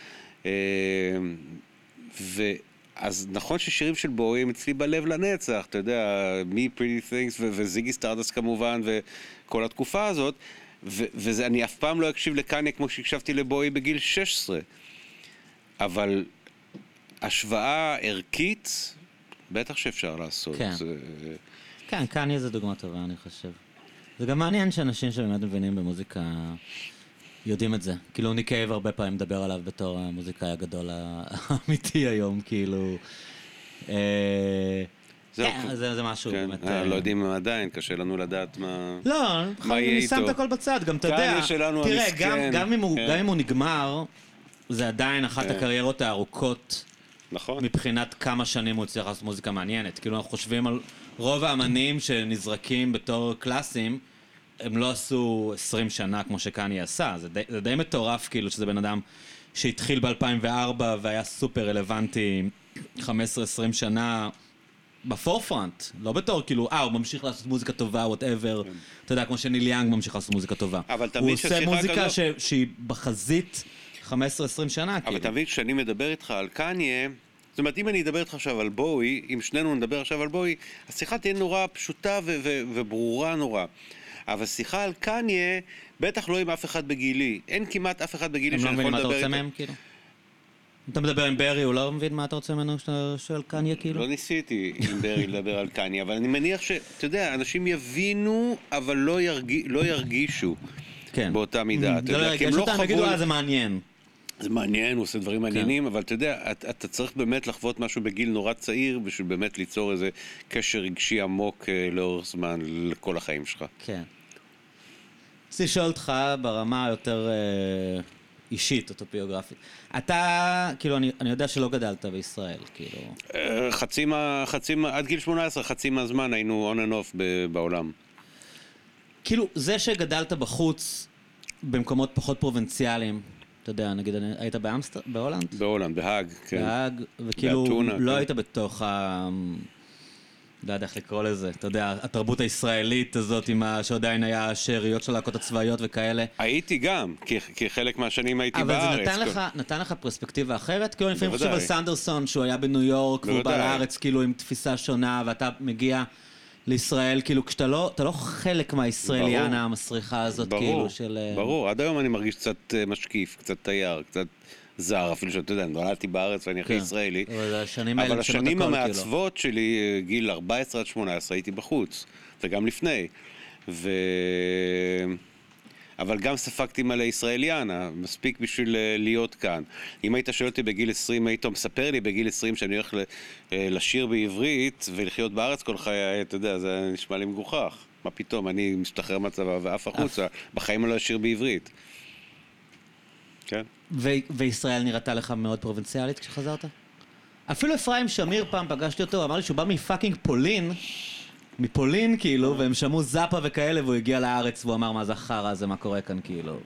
ואז נכון ששירים של בואי הם אצלי בלב לנצח, אתה יודע, Me Pretty Things וזיגי סטארדסט כמובן וכל התקופה הזאת, ואני אף פעם לא אקשיב לקניה כמו שהקשבתי לבואי בגיל שש עשרה, אבל השוואה ערכית בטח שאפשר לעשות. כן, כן, קניה זה דוגמה טובה אני חושב. זה גם מעניין שאנשים שבאמת מבינים במוזיקה יודעים את זה. כאילו ניק קייב הרבה פעמים מדבר עליו בתור המוזיקאי הגדול האמיתי היום, כאילו... זה משהו באמת... לא יודעים עדיין, קשה לנו לדעת מה... לא, אני שם את הכל בצד, גם אתה יודע... תראה, גם אם הוא נגמר, זה עדיין אחת הקריירות הארוכות מבחינת כמה שנים הוא הצליח לעשות מוזיקה מעניינת. כאילו אנחנו חושבים על רוב האמנים שנזרקים בתור קלאסים, הם לא עשו עשרים שנה כמו שקניה עשה, זה די, זה די מטורף כאילו שזה בן אדם שהתחיל ב-אלפיים וארבע והיה סופר רלוונטי חמש עשרה עשרים שנה בפורפרנט, לא בתור כאילו, אה, הוא ממשיך לעשות מוזיקה טובה, whatever, כן. אתה יודע, כמו שניל יאנג ממשיך לעשות מוזיקה טובה. הוא עושה מוזיקה כזו... ש... שהיא בחזית חמש עשרה עשרים שנה. אבל כאילו. תבין, כשאני מדבר איתך על קניה, זאת אומרת, אם אני אדבר איתך עכשיו על בואי, אם שנינו נדבר עכשיו על בואי, השיחה תהיה נורא פשוטה ו- ו- וברורה נורא. אבל שיחה על קניה, בטח לא עם אף אחד בגילי. אין כמעט אף אחד בגילי שאני יכול לדבר איתו. הם לא מבינים מה אתה רוצה מהם, כאילו? אתה מדבר עם ברי, הוא לא מבין מה אתה רוצה ממנו שאתה שואל קניה, כאילו? לא ניסיתי עם ברי לדבר על קניה, אבל אני מניח שאתה יודע, אנשים יבינו, אבל לא ירגישו באותה מידה. לא ירגישו אותם, יגידו, אה, זה מעניין. זה מעניין, הוא עושה דברים מעניינים, אבל אתה יודע, אתה צריך באמת לחוות משהו בגיל נורא צעיר, בשביל באמת ליצור איזה קשר רגשי עמוק לאורך זמן לכל החיים שלך. כן. אז לשאול אותך ברמה יותר אישית, אוטוביוגרפית. אתה, כאילו, אני יודע שלא גדלת בישראל, כאילו. חצי מה, חצי מה, עד גיל שמונה עשרה, חצי מהזמן היינו on and off בעולם. כאילו, זה שגדלת בחוץ, במקומות פחות פרובינציאליים, אתה יודע, נגיד, היית באמסטר... בהולנד? בהולנד, בהאג, כן. בהאג, וכאילו, באתונה, לא כן. היית בתוך ה... לא יודע איך לקרוא לזה, אתה יודע, התרבות הישראלית הזאת, עם ה... שעדיין היה שאריות של להקות הצבאיות וכאלה. הייתי גם, כי, כי חלק מהשנים הייתי אבל בארץ. אבל זה נתן, כל... לך, נתן לך פרספקטיבה אחרת? כאילו, אני לפעמים חושב על סנדרסון, שהוא היה בניו יורק, והוא בא לארץ כאילו עם תפיסה שונה, ואתה מגיע... לישראל, כאילו, כשאתה לא, אתה לא חלק מהישראליאנה המסריחה הזאת, ברור, כאילו, של... ברור, עד היום אני מרגיש קצת משקיף, קצת תייר, קצת זר, אפילו שאתה יודע, נולדתי בארץ ואני הכי כן. ישראלי. אבל השנים, אבל השנים המעצבות כאילו. שלי, גיל ארבע עשרה עד שמונה עשרה, הייתי בחוץ, וגם לפני. ו... אבל גם ספקתי מלא ישראליאנה, מספיק בשביל להיות כאן. אם היית שואל אותי בגיל עשרים, היית מספר לי בגיל עשרים שאני הולך לשיר בעברית ולחיות בארץ כל חיי, אתה יודע, זה נשמע לי מגוחך. מה פתאום, אני משתחרר מהצבא ואף החוצה, בחיים אני לא אשיר בעברית. כן? וישראל נראתה לך מאוד פרובינציאלית כשחזרת? אפילו אפרים שמיר פעם פגשתי אותו, אמר לי שהוא בא מפאקינג פולין, מפולין כאילו, והם שמעו זאפה וכאלה, והוא הגיע לארץ והוא אמר מה זה החרא הזה, מה קורה כאן כאילו.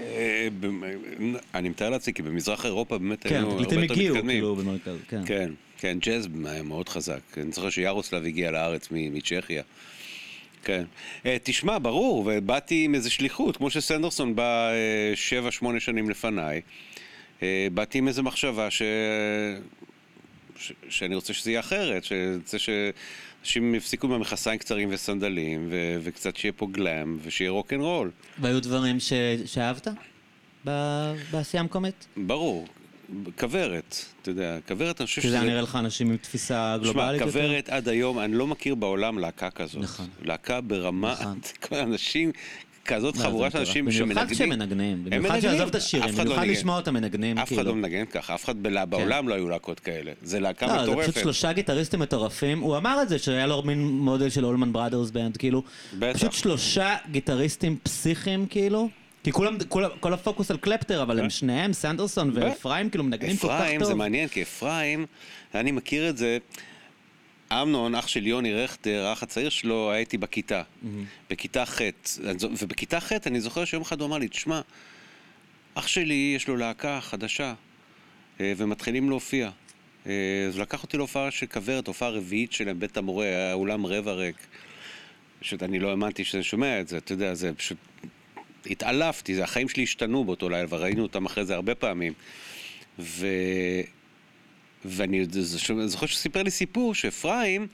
אני מתאר לעצמי, כי במזרח אירופה באמת היינו הרבה יותר מתקדמים. כן, כן, ג'אז היה מאוד חזק. אני זוכר שיארוסלב הגיע לארץ מצ'כיה. כן. תשמע, ברור, ובאתי עם איזו שליחות, כמו שסנדרסון בא שבע, שמונה שנים לפניי. באתי עם איזו מחשבה ש... ש, שאני רוצה שזה יהיה אחרת, שזה שאנשים יפסיקו במכסיים קצרים וסנדלים, ו, וקצת שיהיה פה גלאם, ושיהיה רוק'נ'רול. והיו דברים ש, שאהבת בעשייה המקומית? ברור. כברת, אתה יודע, כברת, אני חושב שזה... שזה נראה לך אנשים עם תפיסה גלובלית יותר? שמע, כברת עד היום, אני לא מכיר בעולם להקה כזאת. נכון. להקה ברמה, כל האנשים, כזאת חבורה של אנשים שמנגנים. במיוחד כשמנגנים, במיוחד שעזוב את השירים, במיוחד לשמוע אותם מנגנים. אף אחד לא מנגן ככה, אף אחד בעולם לא היו להקות כאלה. זה להקה מטורפת. לא, זה פשוט שלושה גיטריסטים מטורפים, הוא אמר את זה, שהיה לו מין מודל של אולמן בראדרס בנד, כאילו, פשוט שלושה גיטריסטים פסיכיים, כאילו, כי כולם, כל הפוקוס על קלפטר, אבל הם שניהם, סנדרסון ואפרים, כאילו מנגנים כל כך טוב. אפרים, זה מעניין, כי אפרים, אני מכיר את זה, אמנון, אח של יוני רכטר, האח הצעיר שלו, הייתי בכיתה, בכיתה ח', ובכיתה ח' אני זוכר שיום אחד הוא אמר לי, תשמע, אח שלי יש לו להקה חדשה, ומתחילים להופיע. אז לקח אותי להופעה של כברת, הופעה רביעית שלהם, בית המורה, היה אולם רבע ריק, פשוט אני לא האמנתי שאני שומע את זה, אתה יודע, זה פשוט... התעלפתי, זה, החיים שלי השתנו באותו לילה, וראינו אותם אחרי זה הרבה פעמים. ו... ואני זוכר שסיפר לי סיפור שאפרים,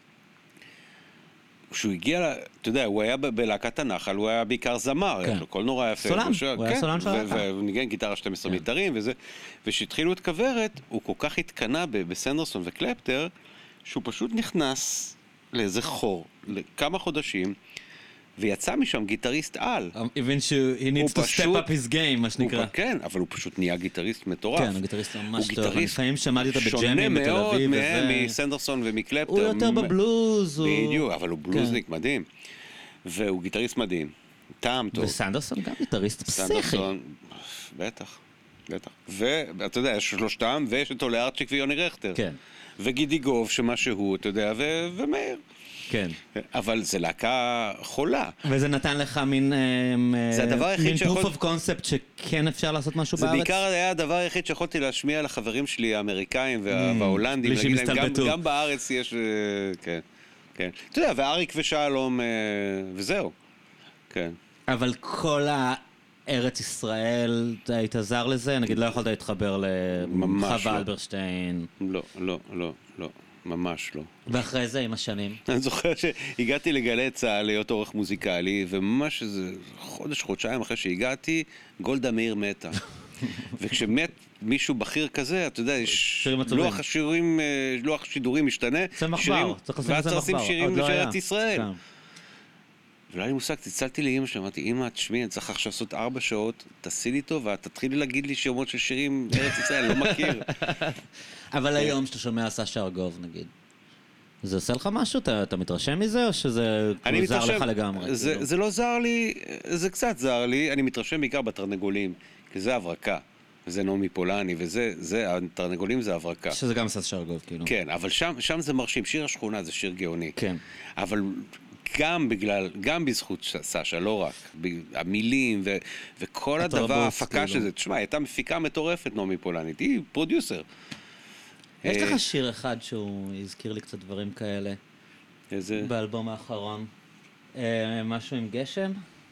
כשהוא הגיע, אתה יודע, הוא היה בלהקת הנחל, הוא היה בעיקר זמר, כן. כל נורא יפה. סולן, הוא היה סולן של הלהקה. והוא ניגן גיטרה שתים עשרה מיתרים וזה, ושהתחילו את כברת, הוא כל כך התקנה בסנדרסון וקלפטר, שהוא פשוט נכנס לאיזה חור, לכמה חודשים, ויצא משם גיטריסט על. הבין שהוא needs to step up his game, מה שנקרא. כן, אבל הוא פשוט נהיה גיטריסט מטורף. כן, הוא גיטריסט ממש טוב. לפעמים שמעתי אותו בג'אמים בתל אביב. שונה מאוד מסנדרסון ומקלפטר. הוא יותר בבלוז. בדיוק, אבל הוא בלוזניק מדהים. והוא גיטריסט מדהים. טעם טוב. וסנדרסון גם גיטריסט פסיכי. סנדרסון, בטח, בטח. ואתה יודע, יש שלושתם, ויש את עולה ארצ'יק ויוני רכטר. כן. וגידי גוב, שמה שהוא, אתה יודע, ומאיר. כן. אבל זה להקה חולה. וזה נתן לך מין... זה הדבר היחיד שיכול... מין proof of concept שכן אפשר לעשות משהו זה בארץ? זה בעיקר היה הדבר היחיד שיכולתי להשמיע לחברים שלי, האמריקאים וההולנדים. בלי שמסתלבטו. גם, גם בארץ יש... כן, כן. אתה יודע, ואריק ושלום, וזהו. כן. אבל כל הארץ ישראל, היית זר לזה? נגיד, לא יכולת להתחבר לחווה אלברשטיין. לא, לא, לא, לא. ממש לא. ואחרי זה עם השנים? אני זוכר שהגעתי לגלי צהל להיות עורך מוזיקלי, וממש איזה חודש, חודשיים אחרי שהגעתי, גולדה מאיר מתה. וכשמת מישהו בכיר כזה, אתה יודע, לוח השירים, לוח השידורים משתנה. זה מחבר, צריך לשים את זה מחבר. ואז תשים שירים לשארץ ישראל. ולא היה לי מושג, צלצלתי לאמא שלי, אמרתי, אמא, תשמעי, אני צריך עכשיו לעשות ארבע שעות, תעשי לי טוב, ותתחילי להגיד לי שיומות של שירים ארץ ישראל, לא מכיר. אבל היום שאתה שומע סשה ארגוב, נגיד, זה עושה לך משהו? אתה מתרשם מזה, או שזה זר לך לגמרי? זה לא זר לי, זה קצת זר לי, אני מתרשם בעיקר בתרנגולים, כי זה הברקה, זה נעמי פולני, וזה, התרנגולים זה הברקה. שזה גם סשה ארגוב, כאילו. כן, אבל שם זה מרשים, שיר השכונה זה שיר גאוני. כן. אבל... גם בגלל, גם בזכות סשה, לא רק, המילים ו, וכל הדבר, ההפקה של זה. תשמע, הייתה מפיקה מטורפת, נעמי פולנית, היא פרודיוסר. יש לך שיר אחד שהוא הזכיר לי קצת דברים כאלה. איזה? באלבום האחרון. משהו עם גשם?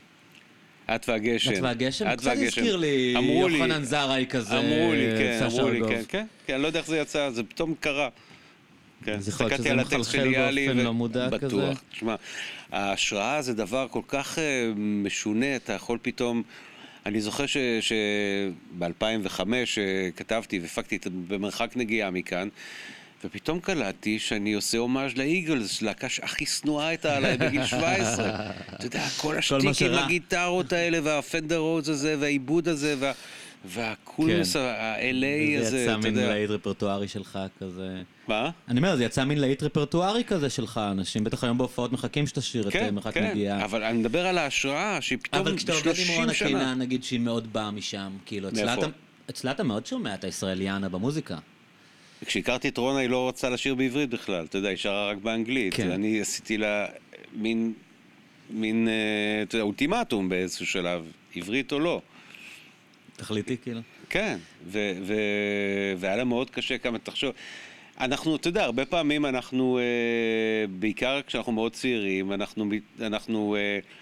את והגשם. את והגשם? קצת הזכיר לי יוחנן זרעי כזה. אמרו לי, כן, אמרו לי, כן, כן. אני לא יודע איך זה יצא, זה פתאום קרה. אז יכול להיות שזה מחלחל באופן לא מודע כזה. בטוח. תשמע, ההשראה זה דבר כל כך משונה, אתה יכול פתאום... אני זוכר שב-אלפיים וחמש כתבתי והפקתי במרחק נגיעה מכאן, ופתאום קלטתי שאני עושה הומאז' לאיגלס, להקה שהכי שנואה הייתה עליי בגיל שבע עשרה. אתה יודע, כל השטיקים, הגיטרות האלה, והפנדר רודס הזה, והעיבוד הזה, וה... והקולמוס ה-אל איי הזה, זה יצא מין להיט רפרטוארי שלך כזה. מה? אני אומר, זה יצא מין להיט רפרטוארי כזה שלך, אנשים בטח היום בהופעות מחכים שתשאיר את מרחק נגיעה. כן, אבל אני מדבר על ההשראה שהיא פתאום שלושים שנה. אבל כשאתה עובד עם רונה קינה, נגיד שהיא מאוד באה משם, כאילו, אצלה אתה מאוד שומע את הישראליאנה במוזיקה. כשהכרתי את רונה היא לא רוצה לשיר בעברית בכלל, אתה יודע, היא שרה רק באנגלית. אני עשיתי לה מין, מין, אתה יודע, אולטימטום באיזשהו שלב, עברית או לא. תחליטי כאילו. כן, והיה לה מאוד קשה כמה, תחשוב, אנחנו, אתה יודע, הרבה פעמים אנחנו, בעיקר כשאנחנו מאוד צעירים, אנחנו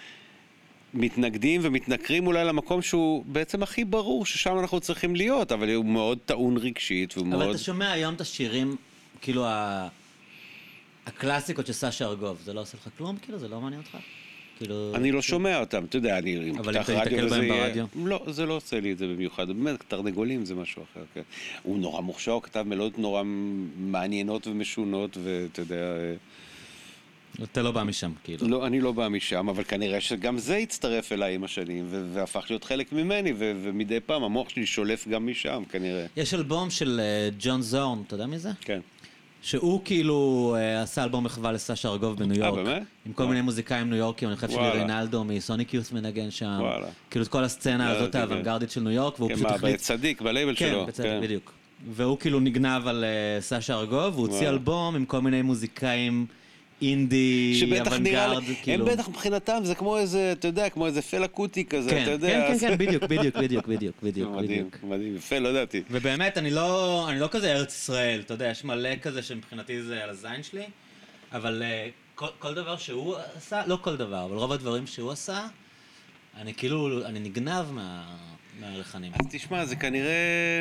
מתנגדים ומתנכרים אולי למקום שהוא בעצם הכי ברור ששם אנחנו צריכים להיות, אבל הוא מאוד טעון רגשית, והוא מאוד... אבל אתה שומע היום את השירים כאילו הקלאסיקות של סשה ארגוב, זה לא עושה לך כלום? כאילו, זה לא מעניין אותך? אני לא שומע אותם, אתה יודע, אני... אבל אם אתה תתקל בהם ברדיו? לא, זה לא עושה לי את זה במיוחד. באמת, תרנגולים זה משהו אחר, כן. הוא נורא מוכשר, הוא כתב מלודות נורא מעניינות ומשונות, ואתה יודע... אתה לא בא משם, כאילו. לא, אני לא בא משם, אבל כנראה שגם זה הצטרף אליי עם השנים, והפך להיות חלק ממני, ומדי פעם המוח שלי שולף גם משם, כנראה. יש אלבום של ג'ון זורן, אתה יודע מי זה? כן. שהוא כאילו עשה אלבום מחווה לסשה ארגוב בניו יורק. אה, באמת? עם כל מיני מוזיקאים ניו יורקים, אני חושב שלי ריינלדו מסוניק יוס מנגן שם. וואלה. כאילו את כל הסצנה הזאת האוונגרדית של ניו יורק, והוא פשוט החליט... בצדיק, בלייבל שלו. כן, בצדיק, בדיוק. והוא כאילו נגנב על סשה ארגוב, והוא הוציא אלבום עם כל מיני מוזיקאים אינדי, אוונגרד, כאילו. הם בטח מבחינתם, זה כמו איזה, אתה יודע, כמו איזה פל אקוטי כזה, אתה יודע. כן, כן, כן, בדיוק, בדיוק, בדיוק, בדיוק, בדיוק. מדהים, מדהים, פל, לא ידעתי. ובאמת, אני לא, אני לא כזה ארץ ישראל, אתה יודע, יש מלא כזה שמבחינתי זה על הזין שלי, אבל כל, כל דבר שהוא עשה, לא כל דבר, אבל רוב הדברים שהוא עשה, אני כאילו, אני נגנב מה, מהלחנים. אז תשמע, זה כנראה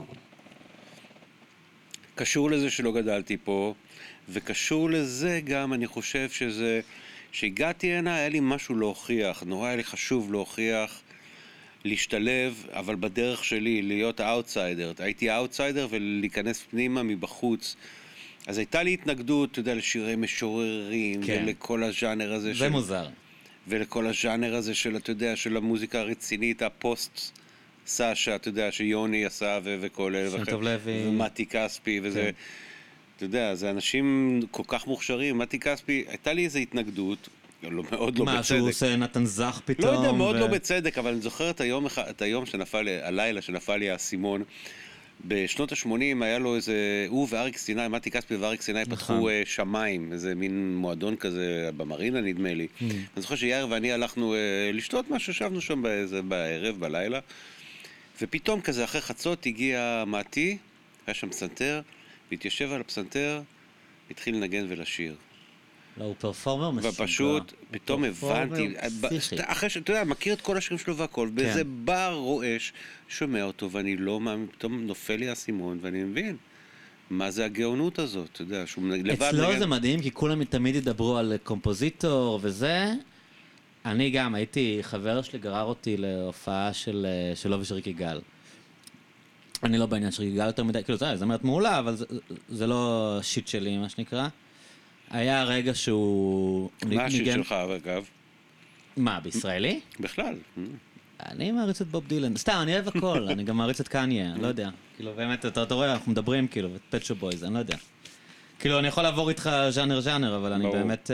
קשור לזה שלא גדלתי פה, וקשור לזה גם, אני חושב שזה, שהגעתי הנה, היה לי משהו להוכיח, נורא היה לי חשוב להוכיח, להשתלב, אבל בדרך שלי, להיות האוטסיידר. הייתי האוטסיידר ולהיכנס פנימה מבחוץ. אז הייתה לי התנגדות, אתה יודע, לשירי משוררים, כן. ולכל הז'אנר הזה. זה של... מוזר. ולכל הז'אנר הזה של, אתה יודע, של המוזיקה הרצינית, הפוסט סשה, אתה יודע, שיוני עשה ו- וכל אלה. שם טוב לוי. ומתי כספי, וזה... כן. אתה יודע, זה אנשים כל כך מוכשרים. מתי כספי, הייתה לי איזו התנגדות, לא, מאוד לא מה, בצדק. מה, שהוא עושה נתן זך פתאום? לא יודע, מאוד ו... לא בצדק, אבל אני זוכר את היום, את היום שנפל לי, הלילה שנפל לי האסימון. בשנות ה-שמונים היה לו איזה, הוא ואריק סיני, מתי כספי ואריק סיני פתחו שמיים, איזה מין מועדון כזה במרינה נדמה לי. אני זוכר שיאיר ואני הלכנו לשתות משהו, ישבנו שם בערב, בלילה, ופתאום כזה אחרי חצות הגיע מתי, היה שם פסנתר, והתיישב על הפסנתר, התחיל לנגן ולשיר. לא, הוא פרפורמר מסוגה. ופשוט, פתאום הבנתי, אחרי שאתה יודע, מכיר את כל השירים שלו והכל, באיזה בר רועש, שומע אותו, ואני לא מאמין, פתאום נופל לי הסימון, ואני מבין, מה זה הגאונות הזאת, אתה יודע, שהוא לבד... אצלו זה מדהים, כי כולם תמיד ידברו על קומפוזיטור וזה. אני גם, הייתי, חבר שלי גרר אותי להופעה שלו ושל ריקי גל. אני לא בעניין של ריקי גל יותר מדי, כאילו, זה זמרת מעולה, אבל זה לא שיט שלי, מה שנקרא. היה רגע שהוא... מה השיט שלך, אגב? מה, בישראלי? בכלל. אני מעריץ את בוב דילן. סתם, אני אוהב הכל, אני גם מעריץ את קניה, אני לא יודע. כאילו, באמת, אתה רואה, אנחנו מדברים, כאילו, את פט שופ בויז, אני לא יודע. כאילו, אני יכול לעבור איתך ז'אנר ז'אנר, אבל אני באמת...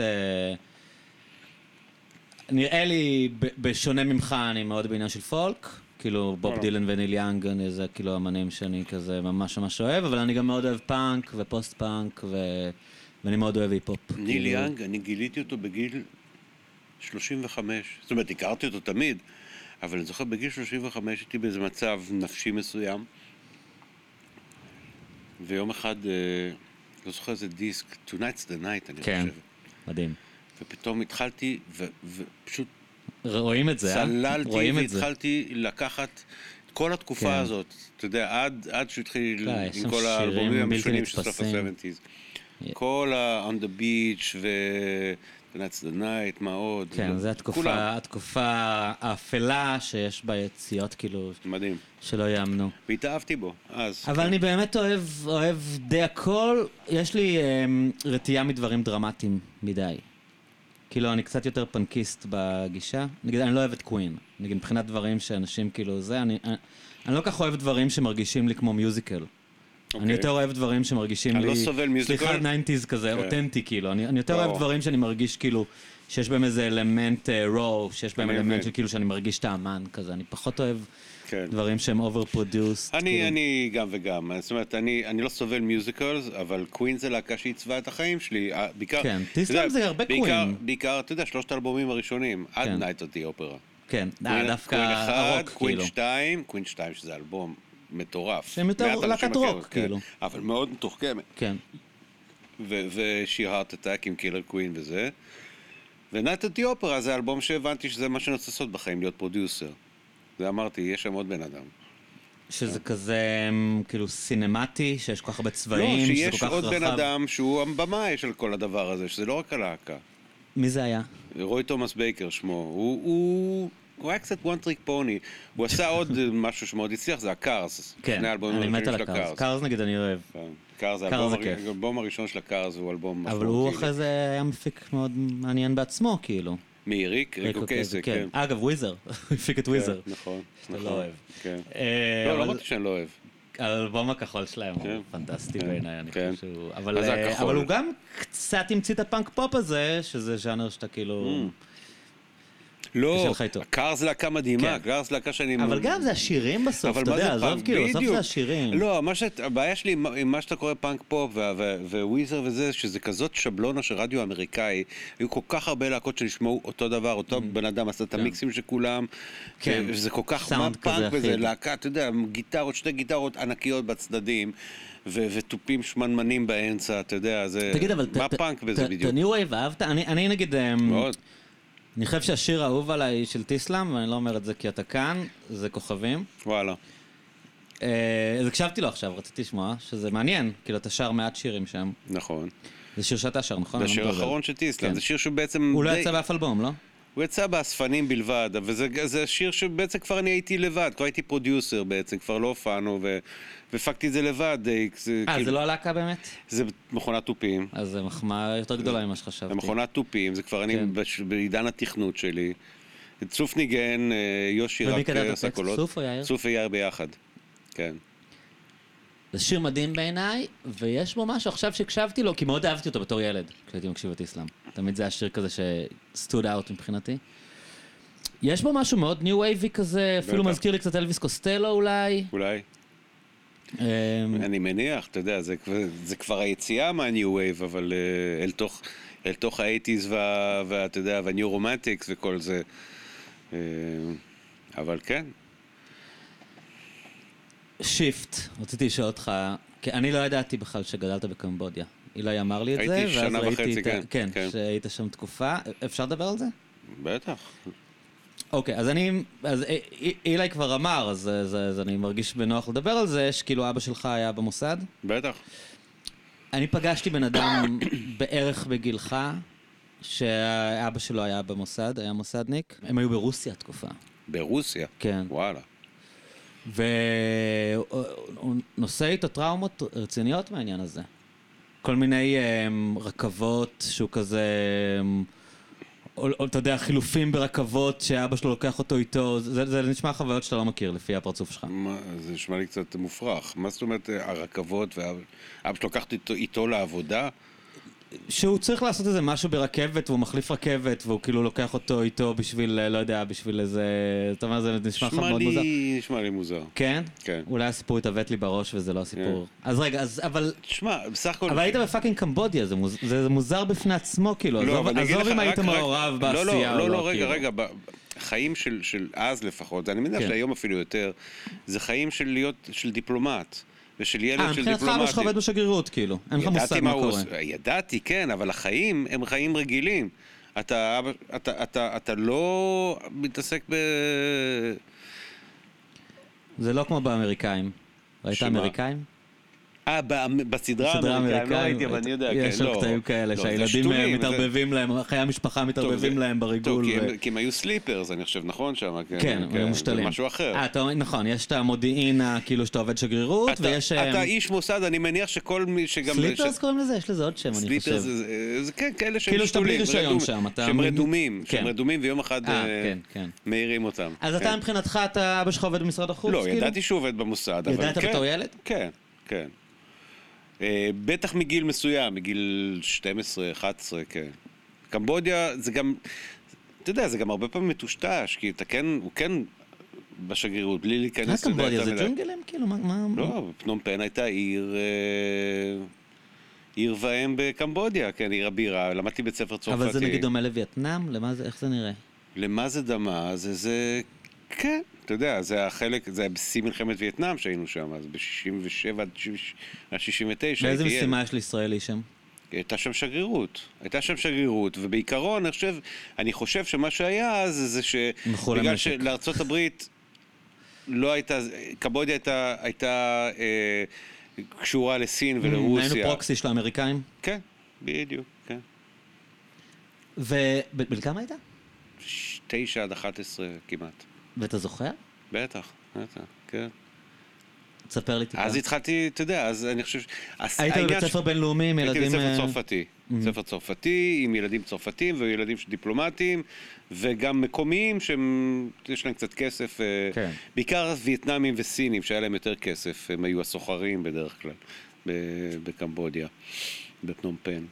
נראה לי, בשונה ממך, אני מאוד בעניין של פולק. כאילו, בוב דילן וניל יאנג, זה כאילו אמנים שאני כזה ממש ממש אוהב, אבל אני גם מאוד אוהב פאנק ופוסט פאנק ו... ואני מאוד אוהב היפ-הופ. ניל יאנג, אני גיליתי אותו בגיל שלושים וחמש. זאת אומרת, הכרתי אותו תמיד, אבל אני זוכר, בגיל שלושים וחמש הייתי באיזה מצב נפשי מסוים, ויום אחד, לא זוכר איזה דיסק, Tonight's the Night, אני חושב. כן, מדהים. ופתאום התחלתי, ופשוט... רואים את זה, אה? צללתי והתחלתי לקחת את כל התקופה הזאת, אתה יודע, עד שהוא התחיל עם כל האלבומים המשונים של סוף ה-שבעים. כל ה-On the Beach ו-Tonight's the Night, מה עוד? כן, זו התקופה האפלה שיש בה יציאות כאילו... מדהים. שלא יאמנו. והתאהבתי בו, אז... אבל אני באמת אוהב די הכל. יש לי רתיעה מדברים דרמטיים מדי. כאילו, אני קצת יותר פנקיסט בגישה. נגיד, אני לא אוהב את קווין. נגיד, מבחינת דברים שאנשים כאילו זה, אני לא כך אוהב דברים שמרגישים לי כמו מיוזיקל. אני יותר אוהב דברים שמרגישים לי... אני לא סובל מיוזיקל. סליחה, ניינטיז כזה, אותנטי כאילו. אני יותר אוהב דברים שאני מרגיש כאילו, שיש בהם איזה אלמנט רואו, שיש בהם אלמנט שכאילו שאני מרגיש את האמן כזה. אני פחות אוהב דברים שהם overproduced. אני גם וגם. זאת אומרת, אני לא סובל מיוזיקלס, אבל קווין זה להקה שעיצבה את החיים שלי. כן, תסלם זה הרבה קווין. בעיקר, אתה יודע, שלושת האלבומים הראשונים, עד Night at the Opera. כן, דווקא הרוק כאילו. קווין שתיים, קווין שתיים שזה אלבום מטורף. שהם יותר להקת רוק, כאילו. אבל מאוד מתוחכמת. כן. ו-She Heart Attack עם קילר קווין וזה. ו-Night at the Opera זה אלבום שהבנתי שזה מה שאני רוצה לעשות בחיים, להיות פרודיוסר. זה אמרתי, יש שם עוד בן אדם. שזה כזה, כאילו, סינמטי, שיש כל כך הרבה צבעים, לא, שיש עוד בן אדם שהוא הבמאי של כל הדבר הזה, שזה לא רק הלהקה. מי זה היה? רוי תומאס בייקר שמו. הוא, הוא, הוא היה קצת one trick pony. הוא עשה עוד משהו שמאוד הצליח, זה הקארס. כן, אני מת על הקארס. קארס נגיד אני אוהב. קארס זה האלבום הראשון של הקארס, הוא אלבום משמעותי. אבל הוא אחרי זה היה מפיק מאוד מעניין בעצמו, כאילו. מי, ריק? ריק אוקייסה, כן. אגב, וויזר. הוא הפיק את וויזר. נכון, נכון. לא אוהב. לא, לא אמרתי שאני לא אוהב. האלבום הכחול שלהם הוא פנטסטי בעיניי, אני חושב שהוא... אבל הוא גם קצת המציא את הפאנק פופ הזה, שזה ז'אנר שאתה כאילו... לא, קארס זה להקה מדהימה, קארס זה להקה שאני... אבל גם זה השירים בסוף, אתה יודע, עזוב כאילו, בסוף זה השירים. לא, הבעיה שלי עם מה שאתה קורא פאנק פופ וויזר וזה, שזה כזאת שבלונה של רדיו אמריקאי, היו כל כך הרבה להקות שנשמעו אותו דבר, אותו בן אדם עשה את המיקסים של כולם, וזה כל כך פאנק וזה, להקה, אתה יודע, גיטרות, שתי גיטרות ענקיות בצדדים, וטופים שמנמנים באמצע, אתה יודע, מה פאנק בזה בדיוק? את הניו וייב אהבת? אני נגיד... מאוד. אני חושב שהשיר האהוב עליי של טיסלאם, ואני לא אומר את זה כי אתה כאן, זה כוכבים. וואלה. אז הקשבתי לו עכשיו, רציתי לשמוע, שזה מעניין, כאילו אתה שר מעט שירים שם. נכון. זה שיר שאתה שר, נכון? זה השיר האחרון של טיסלאם, זה שיר שבעצם... הוא לא יצא באף אלבום, לא? הוא יצא באספנים בלבד, וזה שיר שבעצם כבר אני הייתי לבד, כבר הייתי פרודיוסר בעצם, כבר לא הופענו, והפקתי את זה לבד. אה, זה לא הלהקה באמת? זה מכונת טופים. אז זה מחמאה יותר גדולה ממה שחשבתי. זה מכונת טופים, זה כבר אני בעידן התכנות שלי. צוף ניגן, יושי רק עשה קולות. צוף או יאיר? צוף ויאיר ביחד, כן. זה שיר מדהים בעיניי, ויש בו משהו, עכשיו שהקשבתי לו, כי מאוד אהבתי אותו בתור ילד, כשהייתי מקשיב את איסלאם. תמיד זה השיר כזה שסטוד אאוט מבחינתי. יש בו משהו מאוד ניו וייבי כזה, אפילו מזכיר לי קצת אלוויס קוסטלו אולי. אולי. אני מניח, אתה יודע, זה כבר היציאה מהניו וייב, אבל אל תוך האייטיז ואתה יודע, והניו רומנטיקס וכל זה. אבל כן. שיפט, רציתי לשאול אותך, כי אני לא ידעתי בכלל שגדלת בקמבודיה. אילי אמר לי את זה, הייתי שנה וחצי, כן. כן, שהיית שם תקופה. אפשר לדבר על זה? בטח. אוקיי, אז אני, אז אילי כבר אמר, אז, אז, אז אני מרגיש בנוח לדבר על זה, שכאילו אבא שלך היה במוסד. בטח. אני פגשתי בן אדם בערך בגילך, שאבא שלו היה במוסד, היה מוסדניק. הם היו ברוסיה תקופה. ברוסיה? כן. וואלה. והוא נושא איתו טראומות רציניות מהעניין הזה. כל מיני um, רכבות שהוא כזה, um, או, או, אתה יודע, חילופים ברכבות שאבא שלו לוקח אותו איתו, זה, זה נשמע חוויות שאתה לא מכיר לפי הפרצוף שלך. מה, זה נשמע לי קצת מופרך. מה זאת אומרת הרכבות ואבא שלו לוקח איתו, איתו לעבודה? שהוא צריך לעשות איזה משהו ברכבת, והוא מחליף רכבת, והוא כאילו לוקח אותו איתו בשביל, לא יודע, בשביל איזה... זאת אומרת, זה נשמע לך מאוד מוזר. נשמע לי מוזר. כן? כן. אולי הסיפור התאבט לי בראש, וזה לא הסיפור. אז רגע, אז, אבל... תשמע, בסך הכל... אבל היית בפאקינג קמבודיה, זה מוזר בפני עצמו, כאילו. עזוב אם היית מעורב בעשייה. לא, לא, רגע, רגע. חיים של אז לפחות, אני מניח שהיום אפילו יותר, זה חיים של להיות, של דיפלומט. ושל ילד של דיפלומטים. מבחינתך אבא שלך עובד בשגרירות, כאילו. אין לך מושג מה קורה. ידעתי, כן, אבל החיים הם חיים רגילים. אתה, אתה, אתה, אתה לא מתעסק ב... זה לא כמו באמריקאים. ראית אמריקאים? אה, בסדרה האמריקאים, לא ראיתי, אבל אני יודע, כן, לא. יש עוד קטעים כאלה, שהילדים מתערבבים להם, חיי המשפחה מתערבבים להם בריגול. כי הם היו סליפרס, אני חושב, נכון שם? כן, הם היו מושתלים. זה משהו אחר. נכון, יש את המודיעין, כאילו שאתה עובד שגרירות, ויש... אתה איש מוסד, אני מניח שכל מי שגם... סליפרס קוראים לזה? יש לזה עוד שם, אני חושב. סליפרס, זה כן, כאלה שהם כאילו שאתה בלי רישיון שם, אתה... שהם רדומים, שהם רדומים, ויום אחד מאירים אותם. אז אתה מבחינתך, אתה אבא שלך עובד במשרד החוץ? לא, ידעתי שהוא עובד במוסד, אבל ידעת בתור ילד? כן, כן. בטח מגיל מסוים, מגיל שתים עשרה אחת עשרה, כן. קמבודיה זה גם, אתה יודע, זה גם הרבה פעמים מטושטש, כי אתה כן, הוא כן בשגרירות, בלי להיכנס... מה קמבודיה? זה ג'ונגלים? כאילו, מה... לא, פנום פן הייתה עיר... עיר ואם בקמבודיה, כן, עיר הבירה, למדתי בית ספר צרפתי. אבל זה נגיד דומה לווייטנאם? למה זה, איך זה נראה? למה זה דמה? זה זה... כן. אתה יודע, זה החלק, זה היה בשיא מלחמת וייטנאם שהיינו שם, אז ב-שישים ושבע עד שישים ותשע. באיזה משימה יש לישראלי שם? הייתה שם שגרירות, הייתה שם שגרירות, ובעיקרון, אני חושב, אני חושב שמה שהיה אז, זה שבגלל שלארצות הברית, לא הייתה, קמבודיה הייתה, הייתה אה, קשורה לסין ולרוסיה. היינו פרוקסי של האמריקאים? כן, בדיוק, כן. ובן כמה היית? תשע עד אחת עשרה כמעט. ואתה זוכר? בטח, בטח, כן. תספר לי טיפה. אז התחלתי, אתה יודע, אז אני חושב... היית בבית ספר בינלאומי עם ילדים... הייתי בבית ספר צרפתי. בית ספר צרפתי עם ילדים צרפתים וילדים דיפלומטיים, וגם מקומיים שיש להם קצת כסף. בעיקר וייטנאמים וסינים שהיה להם יותר כסף, הם היו הסוחרים בדרך כלל בקמבודיה, בפנום פן.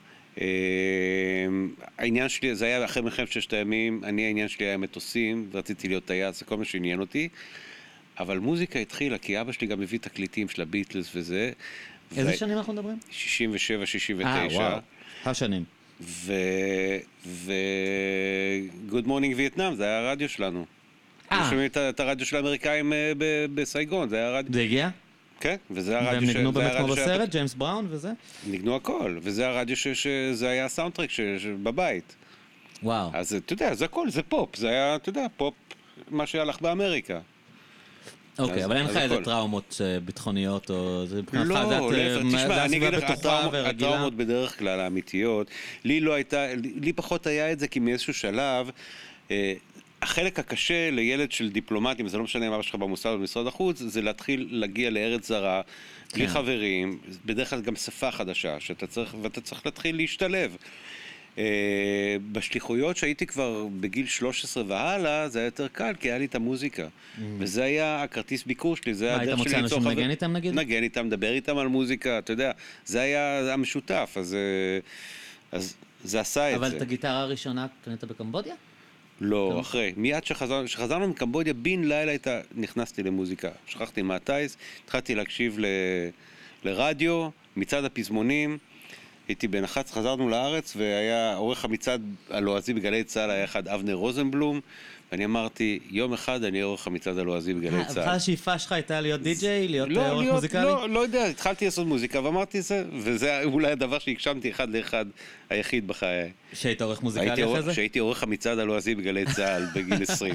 העניין שלי, זה היה אחרי מלחמת ששת הימים, אני העניין שלי היה מטוסים, ורציתי להיות טייס, זה כל מה שעניין אותי. אבל מוזיקה התחילה, כי אבא שלי גם הביא תקליטים של הביטלס וזה. איזה שנים אנחנו מדברים? שישים ושבע שישים ותשע. אה, וואו, השנים. ו... ו... Good Morning Vietnam, זה היה הרדיו שלנו. אה. שומעים את הרדיו של האמריקאים בסייגון, זה היה הרדיו. זה הגיע? כן, וזה הרדיו ש... והם ניגנו באמת כמו בסרט, ג'יימס בראון וזה? ניגנו הכל, וזה הרדיו שזה היה הסאונדטרק בבית. וואו. אז אתה יודע, זה הכל, זה פופ, זה היה, אתה יודע, פופ, מה שהלך באמריקה. אוקיי, אבל אין לך איזה טראומות ביטחוניות, או זה מבחינתך, לא, תשמע, אני אגיד לך, הטראומות בדרך כלל האמיתיות, לי לא הייתה, לי פחות היה את זה, כי מאיזשהו שלב, החלק הקשה לילד של דיפלומטים, זה לא משנה מה שלך במוסד או במשרד החוץ, זה להתחיל להגיע לארץ זרה, בלי חברים, בדרך כלל גם שפה חדשה, שאתה צריך, ואתה צריך להתחיל להשתלב. בשליחויות שהייתי כבר בגיל שלוש עשרה והלאה, זה היה יותר קל, כי היה לי את המוזיקה. וזה היה הכרטיס ביקור שלי, זה היה הדרך שלי. היית מוצא אנשים נגן איתם נגיד? נגן איתם, דבר איתם על מוזיקה, אתה יודע, זה היה המשותף, אז זה עשה את זה. אבל את הגיטרה הראשונה קנית בקמבודיה? לא, אחרי. מיד שחזרנו מקמבודיה, בין לילה נכנסתי למוזיקה. שכחתי מהטייס, התחלתי להקשיב לרדיו, מצד הפזמונים, הייתי בן אחת, חזרנו לארץ, והיה עורך המצעד הלועזי בגלי צה"ל, היה אחד אבנר רוזנבלום, ואני אמרתי, יום אחד אני עורך המצעד הלועזי בגלי צה"ל. בכלל השאיפה שלך הייתה להיות די-ג'יי, להיות עורך מוזיקלי? לא, לא יודע, התחלתי לעשות מוזיקה, ואמרתי זה, וזה אולי הדבר שהגשמתי אחד לאחד היחיד בחיי. שהיית עורך מוזיקלי אחרי זה? שהייתי עורך המצעד הלועזי בגלי צה"ל בגיל עשרים,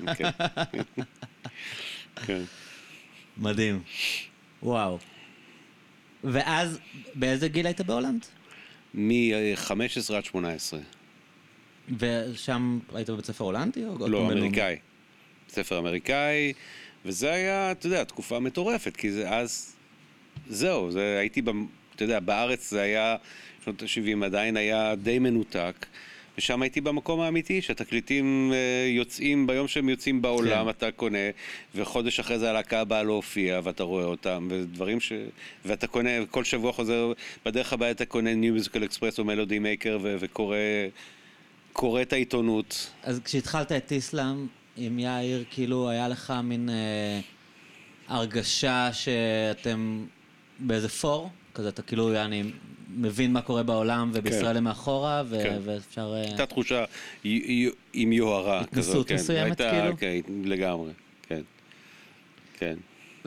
כן. מדהים. וואו. ואז, באיזה גיל היית בהולנד? מ-חמש עשרה עד שמונה עשרה. ושם היית בבית ספר הולנדי? לא, אמריקאי. ספר אמריקאי, וזה היה, אתה יודע, תקופה מטורפת, כי זה אז, זהו, זה הייתי, אתה יודע, בארץ זה היה, שנות ה-שבעים עדיין היה די מנותק, ושם הייתי במקום האמיתי, שהתקליטים יוצאים, ביום שהם יוצאים בעולם, כן. אתה קונה, וחודש אחרי זה הלהקה באה להופיע, ואתה רואה אותם, ודברים ש... ואתה קונה, כל שבוע חוזר, בדרך הבאה אתה קונה New Musical Express או Melody Maker, ו- וקורא קורא את העיתונות. אז כשהתחלת את איסלאם עם יאיר, כאילו היה לך מין אה, הרגשה שאתם באיזה פור, כזה אתה כאילו, אני מבין מה קורה בעולם, ובישראל הם מאחורה, ואפשר... הייתה תחושה עם יוהרה כזאת. התנסות מסוימת, כאילו? כן, לגמרי, כן. כן.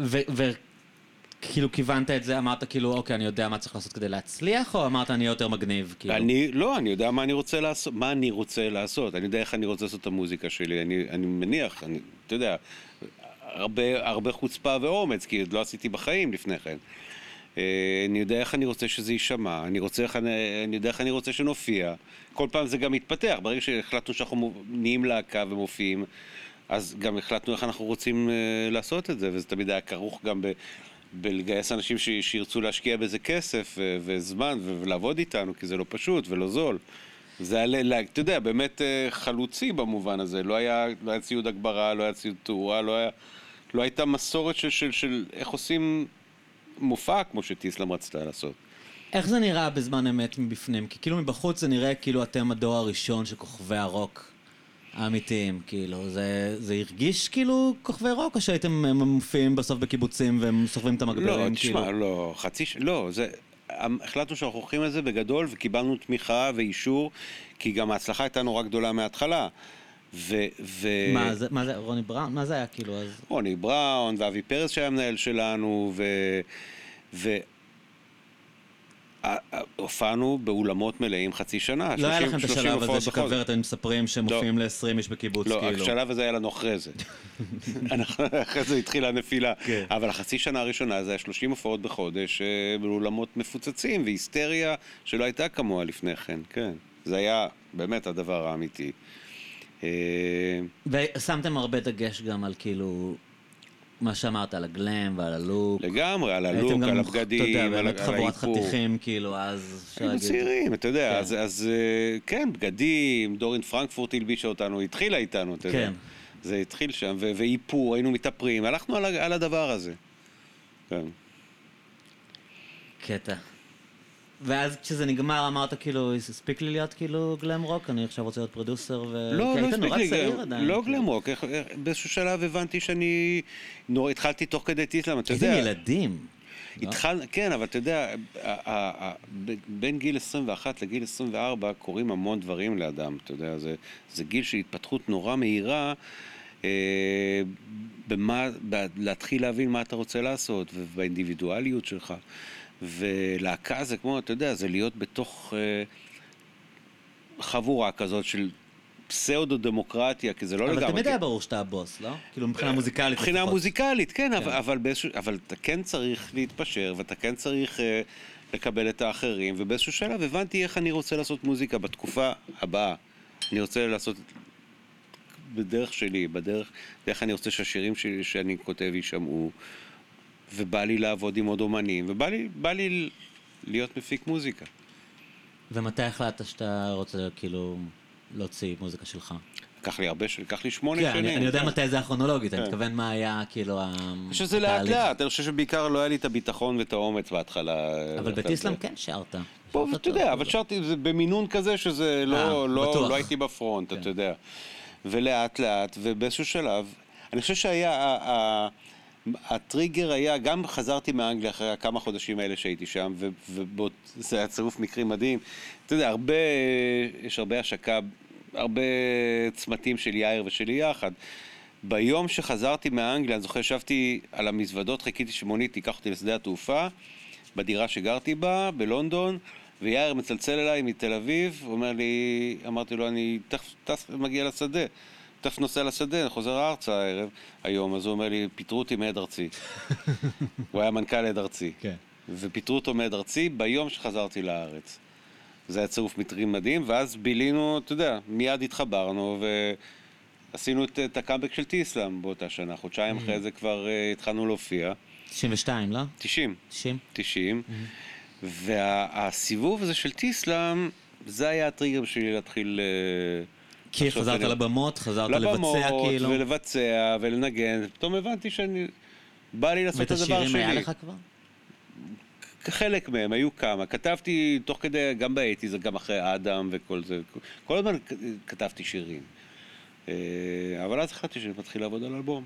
וכאילו כיוונת את זה, אמרת כאילו, אוקיי, אני יודע מה צריך לעשות כדי להצליח, או אמרת אני יותר מגניב? אני, לא, אני יודע מה אני רוצה לעשות, מה אני רוצה לעשות, אני יודע איך אני רוצה לעשות את המוזיקה שלי, אני מניח, אתה יודע, הרבה חוצפה ואומץ, כי לא עשיתי בחיים לפני כן. אני יודע איך אני רוצה שזה יישמע, אני, רוצה, אני יודע איך אני רוצה שנופיע. כל פעם זה גם מתפתח, ברגע שהחלטנו שאנחנו נהיים להקה ומופיעים, אז גם החלטנו איך אנחנו רוצים לעשות את זה, וזה תמיד היה כרוך גם ב, בלגייס אנשים ש, שירצו להשקיע בזה כסף ו, וזמן ולעבוד איתנו, כי זה לא פשוט ולא זול. זה היה, אתה יודע, באמת חלוצי במובן הזה, לא היה, לא היה ציוד הגברה, לא היה ציוד תאורה, לא, היה, לא הייתה מסורת של, של, של איך עושים... מופע כמו שטיסלאם רצתה לעשות. איך זה נראה בזמן אמת מבפנים? כי כאילו מבחוץ זה נראה כאילו אתם הדור הראשון של כוכבי הרוק האמיתיים, כאילו. זה, זה הרגיש כאילו כוכבי רוק, או שהייתם מופיעים בסוף בקיבוצים והם סוחבים את המגברים? לא, תשמע, כאילו? לא, חצי ש... לא, זה... החלטנו שאנחנו הולכים על זה בגדול, וקיבלנו תמיכה ואישור, כי גם ההצלחה הייתה נורא גדולה מההתחלה. ו... ו... מה זה, מה זה, רוני בראון? מה זה היה כאילו אז? רוני בראון ואבי פרס שהיה מנהל שלנו, ו... ו... הופענו באולמות מלאים חצי שנה. לא היה לכם את השלב הזה שכוורת, הם מספרים שמופיעים ל-עשרים איש בקיבוץ, כאילו. לא, השלב הזה היה לנו אחרי זה. אחרי זה התחילה הנפילה. אבל החצי שנה הראשונה זה היה שלושים הופעות בחודש, באולמות מפוצצים, והיסטריה שלא הייתה כמוה לפני כן, כן. זה היה באמת הדבר האמיתי. ושמתם הרבה דגש גם על כאילו... מה שאמרת, על הגלם ועל הלוק. לגמרי, על הלוק, על הבגדים, על האיפור. אתה יודע, באמת חבורת חתיכים, כאילו, אז... היינו צעירים, אתה יודע, אז כן, בגדים, דורין פרנקפורט הלבישה אותנו, התחילה איתנו, אתה יודע. זה התחיל שם, ואיפור, היינו מתאפרים, הלכנו על הדבר הזה. כן. קטע. ואז כשזה נגמר אמרת כאילו, הספיק לי להיות כאילו גלם רוק, אני עכשיו רוצה להיות פרודוסר ו... לא, לא הספיק לי, לא גלם רוק, באיזשהו שלב הבנתי שאני, התחלתי תוך כדי טיסלאם, אתה יודע... איזה ילדים. כן, אבל אתה יודע, בין גיל עשרים ואחת לגיל עשרים וארבע קורים המון דברים לאדם, אתה יודע, זה גיל של התפתחות נורא מהירה, להתחיל להבין מה אתה רוצה לעשות, ובאינדיבידואליות שלך. ולהקה זה כמו, אתה יודע, זה להיות בתוך אה, חבורה כזאת של פסאודו-דמוקרטיה, כי זה לא לגמרי... אבל תמיד היה ברור שאתה הבוס, לא? כאילו מבחינה מוזיקלית. מבחינה מוזיקלית, כן, אבל, אבל, באיזשהו, אבל אתה כן צריך להתפשר, ואתה כן צריך אה, לקבל את האחרים, ובאיזשהו שלב הבנתי איך אני רוצה לעשות מוזיקה בתקופה הבאה. אני רוצה לעשות בדרך שלי, בדרך, איך אני רוצה שהשירים שלי שאני כותב יישמעו, ובא לי לעבוד עם עוד אומנים, ובא לי, בא לי להיות מפיק מוזיקה. ומתי החלטת שאתה רוצה כאילו להוציא מוזיקה שלך? לקח לי הרבה, לקח לי שמונה כן, שנים. אני, אני יודע מתי זה הכרונולוגית, אני מתכוון מה היה כאילו התהליך. אני חושב שזה לאט לאט, אני חושב שבעיקר לא היה לי את הביטחון ואת האומץ בהתחלה. אבל בטיסלאם כן שרת. פה, אתה יודע, אבל שרתי במינון כזה שזה לא, לא, לא הייתי בפרונט, אתה יודע. ולאט לאט, ובאיזשהו שלב, אני חושב שהיה... הטריגר היה, גם חזרתי מאנגליה אחרי כמה חודשים האלה שהייתי שם, וזה היה צירוף מקרים מדהים. אתה יודע, הרבה, יש הרבה השקה, הרבה צמתים של יאיר ושלי יחד. ביום שחזרתי מאנגליה, אני זוכר, ישבתי על המזוודות, חיכיתי שמונית, תיקח אותי לשדה התעופה, בדירה שגרתי בה, בלונדון, ויאיר מצלצל אליי מתל אביב, אומר לי, אמרתי לו, אני תכף מגיע לשדה. תכף נוסע לשדה, אני חוזר ארצה הערב, היום, אז הוא אומר לי, פיטרו אותי מעד ארצי. הוא היה מנכ"ל עד ארצי. כן. ופיטרו אותו מעד ארצי ביום שחזרתי לארץ. זה היה צירוף מקרים מדהים, ואז בילינו, אתה יודע, מיד התחברנו, ועשינו את, את הקאמבק של טיסלאם באותה שנה. חודשיים mm-hmm. אחרי זה כבר uh, התחלנו להופיע. תשעים ושתיים, לא? תשעים. תשעים. תשעים. Mm-hmm. והסיבוב הזה של טיסלאם, זה היה הטריגר שלי להתחיל... Uh, כי חזרת לבמות, חזרת לבצע כאילו. לבמות ולבצע ולנגן, פתאום הבנתי שאני, בא לי לעשות את הדבר שלי. ואת השירים היה לך כבר? חלק מהם, היו כמה. כתבתי תוך כדי, גם באייטי, זה גם אחרי אדם וכל זה. כל הזמן כתבתי שירים. אבל אז החלטתי שאני מתחיל לעבוד על אלבום.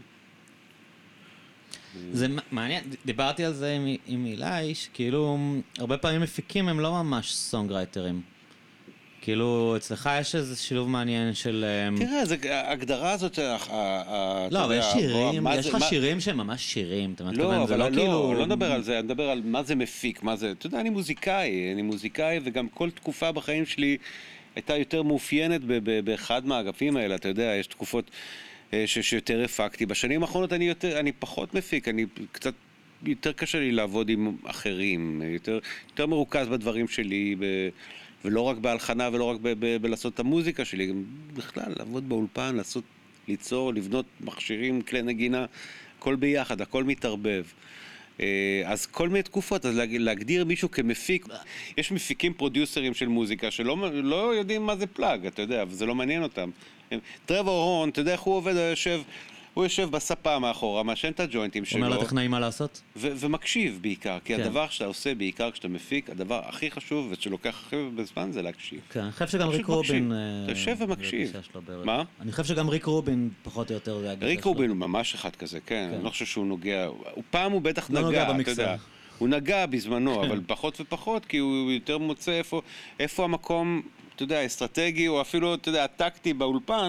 זה מעניין, דיברתי על זה עם אילי, שכאילו, הרבה פעמים מפיקים הם לא ממש סונגרייטרים. כאילו, אצלך יש איזה שילוב מעניין של... תראה, ההגדרה הזאת... לא, אבל יש שירים, יש לך שירים שהם ממש שירים, אתה מתכוון, זה לא כאילו... לא נדבר על זה, אני מדבר על מה זה מפיק, מה זה... אתה יודע, אני מוזיקאי, אני מוזיקאי, וגם כל תקופה בחיים שלי הייתה יותר מאופיינת באחד מהאגפים האלה, אתה יודע, יש תקופות שיותר הפקתי. בשנים האחרונות אני יותר, אני פחות מפיק, אני קצת... יותר קשה לי לעבוד עם אחרים, יותר מרוכז בדברים שלי, ולא רק בהלחנה ולא רק בלעשות את המוזיקה שלי, גם בכלל לעבוד באולפן, לעשות, ליצור, לבנות מכשירים, כלי נגינה, הכל ביחד, הכל מתערבב. אז כל מיני תקופות, אז להגדיר מישהו כמפיק, יש מפיקים פרודיוסרים של מוזיקה שלא לא יודעים מה זה פלאג, אתה יודע, וזה לא מעניין אותם. טרוור הורן, אתה יודע איך הוא עובד, הוא יושב... הוא יושב בספה מאחורה, מעשן את הג'וינטים שלו. אומר לטכנאים מה לעשות? ו- ומקשיב בעיקר, כי כן. הדבר שאתה עושה בעיקר כשאתה מפיק, הדבר הכי חשוב ושלוקח הכי בזמן זה להקשיב. כן, אני חושב שגם ריק רובין... אתה יושב ומקשיב. מה? אני חושב שגם ריק רובין פחות או יותר... ריק רובין הוא ממש אחד כזה, כן. כן. אני לא חושב שהוא נוגע... הוא פעם הוא בטח לא נגע, נוגע אתה במקסר. יודע. הוא נגע בזמנו, אבל פחות ופחות, כי הוא יותר מוצא איפה, איפה המקום, אתה יודע, האסטרטגי, או אפילו, אתה יודע, הטקטי באולפן,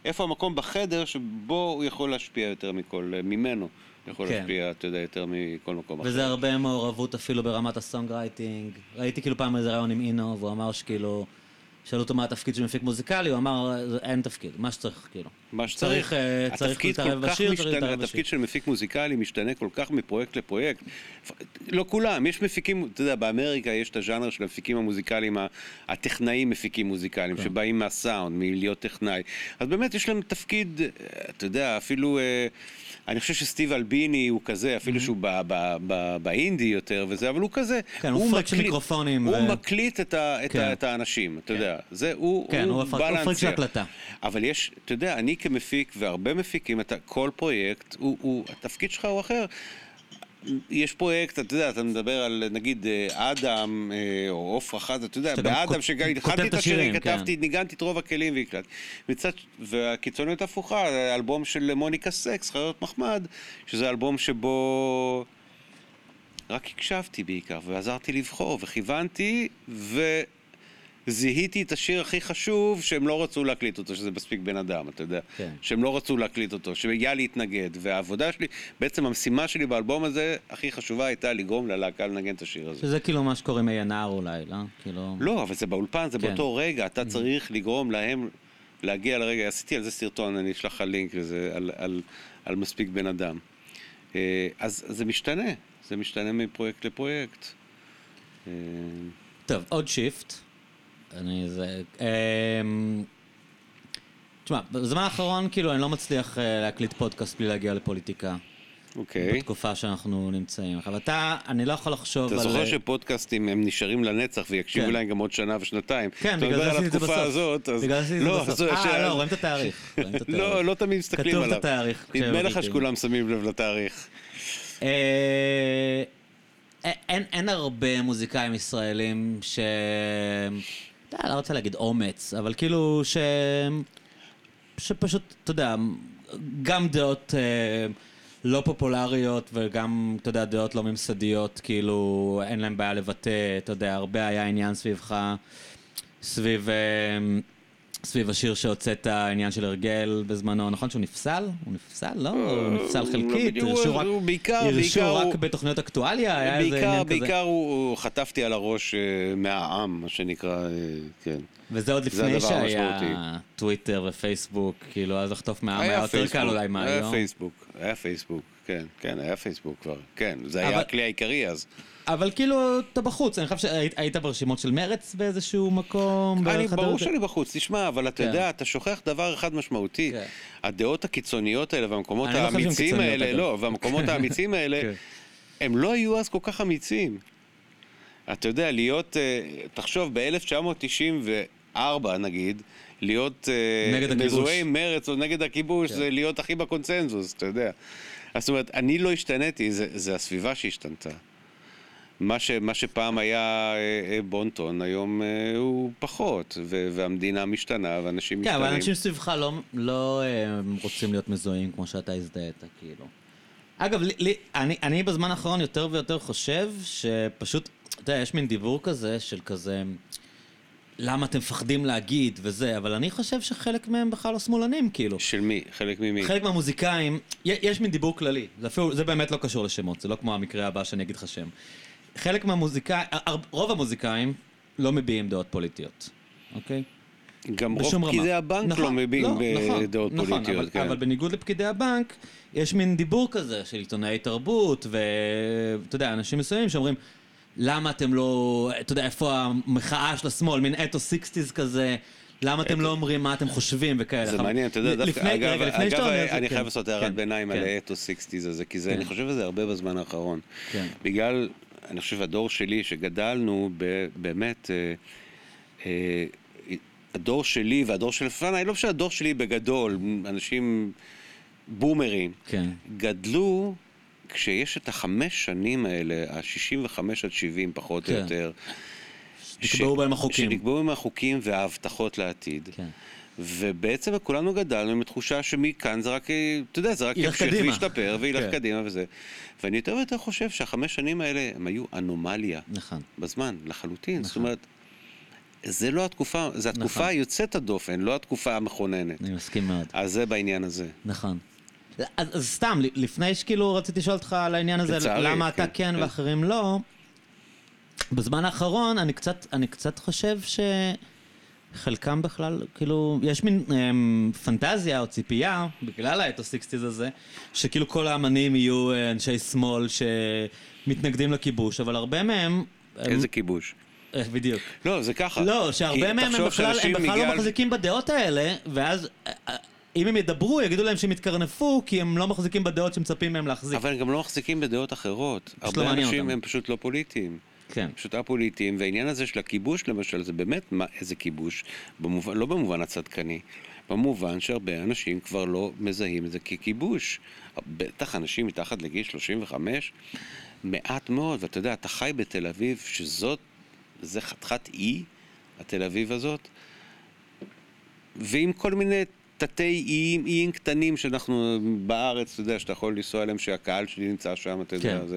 איפה המקום בחדר שבו הוא יכול להשפיע יותר מכל, ממנו. יכול כן. להשפיע, אתה יודע, יותר מכל מקום אחר. וזה הרבה מעורבות אפילו ברמת הסונג רייטינג. ראיתי כאילו פעם איזה רעיון עם אינו, והוא אמר שכאילו, שאלו אותו מה התפקיד של מפיק מוזיקלי, הוא אמר, אין תפקיד, מה שצריך, כאילו. מה שצריך, צריך, צריך להתערב בשיר, צריך להתערב בשיר. התפקיד של מפיק מוזיקלי משתנה כל כך מפרויקט לפרויקט. לא כולם, יש מפיקים, אתה יודע, באמריקה יש את הז'אנר של המפיקים המוזיקליים, הטכנאים מפיקים מוזיקליים, שבאים מהסאונד, מלהיות טכנאי. אז באמת יש להם תפקיד, אתה יודע, אפילו... אני חושב שסטיב אלביני הוא כזה, אפילו שהוא באינדי יותר וזה, אבל הוא כזה. כן, הוא פרק של מיקרופונים. הוא מקליט את האנשים, אתה יודע. כן, הוא פרק של הקלטה. אבל יש, אתה יודע, אני כמפיק והרבה מפיקים, כל פרויקט, התפקיד שלך הוא אחר. יש פרויקט, אתה יודע, אתה מדבר על נגיד אדם או עופרה חזה, אתה יודע, באדם שהתחלתי את השירים, כתבתי, ניגנתי את רוב הכלים והקלטתי. והקיצוניות הפוכה, אלבום של מוניקה סקס, חיות מחמד, שזה אלבום שבו רק הקשבתי בעיקר, ועזרתי לבחור, וכיוונתי, וזיהיתי את השיר הכי חשוב, שהם לא רצו להקליט אותו, שזה מספיק בן אדם, אתה יודע. כן. שהם לא רצו להקליט אותו, שהיה להתנגד. והעבודה שלי, בעצם המשימה שלי באלבום הזה, הכי חשובה הייתה לגרום ללהקה לנגן את השיר הזה. שזה כאילו מה שקוראים איינר אולי, לא? כאילו... לא, אבל זה באולפן, זה כן. באותו רגע, אתה צריך לגרום להם להגיע לרגע. עשיתי על זה סרטון, אני אשלח לך לינק לזה, על, על, על מספיק בן אדם. אז זה משתנה, זה משתנה מפרויקט לפרויקט. טוב, עוד שיפט. אני זה... תשמע, בזמן האחרון כאילו אני לא מצליח להקליט פודקאסט בלי להגיע לפוליטיקה. אוקיי. בתקופה שאנחנו נמצאים. אבל אתה, אני לא יכול לחשוב על... אתה זוכר שפודקאסטים הם נשארים לנצח ויקשיבו להם גם עוד שנה ושנתיים. כן, בגלל זה עשיתי את זה בסוף. בגלל זה עשיתי את זה בסוף. אה, לא, רואים את התאריך. לא, לא תמיד מסתכלים עליו. כתוב את התאריך. נדמה לך שכולם שמים לב לתאריך. אין הרבה מוזיקאים ישראלים ש... לא רוצה להגיד אומץ, אבל כאילו ש... שפשוט, אתה יודע, גם דעות לא פופולריות וגם, אתה יודע, דעות לא ממסדיות, כאילו אין להם בעיה לבטא, אתה יודע, הרבה היה עניין סביבך, סביב... סביב השיר שהוצאת העניין של הרגל בזמנו, נכון שהוא נפסל? הוא נפסל? לא? הוא נפסל חלקית? הרשו רק בתוכניות אקטואליה? היה איזה עניין כזה? בעיקר הוא חטפתי על הראש מהעם, מה שנקרא, כן. וזה עוד לפני שהיה טוויטר ופייסבוק, כאילו, אז לחטוף מהעם היה יותר קל אולי מה היום? היה פייסבוק, היה פייסבוק, כן, כן, היה פייסבוק כבר, כן, זה היה הכלי העיקרי אז. אבל כאילו, אתה בחוץ, אני חושב שהיית ברשימות של מרץ באיזשהו מקום? אני, ברור שאני בחוץ, תשמע, אבל אתה יודע, אתה שוכח דבר אחד משמעותי. הדעות הקיצוניות האלה והמקומות האמיצים האלה, לא, והמקומות האמיצים האלה, הם לא היו אז כל כך אמיצים. אתה יודע, להיות, תחשוב, ב-אלף תשע מאות תשעים וארבע נגיד, להיות מזוהה עם מרץ או נגד הכיבוש, זה להיות הכי בקונצנזוס, אתה יודע. זאת אומרת, אני לא השתניתי, זה הסביבה שהשתנתה. מה, ש, מה שפעם היה בונטון, היום הוא פחות, והמדינה משתנה, ואנשים משתנים. כן, אבל אנשים סביבך לא, לא רוצים להיות מזוהים כמו שאתה הזדהית, כאילו. אגב, לי, לי, אני, אני בזמן האחרון יותר ויותר חושב שפשוט, אתה יודע, יש מין דיבור כזה של כזה, למה אתם מפחדים להגיד וזה, אבל אני חושב שחלק מהם בכלל לא שמאלנים, כאילו. של מי? חלק ממי? חלק מהמוזיקאים, יש מין דיבור כללי, זה, אפילו, זה באמת לא קשור לשמות, זה לא כמו המקרה הבא שאני אגיד לך שם. חלק מהמוזיקאים, רוב המוזיקאים לא מביעים דעות פוליטיות, אוקיי? גם רוב פקידי הבנק נכון, לא מביעים לא, דעות נכון, פוליטיות. נכון, אבל, כן. אבל בניגוד לפקידי הבנק, יש מין דיבור כזה של עיתונאי תרבות, ואתה יודע, אנשים מסוימים שאומרים, למה אתם לא, אתה יודע, איפה המחאה של השמאל, מין אתו סיקסטיז כזה, למה אתם לא אומרים מה אתם חושבים וכאלה. זה מעניין, אתה יודע, דווקא, אגב, אני חייב לעשות הערת ביניים על האתו סיקסטיז הזה, כי אני חושב על זה הרבה בזמן האחרון. בגלל, אני חושב, הדור שלי שגדלנו באמת, הדור שלי והדור של פלנה, לא חושב שהדור שלי בגדול, אנשים בומרים, גדלו כשיש את החמש שנים האלה, ה-שישים וחמש עד שבעים פחות או יותר, שנקבעו בהם החוקים. שנקבעו בהם החוקים וההבטחות לעתיד. ובעצם כולנו גדלנו עם התחושה שמכאן זה רק, אתה יודע, זה רק ימשיך וישתפר וילך קדימה וזה. ואני יותר ויותר חושב שהחמש שנים האלה הם היו אנומליה בזמן, לחלוטין. זאת אומרת, זה לא התקופה, זה התקופה נכון. היוצאת הדופן, לא התקופה המכוננת. אני מסכים מאוד. אז זה בעניין הזה. נכון. אז, אז סתם, לפני שכאילו רציתי לשאול אותך על העניין הזה, לצערי, למה כן, אתה כן, כן ואחרים לא, בזמן האחרון אני קצת, אני קצת חושב שחלקם בכלל, כאילו, יש מין אמ, פנטזיה או ציפייה, בגלל האתו-סיקסטיז הזה, שכאילו כל האמנים יהיו אנשי שמאל שמתנגדים לכיבוש, אבל הרבה מהם... איזה הם... כיבוש? בדיוק. לא, זה ככה. לא, שהרבה מהם הם בכלל, הם בכלל לא מחזיקים בדעות האלה, ואז... אם הם ידברו, יגידו להם שהם יתקרנפו, כי הם לא מחזיקים בדעות שמצפים מהם להחזיק. אבל הם גם לא מחזיקים בדעות אחרות. הרבה אנשים הם פשוט לא פוליטיים. כן. פשוט הפוליטיים, והעניין הזה של הכיבוש, למשל, זה באמת מה, איזה כיבוש, במובן, לא במובן הצדקני, במובן שהרבה אנשים כבר לא מזהים את זה ככיבוש. בטח אנשים מתחת לגיל שלושים וחמש, מעט מאוד, ואתה יודע, אתה חי בתל אביב, שזאת, זה חתיכת אי, התל אביב הזאת, ועם כל מיני תתי איים, איים קטנים שאנחנו בארץ, אתה יודע, שאתה יכול לנסוע אליהם, שהקהל שלי נמצא שם, אתה יודע, כן. זה...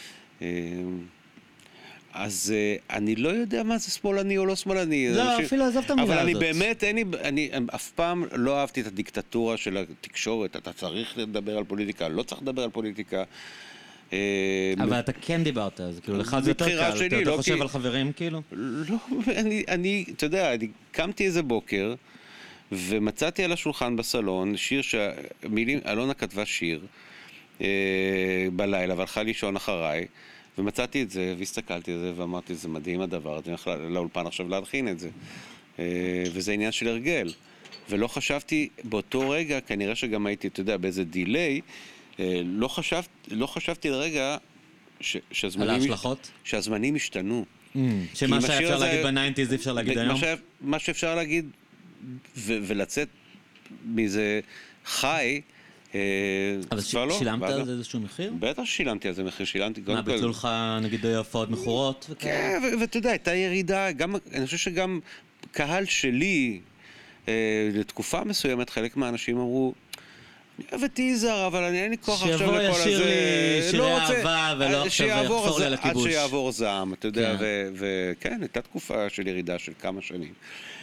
אז אני לא יודע מה זה שמאלני או לא שמאלני. לא, אפילו עזוב את המילה הזאת. אבל אני באמת, אני, אני אף פעם לא אהבתי את הדיקטטורה של התקשורת. אתה צריך לדבר על פוליטיקה, לא צריך לדבר על פוליטיקה. אבל אתה כן דיברת, אז כאילו לך זה יותר קל, אתה יותר חושב על חברים כאילו? לא, אני, אתה יודע, אני קמתי איזה בוקר, ומצאתי על השולחן בסלון שיר שמילים, אלונה כתבה שיר בלילה, והלכה לישון אחריי, ומצאתי את זה, והסתכלתי על זה, ואמרתי, זה מדהים הדבר, אני הולך לאולפן עכשיו להלחין את זה. וזה עניין של הרגל. ולא חשבתי באותו רגע, כנראה שגם הייתי, אתה יודע, באיזה דיליי, לא חשבתי, לא חשבתי לרגע ש, שהזמנים... על ההשלכות? שהזמנים השתנו. Mm, שמה שהיה אפשר להגיד בניינטיז אי אפשר להגיד היום? מה שאפשר להגיד ו- ולצאת מזה חי, אבל ש- לא, שילמת על זה איזשהו מחיר? בטח ששילמתי על זה מחיר, שילמתי... מה, ביטלו לך נגיד הופעות מכורות? כן, ואתה יודע, הייתה ירידה, גם, אני חושב שגם קהל שלי, אה, לתקופה מסוימת, חלק מהאנשים אמרו, אני אוהב את איזר, אבל אני אין לי כוח עכשיו לכל הזה. שיבוא ישיר לי שירי אהבה, ולא עכשיו יחזור לי לכיבוש. עד שיעבור זעם, אתה יודע, וכן, הייתה תקופה של ירידה של כמה שנים.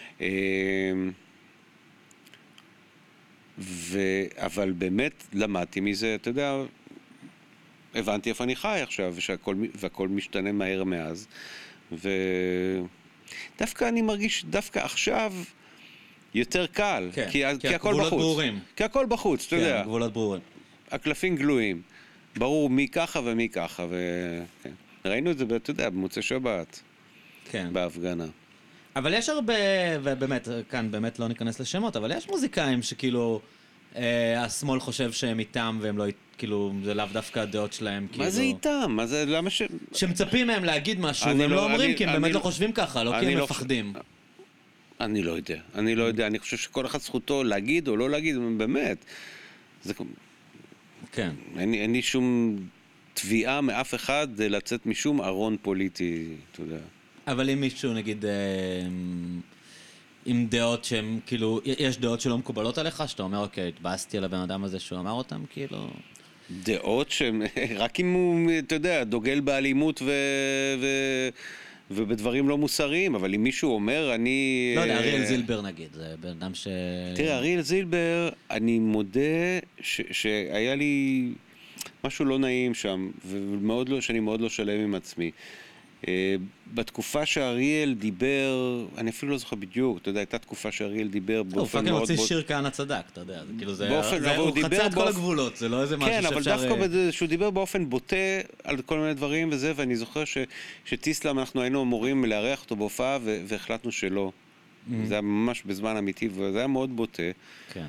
ו... אבל באמת למדתי מזה, אתה יודע, הבנתי איפה אני חי עכשיו, ושהכל, והכל משתנה מהר מאז, ודווקא אני מרגיש, דווקא עכשיו יותר קל, כן, כי, כי, כי הכל בחוץ. ברורים. כי הכל בחוץ, אתה כן, יודע. גבולות ברורים. הקלפים גלויים. ברור מי ככה ומי ככה, וכן. ראינו את זה, אתה יודע, במוצאי שבת, כן. בהפגנה. אבל יש הרבה, ובאמת, כאן באמת לא ניכנס לשמות, אבל יש מוזיקאים שכאילו, אה, השמאל חושב שהם איתם, והם לא, כאילו, זה לאו דווקא הדעות שלהם, כאילו... מה זה איתם? מה זה, למה ש... שמצפים מהם להגיד משהו, והם לא, לא אומרים, אני, כי הם באמת לא חושבים ככה, לא כי הם לא מפחדים. אני לא יודע, אני לא יודע, אני חושב שכל אחד זכותו להגיד או לא להגיד, באמת. זה... כן. אין, אין לי שום תביעה מאף אחד לצאת משום ארון פוליטי, אתה יודע. אבל אם מישהו, נגיד, עם דעות שהן, כאילו, יש דעות שלא מקובלות עליך, שאתה אומר, אוקיי, התבאסתי על הבן אדם הזה שהוא אמר אותם, כאילו... דעות שהן, רק אם הוא, אתה יודע, דוגל באלימות ו... ו... ובדברים לא מוסריים, אבל אם מישהו אומר, אני... לא יודע, אריאל זילבר נגיד, זה בן אדם ש... תראה, אריאל זילבר, אני מודה ש... שהיה לי משהו לא נעים שם, ומאוד לא, שאני מאוד לא שלם עם עצמי. בתקופה שאריאל דיבר, אני אפילו לא זוכר בדיוק, אתה יודע, הייתה תקופה שאריאל דיבר באופן מאוד... הוא פאקינג הוציא שיר כהנא צדק, אתה יודע, כאילו זה... הוא חצה את כל הגבולות, זה לא איזה משהו שאפשר... כן, אבל דווקא שהוא דיבר באופן בוטה על כל מיני דברים וזה, ואני זוכר שטיסלאם אנחנו היינו אמורים לארח אותו בהופעה, והחלטנו שלא. זה היה ממש בזמן אמיתי, וזה היה מאוד בוטה. כן.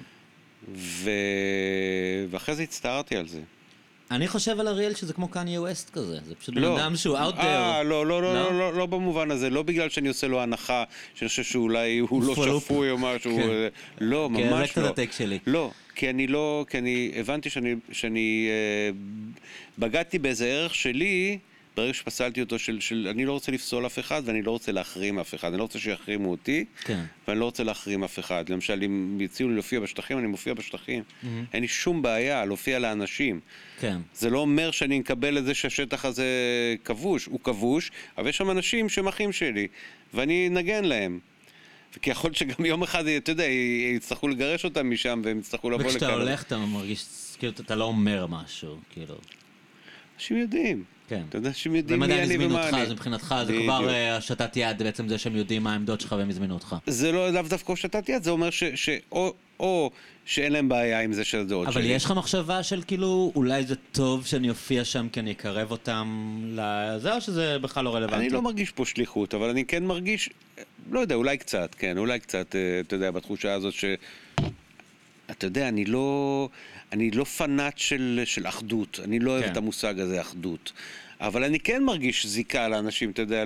ואחרי זה הצטערתי על זה. אני חושב על אריאל שזה כמו קניה ווסט כזה, זה פשוט בן אדם שהוא out there. אה, לא, לא, לא, לא, לא במובן הזה, לא בגלל שאני עושה לו הנחה, שאני חושב שאולי הוא לא שפוי או משהו, לא, ממש לא. לא, כי אני לא, כי אני הבנתי שאני בגדתי באיזה ערך שלי, ברגע שפסלתי אותו של, של אני לא רוצה לפסול אף אחד ואני לא רוצה להחרים אף אחד, אני לא רוצה שיחרימו אותי, כן. ואני לא רוצה להחרים אף אחד. למשל, אם יציעו לי להופיע בשטחים, אני מופיע בשטחים. Mm-hmm. אין לי שום בעיה להופיע לאנשים. כן. זה לא אומר שאני נקבל את זה שהשטח הזה כבוש, הוא כבוש, אבל יש שם אנשים שהם אחים שלי, ואני נגן להם. כי יכול להיות שגם יום אחד, אתה יודע, יצטרכו לגרש אותם משם, והם יצטרכו לבוא לכאן. וכשאתה הולך, אתה מרגיש, כאילו, אתה לא אומר משהו, כאילו. אנשים יודעים. כן. אתה יודע, אנשים יודעים מי אני ומה אני. אז מבחינתך, זה כבר השתת יד, בעצם זה שהם יודעים מה העמדות שלך והם הזמינו אותך. זה לא לאו דווקא השתת יד, זה אומר או שאין להם בעיה עם זה של הדעות שלי. אבל יש לך מחשבה של כאילו, אולי זה טוב שאני אופיע שם כי אני אקרב אותם לזה, או שזה בכלל לא רלוונטי? אני לא מרגיש פה שליחות, אבל אני כן מרגיש, לא יודע, אולי קצת, כן, אולי קצת, אתה יודע, בתחושה הזאת ש... אתה יודע, אני לא... אני לא פנאט של, של אחדות, אני לא אוהב כן. את המושג הזה, אחדות. אבל אני כן מרגיש זיקה לאנשים, אתה יודע,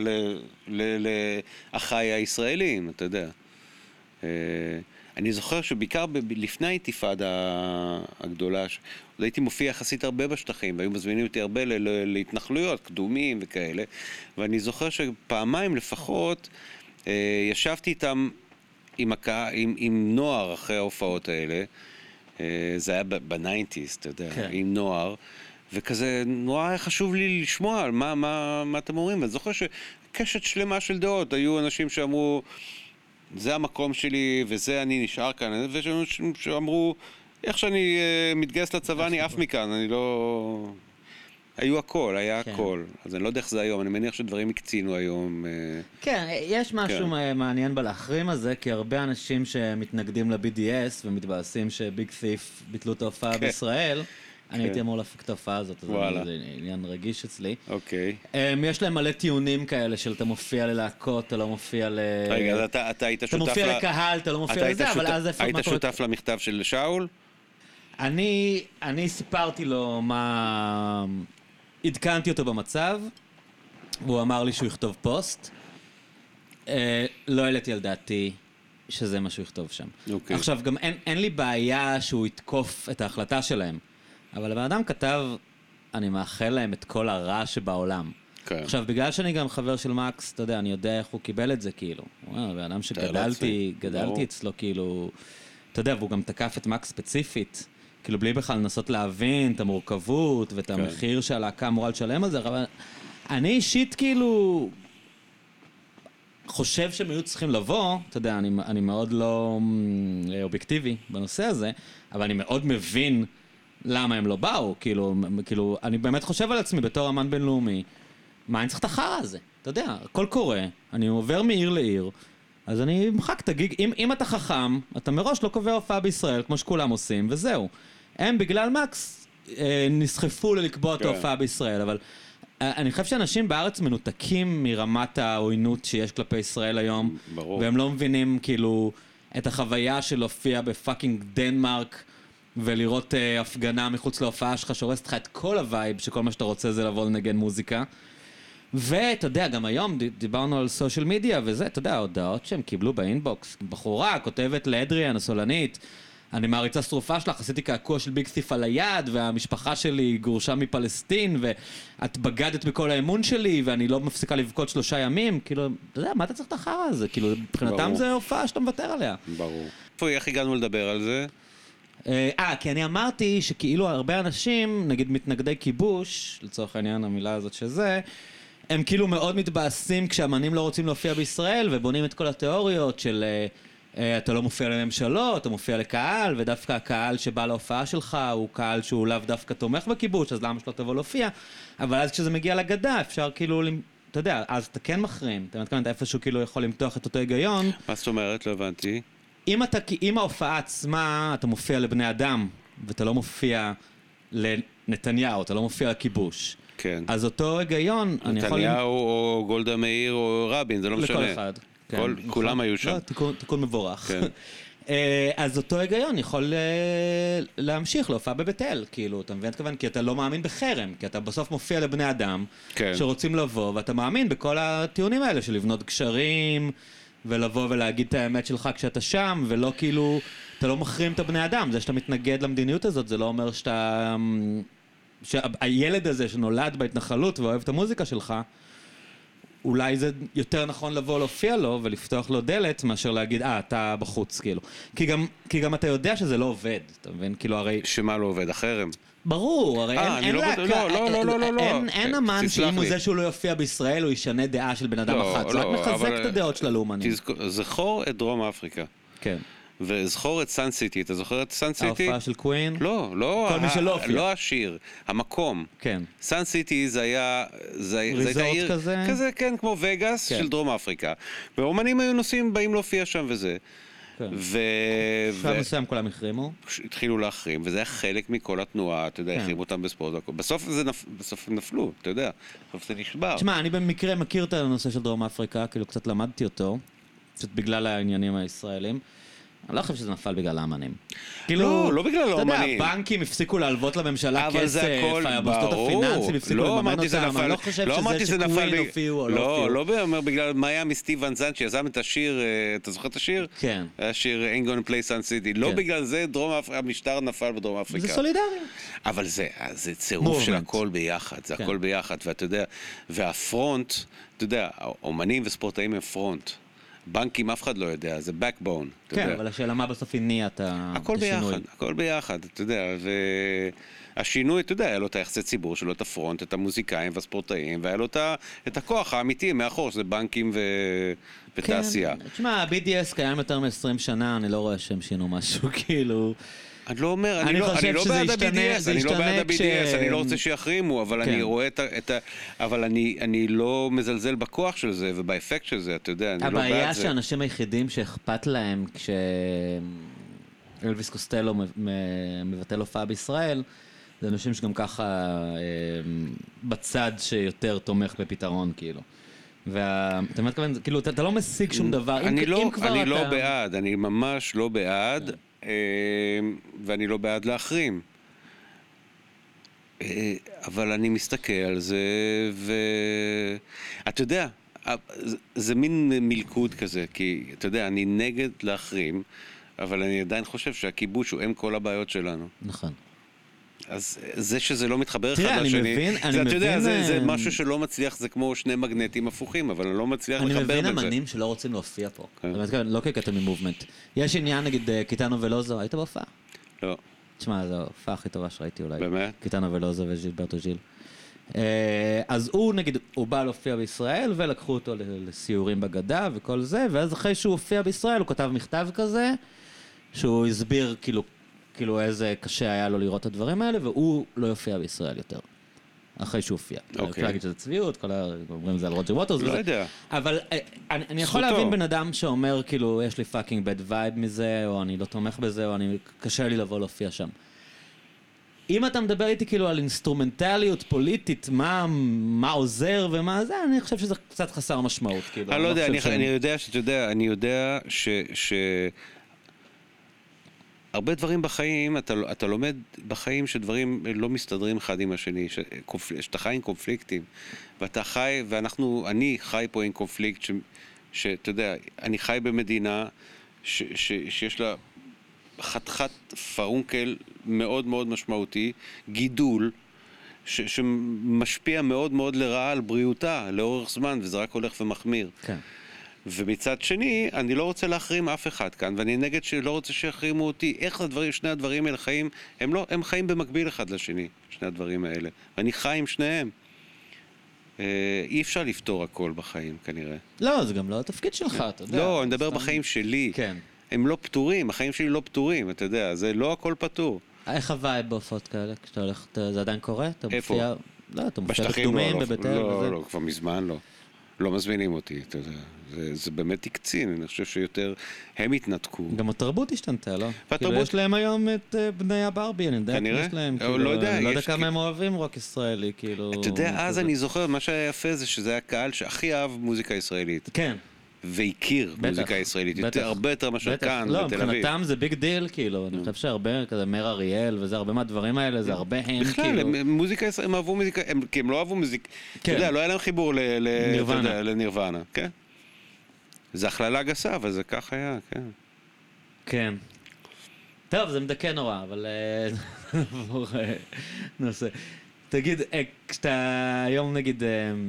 לאחיי הישראלים, אתה יודע. אני זוכר שבעיקר ב- לפני האינתיפאדה הגדולה, עוד הייתי מופיע יחסית הרבה בשטחים, והיו מזמינים אותי הרבה ל- ל- להתנחלויות, קדומים וכאלה, ואני זוכר שפעמיים לפחות אה, ישבתי איתם עם, הקה, עם, עם נוער אחרי ההופעות האלה, אה, זה היה בניינטיז, אתה יודע, כן. עם נוער, וכזה נורא היה חשוב לי לשמוע על מה, מה, מה אתם אומרים, ואני זוכר שקשת שלמה של דעות, היו אנשים שאמרו, זה המקום שלי, וזה אני נשאר כאן, ושאמרו, איך שאני uh, מתגייס לצבא, אני אף מכאן, אני לא... היו הכל, היה כן. הכל. אז אני לא יודע איך זה היום, אני מניח שדברים הקצינו היום. כן, יש משהו כן. מעניין בלהחרים הזה, כי הרבה אנשים שמתנגדים ל-בי די אס ומתבאסים שביג ת'יף ביטלו את ההופעה כן. בישראל, אני הייתי אמור להפיק את ההופעה הזאת, אז זה עניין רגיש אצלי. אוקיי. יש להם מלא טיעונים כאלה של אתה מופיע ללהקות, אתה לא מופיע ל... רגע, אז אתה היית שותף... אתה מופיע לקהל, אתה לא מופיע לזה, אבל אז איפה... היית שותף למכתב של שאול? אני סיפרתי לו מה... עדכנתי אותו במצב, והוא אמר לי שהוא יכתוב פוסט. לא העליתי על דעתי שזה מה שהוא יכתוב שם. עכשיו, גם אין לי בעיה שהוא יתקוף את ההחלטה שלהם. אבל הבן אדם כתב, אני מאחל להם את כל הרע שבעולם. כן. עכשיו, בגלל שאני גם חבר של מקס, אתה יודע, אני יודע איך הוא קיבל את זה, כאילו. הוא אומר, הבן אדם שגדלתי, גדלתי אצלו, כאילו, אתה יודע, והוא גם תקף את מקס ספציפית, כאילו, בלי בכלל לנסות להבין את המורכבות, ואת כן. המחיר שהלהקה אמורה לשלם על זה, אבל אני אישית, כאילו, חושב שהם היו צריכים לבוא, אתה יודע, אני, אני מאוד לא אובייקטיבי בנושא הזה, אבל אני מאוד מבין למה הם לא באו, כאילו, כאילו, אני באמת חושב על עצמי בתור אמן בינלאומי, מה אני צריך את החרא הזה? אתה יודע, הכל קורה, אני עובר מעיר לעיר, אז אני מחק את הגיג, אם, אם אתה חכם, אתה מראש לא קובע הופעה בישראל, כמו שכולם עושים, וזהו. הם בגלל מקס אה, נסחפו ללקבוע את ההופעה בישראל, אבל אה, אני חושב שאנשים בארץ מנותקים מרמת העוינות שיש כלפי ישראל היום, ברור. והם לא מבינים כאילו את החוויה של להופיע בפאקינג דנמרק, ולראות uh, הפגנה מחוץ להופעה שלך שהורסת לך את כל הווייב שכל מה שאתה רוצה זה לבוא לנגן מוזיקה. ואתה יודע, גם היום דיברנו על סושיאל מדיה וזה, אתה יודע, ההודעות שהם קיבלו באינבוקס. בחורה כותבת לאדריאן, הסולנית, אני מעריצה שרופה שלך, עשיתי קעקוע של ביג ת'יף על היד, והמשפחה שלי גורשה מפלסטין, ואת בגדת בכל האמון שלי, ואני לא מפסיקה לבכות שלושה ימים. כאילו, אתה יודע, מה אתה צריך את החרא הזה? כאילו, מבחינתם זה הופעה שאתה מוותר עליה. ברור. איפה, איך הגענו לדבר על זה? אה, כי אני אמרתי שכאילו הרבה אנשים, נגיד מתנגדי כיבוש, לצורך העניין המילה הזאת שזה, הם כאילו מאוד מתבאסים כשאמנים לא רוצים להופיע בישראל, ובונים את כל התיאוריות של אה, אתה לא מופיע לממשלות, אתה מופיע לקהל, ודווקא הקהל שבא להופעה שלך הוא קהל שהוא לאו דווקא תומך בכיבוש, אז למה שלא תבוא להופיע? אבל אז כשזה מגיע לגדה, אפשר כאילו, אתה יודע, אז אתה כן מחרים, אתה מתכוונת איפשהו כאילו יכול למתוח את אותו היגיון. מה זאת אומרת? לא הבנתי. אם אתה, אם ההופעה עצמה, אתה מופיע לבני אדם, ואתה לא מופיע לנתניהו, אתה לא מופיע לכיבוש. כן. אז אותו היגיון, אני יכול... נתניהו או גולדה מאיר או רבין, זה לא משנה. לכל אחד. כל, כן, כולם היו שם. לא, תיקון, תיקון מבורך. כן. אז אותו היגיון יכול להמשיך להופעה בבית אל, כאילו, אתה מבין כיוון? כי אתה לא מאמין בחרם, כי אתה בסוף מופיע לבני אדם, כן. שרוצים לבוא, ואתה מאמין בכל הטיעונים האלה של לבנות גשרים, ולבוא ולהגיד את האמת שלך כשאתה שם, ולא כאילו, אתה לא מחרים את הבני אדם. זה שאתה מתנגד למדיניות הזאת, זה לא אומר שאתה, שהילד הזה שנולד בהתנחלות ואוהב את המוזיקה שלך, אולי זה יותר נכון לבוא להופיע לו ולפתוח לו דלת מאשר להגיד, אה, אתה בחוץ, כאילו. כי גם, כי גם אתה יודע שזה לא עובד, אתה מבין? כאילו, הרי... שמה לא עובד? החרם? ברור, הרי אין, אין להקה, לא, לא, לא, לא, לא, אין, אין אמן שאם הוא זה שהוא לא יופיע בישראל, הוא ישנה דעה של בן אדם אחת. זה רק מחזק את הדעות של הלאומנים. זכור את דרום אפריקה. כן. וזכור את סאן סיטי, אתה זוכר את סאן סיטי? ההופעה של קווין? לא, לא, כל מי שלא הופיע. לא השיר, המקום. כן. סאן סיטי זה היה, זה הייתה עיר כזה? כזה, כן, כמו וגאס של דרום אפריקה. ואומנים היו נוסעים, באים להופיע שם וזה. ו... עכשיו מסוים כולם החרימו? התחילו להחרים, וזה היה חלק מכל התנועה, אתה יודע, החרימו אותם בספורט. בסוף הם נפלו, אתה יודע, בסוף זה נשבר. תשמע, אני במקרה מכיר את הנושא של דרום אפריקה, כאילו קצת למדתי אותו, קצת בגלל העניינים הישראלים. אני לא חושב שזה נפל בגלל האמנים. לא, לא בגלל האמנים. אתה יודע, הבנקים הפסיקו להלוות לממשלה כסף, המוסדות הפיננסיים הפסיקו לממן אותם, אני לא חושב שזה שקווין הופיעו או לא הופיעו. לא, לא אומר בגלל מה היה מסטיב ון זנט שיזם את השיר, אתה זוכר את השיר? כן. השיר Ain't Gonna Play Sun City. לא בגלל זה המשטר נפל בדרום אפריקה. זה סולידריות. אבל זה צירוף של הכל ביחד, זה הכל ביחד, ואתה יודע, והפרונט, אתה יודע, אומנים וספורטאים הם פרונט. בנקים אף אחד לא יודע, זה backbone. כן, אבל השאלה מה בסוף הניע את השינוי. הכל ביחד, הכל ביחד, אתה יודע, והשינוי, אתה יודע, היה לו את היחסי ציבור שלו, את הפרונט, את המוזיקאים והספורטאים, והיה לו את הכוח האמיתי מאחור, שזה בנקים ותעשייה. כן, תשמע, ה-בי די אס קיים יותר מ-עשרים שנה, אני לא רואה שהם שינו משהו, כאילו... אני לא אומר, אני לא, אני לא בעד ה-בי די אס, אני לא בעד ה-בי די אס, אני לא רוצה שיחרימו, אבל אני רואה את ה... אבל אני לא מזלזל בכוח של זה ובאפקט של זה, אתה יודע, אני לא בעד זה. הבעיה שהאנשים היחידים שאכפת להם כשאלוויס קוסטלו מבטל הופעה בישראל, זה אנשים שגם ככה בצד שיותר תומך בפתרון, כאילו. ואתה מתכוון, כאילו, אתה לא משיג שום דבר. אני לא בעד, אני ממש לא בעד. ואני לא בעד להחרים. אבל אני מסתכל על זה, ואתה יודע, זה מין מלכוד כזה, כי אתה יודע, אני נגד להחרים, אבל אני עדיין חושב שהכיבוש הוא אם כל הבעיות שלנו. נכון. אז זה שזה לא מתחבר אחד לשני, זה, אתה יודע, זה, זה משהו שלא מצליח, זה כמו שני מגנטים הפוכים, אבל אני לא מצליח לחבר בין זה. אני מבין אמנים שלא רוצים להופיע פה. לא כקטע ממובמנט. יש עניין, נגיד, קיטנו ולוזו, היית בהופעה? לא. תשמע, זו ההופעה הכי טובה שראיתי אולי. באמת? קיטנו ולוזו וז'ילברטו ז'יל. אז הוא, נגיד, הוא בא להופיע בישראל, ולקחו אותו לסיורים בגדה וכל זה, ואז אחרי שהוא הופיע בישראל, הוא כתב מכתב כזה, שהוא הסביר, כאילו, כאילו איזה קשה היה לו לראות את הדברים האלה, והוא לא יופיע בישראל יותר. אחרי שהוא הופיע. אפשר להגיד שזה צביעות, כל אומרים זה על רוג'ר ווטרס. לא יודע. אבל אני יכול להבין בן אדם שאומר, כאילו, יש לי פאקינג בד וייב מזה, או אני לא תומך בזה, או אני קשה לי לבוא להופיע שם. אם אתה מדבר איתי כאילו על אינסטרומנטליות פוליטית, מה, מה עוזר ומה זה, אני חושב שזה קצת חסר משמעות. כאילו, אני לא יודע, אני, אני יודע שאתה יודע, אני יודע ש... ש... הרבה דברים בחיים, אתה, אתה לומד בחיים שדברים לא מסתדרים אחד עם השני, שקופל, שאתה חי עם קונפליקטים, ואתה חי, ואנחנו, אני חי פה עם קונפליקט, ש, שאתה יודע, אני חי במדינה ש, ש, שיש לה חתיכת פרונקל מאוד מאוד משמעותי, גידול, ש, שמשפיע מאוד מאוד לרעה על בריאותה, לאורך זמן, וזה רק הולך ומחמיר. כן. ומצד שני, אני לא רוצה להחרים אף אחד כאן, ואני נגד שלא רוצה שיחרימו אותי. איך הדברים, שני הדברים האלה חיים, הם לא, הם חיים במקביל אחד לשני, שני הדברים האלה. ואני חי עם שניהם. אה, אי אפשר לפתור הכל בחיים, כנראה. לא, זה גם לא התפקיד שלך, אתה יודע. לא, אני מדבר בחיים שלי. כן. הם לא פתורים, החיים שלי לא פתורים, אתה יודע, זה לא הכל פתור. איך הווייב בהופעות כאלה? כשאתה הולך, זה עדיין קורה? איפה? לא, אתה מופיע בקדומים, בבית אל וזה. לא, לא, כבר מזמן לא. לא מזמינים אותי, אתה יודע. זה, זה באמת תקצין, אני חושב שיותר הם התנתקו. גם התרבות השתנתה, לא? והתרבות... כאילו יש להם היום את uh, בני הברבי, אני יודע, כנראה? יש להם, כאילו, לא יודע, אני לא יודע יש... כמה הם אוהבים רוק ישראלי, כאילו... אתה יודע, אז אני זוכר, מה שהיה יפה זה שזה היה קהל שהכי אהב מוזיקה ישראלית. כן. והכיר מוזיקה ישראלית, יותר, הרבה יותר מאשר כאן, לא, בתל אביב. מבחינתם זה ביג דיל, כאילו, אני חושב שהרבה, כזה מר אריאל, וזה הרבה מהדברים האלה, זה הרבה הם, כאילו... בכלל, מוזיקה ישראלית, הם אהבו מוזיקה, כי הם לא אהבו מוזיקה, אתה יודע, לא היה להם חיבור לנירוונה, כן? זה הכללה גסה, אבל זה כך היה, כן. כן. טוב, זה מדכא נורא, אבל... נושא. תגיד, כשאתה היום נגיד,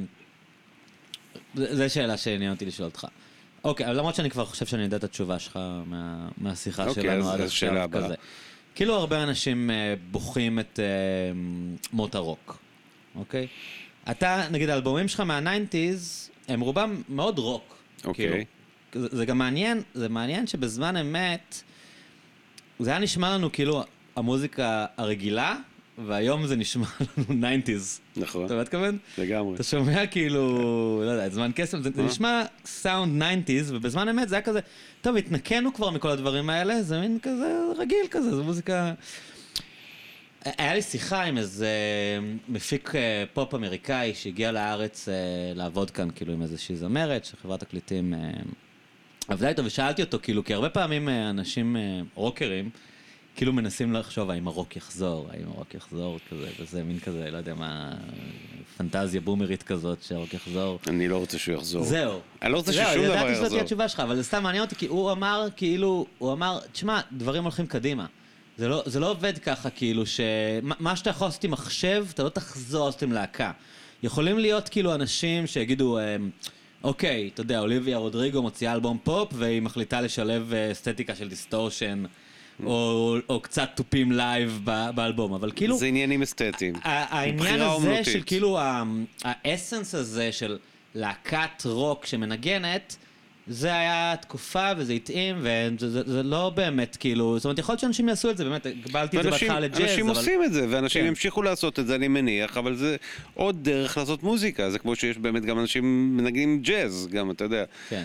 זו שאלה שעניין אותי לשאול אותך. אוקיי, למרות שאני כבר חושב שאני יודע את התשובה שלך מהשיחה שלנו עד עכשיו כזה. כאילו הרבה אנשים בוכים את מות הרוק, אוקיי? אתה, נגיד, האלבומים שלך מה-תשעים, הם רובם מאוד רוק. אוקיי. זה גם מעניין, זה מעניין שבזמן אמת, זה היה נשמע לנו כאילו המוזיקה הרגילה, והיום זה נשמע לנו תשעים. נכון. אתה מתכוון? לגמרי. אתה שומע כאילו, לא יודע, זמן קסם, זה נשמע סאונד תשעים, ובזמן אמת זה היה כזה, טוב, התנקנו כבר מכל הדברים האלה, זה מין כזה רגיל כזה, זו מוזיקה... היה לי שיחה עם איזה מפיק פופ אמריקאי שהגיע לארץ לעבוד כאן, כאילו עם איזושהי זמרת, שחברת תקליטים עבדה איתו, ושאלתי אותו, כאילו, כי הרבה פעמים אנשים רוקרים, כאילו מנסים לחשוב האם הרוק יחזור, האם הרוק יחזור כזה, וזה מין כזה, לא יודע מה, פנטזיה בומרית כזאת שהרוק יחזור. אני לא רוצה שהוא יחזור. זהו. אני לא רוצה ששום דבר יחזור. ידעתי שזאת תהיה התשובה שלך, אבל זה סתם מעניין אותי, כי הוא אמר, כאילו, הוא אמר, תשמע, דברים הולכים קדימה. זה לא, זה לא עובד ככה, כאילו, שמה שאתה יכול לעשות עם מחשב, אתה לא תחזור לעשות עם להקה. יכולים להיות, כאילו, אנשים שיגידו, אוקיי, אתה יודע, אוליביה רודריגו מוציאה אלבום פופ, והיא מחליטה לשלב אסתטיקה של דיסטורשן, או, או קצת טופים לייב באלבום, אבל כאילו... זה עניינים אסתטיים. העניין הזה של כאילו, האסנס הזה של להקת רוק שמנגנת, זה היה תקופה וזה התאים, וזה לא באמת כאילו, זאת אומרת, יכול להיות שאנשים יעשו את זה, באמת, גבלתי את זה בהתחלה לג'אז, אבל... אנשים עושים את זה, ואנשים ימשיכו לעשות את זה, אני מניח, אבל זה עוד דרך לעשות מוזיקה, זה כמו שיש באמת גם אנשים מנגנים ג'אז, גם, אתה יודע. כן.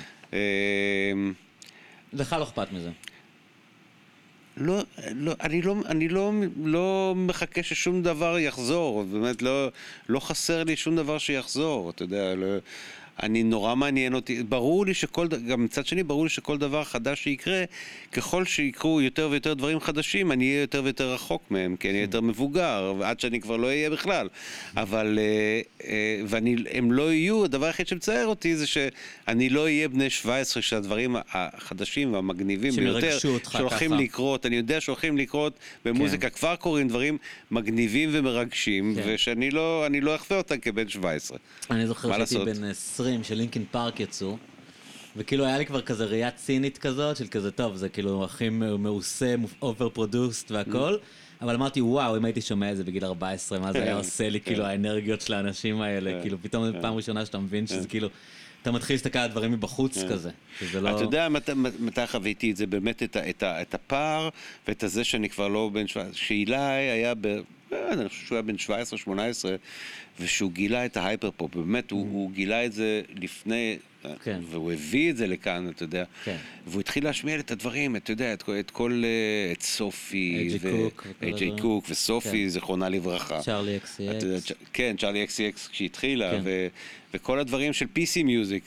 לך לא אכפת מזה. לא, לא, אני לא, אני לא, לא מחכה ששום דבר יחזור, באמת לא, לא חסר לי שום דבר שיחזור, אתה יודע, לא... אני נורא מעניין אותי, ברור לי שכל, גם מצד שני ברור לי שכל דבר חדש שיקרה, ככל שיקרו יותר ויותר דברים חדשים, אני אהיה יותר ויותר רחוק מהם, כי אני אהיה יותר מבוגר, עד שאני כבר לא אהיה בכלל. אבל, ואני, הם לא יהיו, הדבר היחיד שמצער אותי זה שאני לא אהיה בני שבע עשרה, שהדברים החדשים והמגניבים ביותר, שהולכים לקרות, אני יודע שהולכים לקרות במוזיקה, כן. כבר קוראים דברים מגניבים ומרגשים, כן. ושאני לא, אני לא אחווה אותם כבן שבע עשרה. אני זוכר שהייתי בן עשרים של לינקין פארק יצאו, וכאילו היה לי כבר כזה ראייה צינית כזאת, של כזה טוב, זה כאילו הכי מעושה, אובר פרודוסט והכל, אבל אמרתי, וואו, אם הייתי שומע את זה בגיל ארבע עשרה, מה זה היה עושה לי, כאילו, האנרגיות של האנשים האלה, כאילו, פתאום פעם ראשונה שאתה מבין שזה כאילו, אתה מתחיל להסתכל על דברים מבחוץ כזה, שזה לא... אתה יודע, מתי חוויתי את זה, באמת את הפער, ואת הזה שאני כבר לא בן שבע עשרה, שאילי היה ב... אני חושב שהוא היה בן שבע עשרה שמונה עשרה, ושהוא גילה את ההייפר פופ, באמת, הוא גילה את זה לפני, והוא הביא את זה לכאן, אתה יודע, והוא התחיל להשמיע את הדברים, אתה יודע, את כל, את סופי, את ג'יי קוק, וסופי, זכרונה לברכה. צ'ארלי אקסי אקס. כן, צ'ארלי אקסי אקס כשהתחילה, וכל הדברים של פי סי מיוזיק,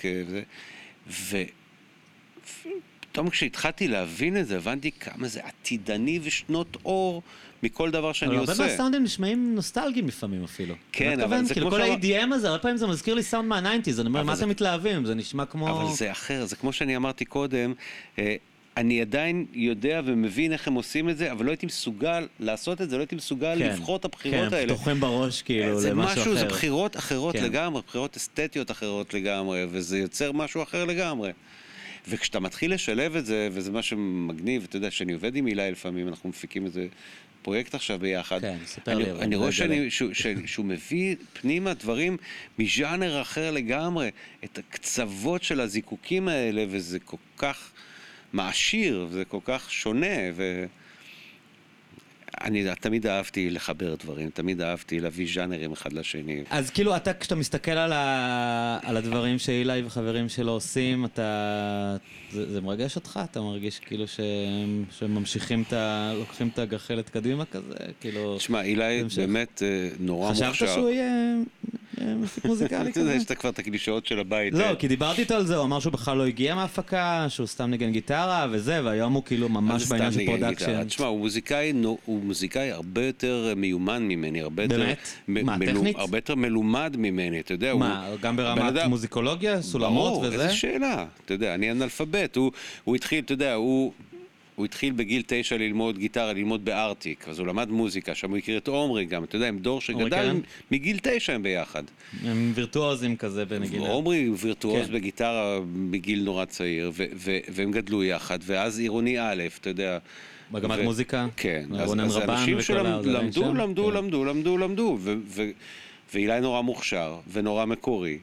ופתאום כשהתחלתי להבין את זה, הבנתי כמה זה עתידני ושנות אור, מכל דבר שאני עושה. אבל הרבה מהסאונדים נשמעים נוסטלגיים לפעמים אפילו. כן, אבל זה כמו... כל ה-אי די אם הזה, הרבה פעמים זה מזכיר לי סאונד מה-תשעים, אני אומר, מה אתם מתלהבים? זה נשמע כמו... אבל זה אחר, זה כמו שאני אמרתי קודם, אני עדיין יודע ומבין איך הם עושים את זה, אבל לא הייתי מסוגל לעשות את זה, לא הייתי מסוגל לבחור את הבחירות האלה. כן, פתוחים בראש כאילו למשהו אחר. זה בחירות אחרות לגמרי, בחירות אסתטיות אחרות לגמרי, וזה יוצר משהו אחר לגמרי. וכשאתה מתחיל לשלב את זה, וזה מה שמגניב, אתה יודע, שאני עובד עם אילי לפעמים, אנחנו מפיקים איזה פרויקט עכשיו ביחד. כן, ספר לי. אני רואה שהוא מביא פנימה דברים מז'אנר אחר לגמרי, את הקצוות של הזיקוקים האלה, וזה כל כך מעשיר, וזה כל כך שונה, ו... אני תמיד אהבתי לחבר דברים, תמיד אהבתי להביא ז'אנרים אחד לשני. אז כאילו אתה, כשאתה מסתכל על, ה... על הדברים שאילי וחברים שלו עושים, אתה... זה, זה מרגש אותך? אתה מרגיש כאילו שהם, שהם ממשיכים את ה... לוקחים את הגחלת קדימה כזה? כאילו... תשמע, אילי באמת נורא מוכשר. חשבת שהוא יהיה מפיק מוזיקלי כזה? יש לך כבר את הקלישאות של הבית. לא, כי דיברתי איתו על זה, הוא אמר שהוא בכלל לא הגיע מההפקה, שהוא סתם ניגן גיטרה וזה, והיום הוא כאילו ממש בעניין של פרודקשן. תשמע, הוא מוזיקאי, הוא מוזיקאי הרבה יותר מיומן ממני, הרבה יותר... באמת? מה, טכנית? הרבה יותר מלומד ממני, אתה יודע. מה, גם ברמת מוזיקולוגיה, סולמות וזה? איזו שאלה, אתה יודע, אני אנאלפבית, הוא התחיל, אתה יודע, הוא... הוא התחיל בגיל תשע ללמוד גיטרה, ללמוד בארטיק, אז הוא למד מוזיקה, שם הוא הכיר את עומרי גם, אתה יודע, הם דור שגדל מגיל תשע הם ביחד. הם וירטואוזים כזה בנגינה. עומרי הוא וירטואוז בגיטרה בגיל נורא צעיר, והם גדלו יחד, ואז עירוני א', אתה יודע. מגמת מוזיקה? כן, אז אנשים שלמדו, למדו, למדו, למדו, למדו, ואילי נורא מוכשר, ונורא מקורי.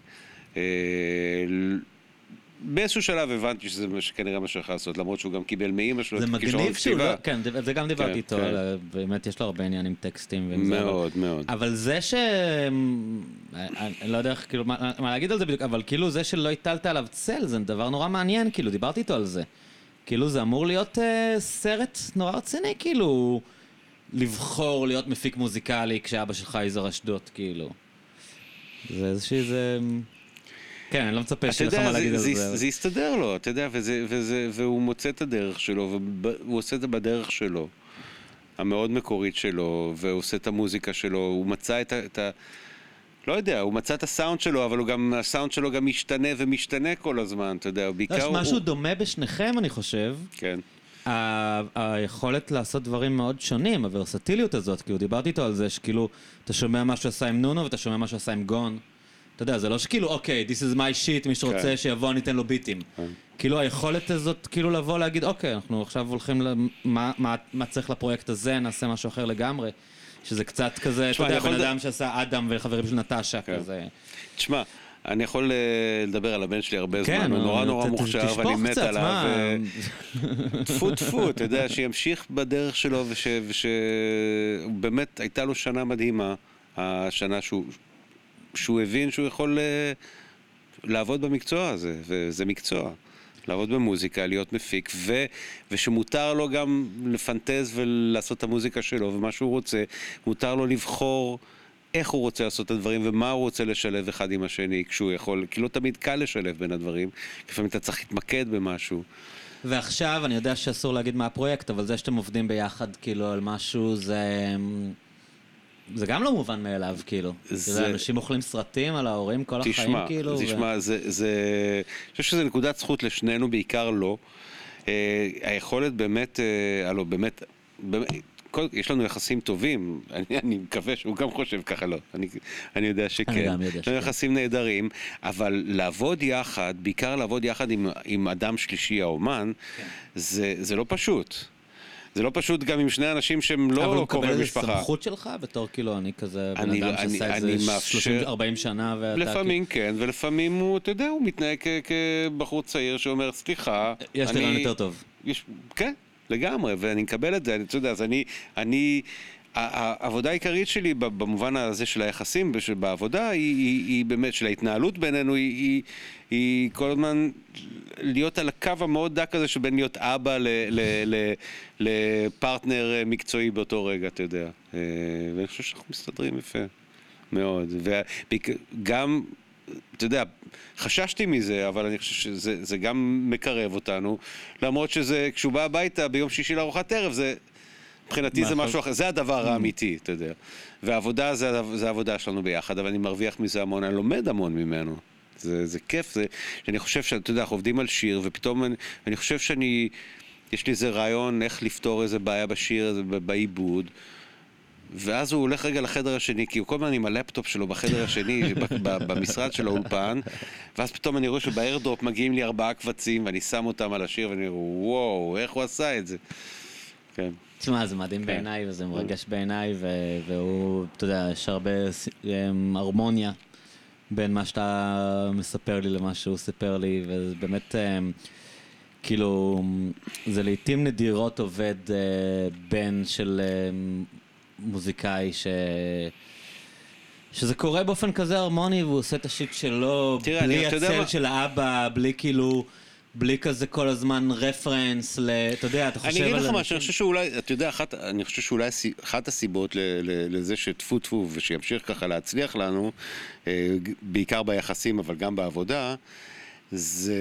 באיזשהו שלב הבנתי שזה כנראה מה שצריך לעשות, למרות שהוא גם קיבל מאמא שלו את כישרון כתיבה. כן, זה גם דיברתי איתו, באמת יש לו הרבה עניין עם טקסטים. מאוד, מאוד. אבל זה ש... אני לא יודע איך, כאילו, מה להגיד על זה בדיוק, אבל כאילו זה שלא הטלת עליו צל, זה דבר נורא מעניין, כאילו, דיברתי איתו על זה. כאילו זה אמור להיות סרט נורא רציני, כאילו, לבחור להיות מפיק מוזיקלי כשאבא שלך יזהר אשדות, כאילו. זה איזושהי, זה... כן, אני לא מצפה שלך מה להגיד על זה. זה יסתדר לו, אתה יודע, והוא מוצא את הדרך שלו, והוא עושה את זה בדרך שלו, המאוד מקורית שלו, והוא עושה את המוזיקה שלו, הוא מצא את ה... לא יודע, הוא מצא את הסאונד שלו, אבל הסאונד שלו גם משתנה ומשתנה כל הזמן, אתה יודע, בעיקר... יש משהו דומה בשניכם, אני חושב. כן. היכולת לעשות דברים מאוד שונים, הוורסטיליות הזאת, כאילו דיברתי איתו על זה, שכאילו, אתה שומע מה שהוא עשה עם נונו, ואתה שומע מה שהוא עשה עם גון. אתה יודע, זה לא שכאילו, אוקיי, this is my shit, מי שרוצה שיבוא, ניתן לו ביטים. כאילו, היכולת הזאת, כאילו לבוא להגיד, אוקיי, אנחנו עכשיו הולכים, מה צריך לפרויקט הזה, נעשה משהו אחר לגמרי. שזה קצת כזה, אתה יודע, בן אדם שעשה אדם וחברים של נטשה, כזה. תשמע, אני יכול לדבר על הבן שלי הרבה זמן, הוא נורא נורא מוכשר, ואני מת עליו. טפו טפו, אתה יודע, שימשיך בדרך שלו, ושבאמת הייתה לו שנה מדהימה, השנה שהוא הבין שהוא יכול לעבוד במקצוע הזה, וזה מקצוע. לעבוד במוזיקה, להיות מפיק, ו, ושמותר לו גם לפנטז ולעשות את המוזיקה שלו, ומה שהוא רוצה, מותר לו לבחור איך הוא רוצה לעשות את הדברים, ומה הוא רוצה לשלב אחד עם השני, כשהוא יכול, כי לא תמיד קל לשלב בין הדברים, לפעמים אתה צריך להתמקד במשהו. ועכשיו, אני יודע שאסור להגיד מה הפרויקט, אבל זה שאתם עובדים ביחד, כאילו, על משהו, זה... זה גם לא מובן מאליו, כאילו. זה... אנשים אוכלים סרטים על ההורים כל תשמע, החיים, כאילו. תשמע, ו... זה, זה... אני חושב שזה נקודת זכות לשנינו, בעיקר לא. אה, היכולת באמת, אה, הלוא, באמת, באמת כל, יש לנו יחסים טובים, אני, אני מקווה שהוא גם חושב ככה, לא. אני, אני יודע שכן. אני גם יודע שכן. יחסים נהדרים, אבל לעבוד יחד, בעיקר לעבוד יחד עם, עם אדם שלישי, האומן, כן. זה, זה לא פשוט. זה לא פשוט גם עם שני אנשים שהם לא קרובי משפחה. אבל הוא מקבל איזה סמכות שלך בתור כאילו אני כזה בן אדם שעשה איזה שלושים ארבעים שנה ואתה... לפעמים כן, ולפעמים הוא, אתה יודע, הוא מתנהג כבחור צעיר שאומר, סליחה... יש לי רעיון יותר טוב. כן, לגמרי, ואני מקבל את זה, אני יודע, אז אני... אני העבודה העיקרית שלי במובן הזה של היחסים בעבודה היא, היא, היא באמת של ההתנהלות בינינו היא, היא, היא כל הזמן להיות על הקו המאוד דק הזה שבין להיות אבא ל, ל, ל, לפרטנר מקצועי באותו רגע, אתה יודע. ואני חושב שאנחנו מסתדרים יפה מאוד. וגם, אתה יודע, חששתי מזה, אבל אני חושב שזה זה גם מקרב אותנו, למרות שזה, כשהוא בא הביתה ביום שישי לארוחת ערב, זה... מבחינתי זה משהו אחר, זה הדבר האמיתי, אתה יודע. והעבודה, זה העבודה שלנו ביחד, אבל אני מרוויח מזה המון, אני לומד המון ממנו. זה, זה כיף, זה, שאני חושב שאתה יודע, אנחנו עובדים על שיר, ופתאום אני, אני חושב שאני, יש לי איזה רעיון איך לפתור איזה בעיה בשיר, בעיבוד, ואז הוא הולך רגע לחדר השני, כי הוא כל הזמן עם הלפטופ שלו בחדר השני, במשרד של האולפן, ואז פתאום אני רואה שבאיירדרופ מגיעים לי ארבעה קבצים, ואני שם אותם על השיר, ואני רואה, וואו, איך הוא עשה את זה? כן. תשמע, זה מדהים בעיניי, וזה מרגש בעיניי, והוא, אתה יודע, יש הרבה הרמוניה בין מה שאתה מספר לי למה שהוא סיפר לי, וזה באמת, כאילו, זה לעתים נדירות עובד בן של מוזיקאי ש... שזה קורה באופן כזה הרמוני, והוא עושה את השיט שלו, בלי הצל של האבא, בלי כאילו... בלי כזה כל הזמן רפרנס, אתה יודע, אתה חושב על... אני אגיד לך משהו, אני חושב שאולי, אתה יודע, אני חושב שאולי אחת הסיבות לזה שטפו טפו ושימשיך ככה להצליח לנו, בעיקר ביחסים, אבל גם בעבודה, זה...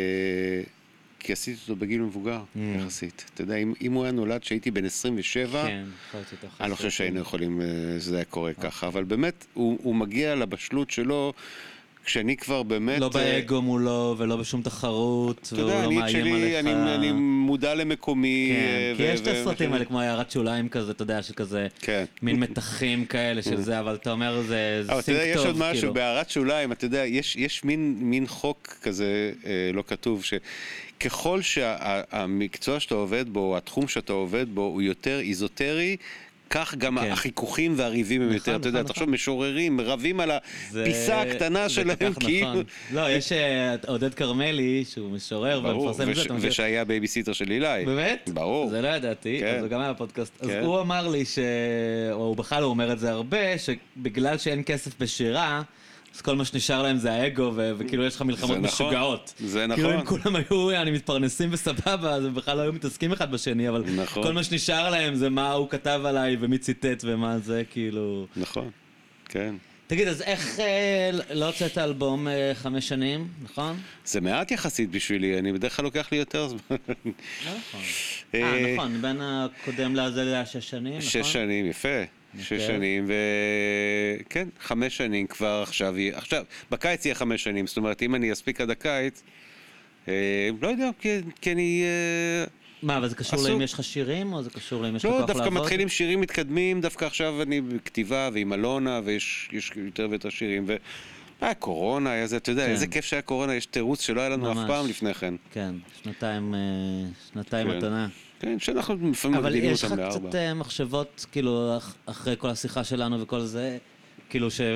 כי עשיתי אותו בגיל מבוגר, יחסית. אתה יודע, אם הוא היה נולד שהייתי בן עשרים ושבע, אני לא חושב שהיינו יכולים, זה היה קורה ככה, אבל באמת, הוא מגיע לבשלות שלו, כשאני כבר באמת... לא באגו מולו ולא בשום תחרות, והוא לא מאיים עליך. אני, אני מודע למקומי. כן, כי יש את הסרטים האלה כמו הערת שוליים כזה, אתה יודע, שכזה מין מתחים כאלה של זה, אבל אתה אומר, זה סינק טוב. אבל אתה יודע, יש עוד משהו, בהערת שוליים, אתה יודע, יש מין חוק כזה לא כתוב, שככל שהמקצוע שאתה עובד בו, התחום שאתה עובד בו, הוא יותר איזוטרי, כך גם החיכוכים והריבים הם יותר, אתה יודע, תחשוב, משוררים, רבים על הפיסה הקטנה שלהם, כאילו... לא, יש עודד קרמלי, שהוא משורר, ומפרסם את זה. ושהיה בייביסיטר של אילי. באמת? ברור. זה לא ידעתי, אז זה גם היה בפודקאסט. אז הוא אמר לי, הוא בכלל הוא אומר את זה הרבה, שבגלל שאין כסף בשירה, אז כל מה שנשאר להם זה האגו, וכאילו יש לך מלחמות משוגעות. זה נכון. כאילו אם כולם היו, אני מתפרנסים וסבבה, אז הם בכלל לא היו מתעסקים אחד בשני, אבל כל מה שנשאר להם זה מה הוא כתב עליי, ומי ציטט ומה זה, כאילו... נכון, כן. תגיד, אז איך לא הוצאת אלבום חמש שנים, נכון? זה מעט יחסית בשבילי, אני בדרך כלל לוקח לי יותר זמן. נכון. אה, נכון, בין הקודם לזה היה שש שנים, נכון? שש שנים, יפה. שש שנים, וכן, חמש שנים כבר עכשיו, עכשיו, בקיץ יהיה חמש שנים, זאת אומרת, אם אני אספיק עד הקיץ, לא יודע, כי אני... מה, אבל זה קשור לאם יש לך שירים, או זה קשור לאם יש לך כוח לעבוד? לא, דווקא מתחילים שירים מתקדמים, דווקא עכשיו אני בכתיבה, ועם אלונה, ויש יותר ויותר שירים, והיה קורונה, היה זה, אתה יודע, איזה כיף שהיה קורונה, יש תירוץ שלא היה לנו אף פעם לפני כן. כן, שנתיים, שנתיים מתנה. כן, שאנחנו לפעמים מגדילים אותם בארבע. אבל יש לך קצת מחשבות, כאילו, אחרי כל השיחה שלנו וכל זה, כאילו ש...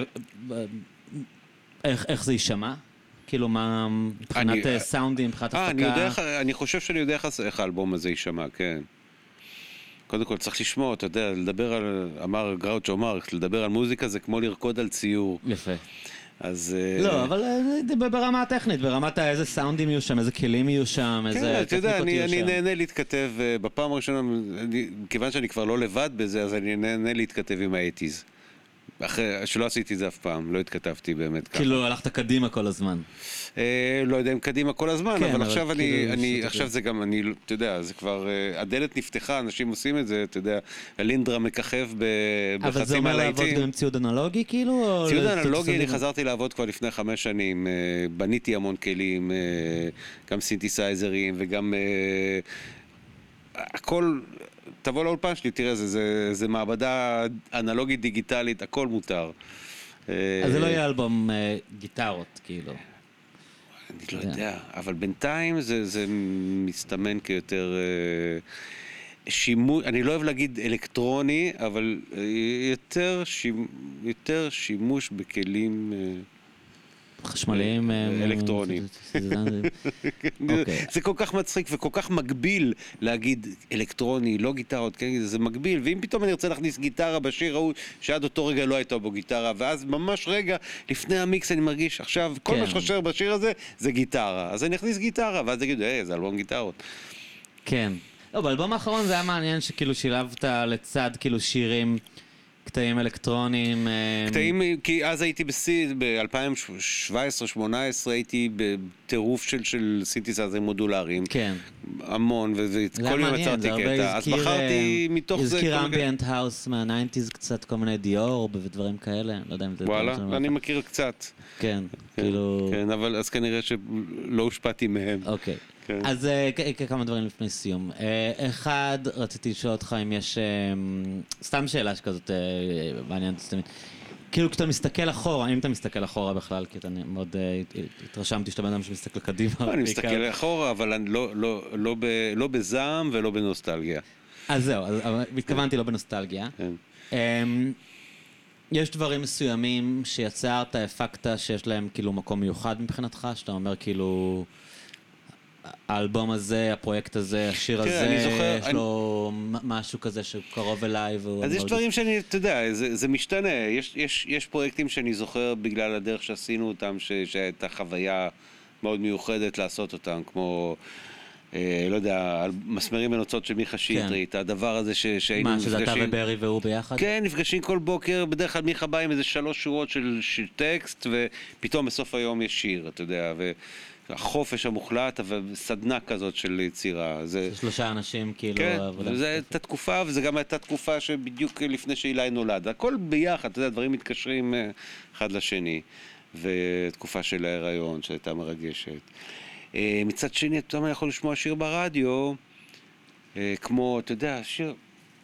איך זה יישמע? כאילו, מה... מבחינת סאונדים, מבחינת הפקה? אני חושב שאני יודע איך האלבום הזה יישמע, כן. קודם כל, צריך לשמוע, אתה יודע, לדבר על... אמר גראוצ'ו מרקס, לדבר על מוזיקה זה כמו לרקוד על ציור. יפה. אז... לא, אבל ברמה הטכנית, ברמת איזה סאונדים יהיו שם, איזה כלים יהיו שם, איזה טכניקות יהיו שם. כן, אתה יודע, אני נהנה להתכתב, בפעם הראשונה, כיוון שאני כבר לא לבד בזה, אז אני נהנה להתכתב עם האייטיז. אחרי, שלא עשיתי את זה אף פעם, לא התכתבתי באמת ככה. כאילו הלכת קדימה כל הזמן. לא יודע אם קדימה כל הזמן, אבל עכשיו אני, עכשיו זה גם, אני, אתה יודע, זה כבר, הדלת נפתחה, אנשים עושים את זה, אתה יודע, הלינדרה מככב בחצי מהלהיטים. אבל זה אומר לעבוד גם עם ציוד אנלוגי, כאילו? ציוד אנלוגי, אני חזרתי לעבוד כבר לפני חמש שנים, בניתי המון כלים, גם סינתסייזרים וגם הכל... תבוא לאולפן שלי, תראה, זה, זה, זה מעבדה אנלוגית דיגיטלית, הכל מותר. אז זה לא יהיה אלבום גיטרות, כאילו. אני לא יודע, אבל בינתיים זה, זה מסתמן כיותר שימוש, אני לא אוהב להגיד אלקטרוני, אבל יותר, שימ, יותר שימוש בכלים... חשמליים אלקטרוניים. זה כל כך מצחיק וכל כך מגביל להגיד אלקטרוני, לא גיטרות, זה מגביל, ואם פתאום אני רוצה להכניס גיטרה בשיר ההוא שעד אותו רגע לא הייתה בו גיטרה, ואז ממש רגע לפני המיקס אני מרגיש עכשיו כל מה שחושב בשיר הזה זה גיטרה, אז אני אכניס גיטרה ואז אגיד, אה, זה אלבום גיטרות. כן. לא, באלבום האחרון זה היה מעניין שכאילו שילבת לצד כאילו שירים קטעים אלקטרוניים. קטעים, כי אז הייתי בסי, ב-אלפיים שבע עשרה שמונה עשרה הייתי בטירוף של, של סינתסייזרים מודולריים. כן. המון, וכל יום יצרתי קטע. אז בחרתי מתוך זה... הזכיר אמביאנט האוס מהניינטיז קצת, כל מיני דיור ודברים כאלה, לא יודע אם זה... וואלה, אני מכיר קצת. כן, כאילו... כן, אבל אז כנראה שלא הושפעתי מהם. אוקיי. אז כמה דברים לפני סיום. אחד, רציתי לשאול אותך אם יש, סתם שאלה שכזאת מעניינת סתמית. כאילו כשאתה מסתכל אחורה, אם אתה מסתכל אחורה בכלל, כי אני מאוד התרשמתי שאתה בן אדם שמסתכל קדימה. אני מסתכל אחורה, אבל לא בזעם ולא בנוסטלגיה. אז זהו, התכוונתי לא בנוסטלגיה. יש דברים מסוימים שיצרת, הפקת, שיש להם כאילו מקום מיוחד מבחינתך, שאתה אומר כאילו... האלבום הזה, הפרויקט הזה, השיר הזה, יש לו משהו כזה שקרוב אליי. אז יש דברים שאני, אתה יודע, זה משתנה. יש פרויקטים שאני זוכר בגלל הדרך שעשינו אותם, שהייתה חוויה מאוד מיוחדת לעשות אותם, כמו, לא יודע, מסמרים ונוצות של מיכה שטרית, הדבר הזה שהיינו נפגשים. מה, שזה אתה וברי והוא ביחד? כן, נפגשים כל בוקר, בדרך כלל מיכה בא עם איזה שלוש שורות של טקסט, ופתאום בסוף היום יש שיר, אתה יודע, ו... החופש המוחלט, אבל סדנה כזאת של יצירה. זה שלושה אנשים כאילו... כן, וזה הייתה תקופה, וזה גם הייתה תקופה שבדיוק לפני שאילי נולד. הכל ביחד, אתה יודע, דברים מתקשרים אחד לשני. ותקופה של ההיריון שהייתה מרגשת. מצד שני, אתה יודע, יכול לשמוע שיר ברדיו, כמו, אתה יודע, שיר...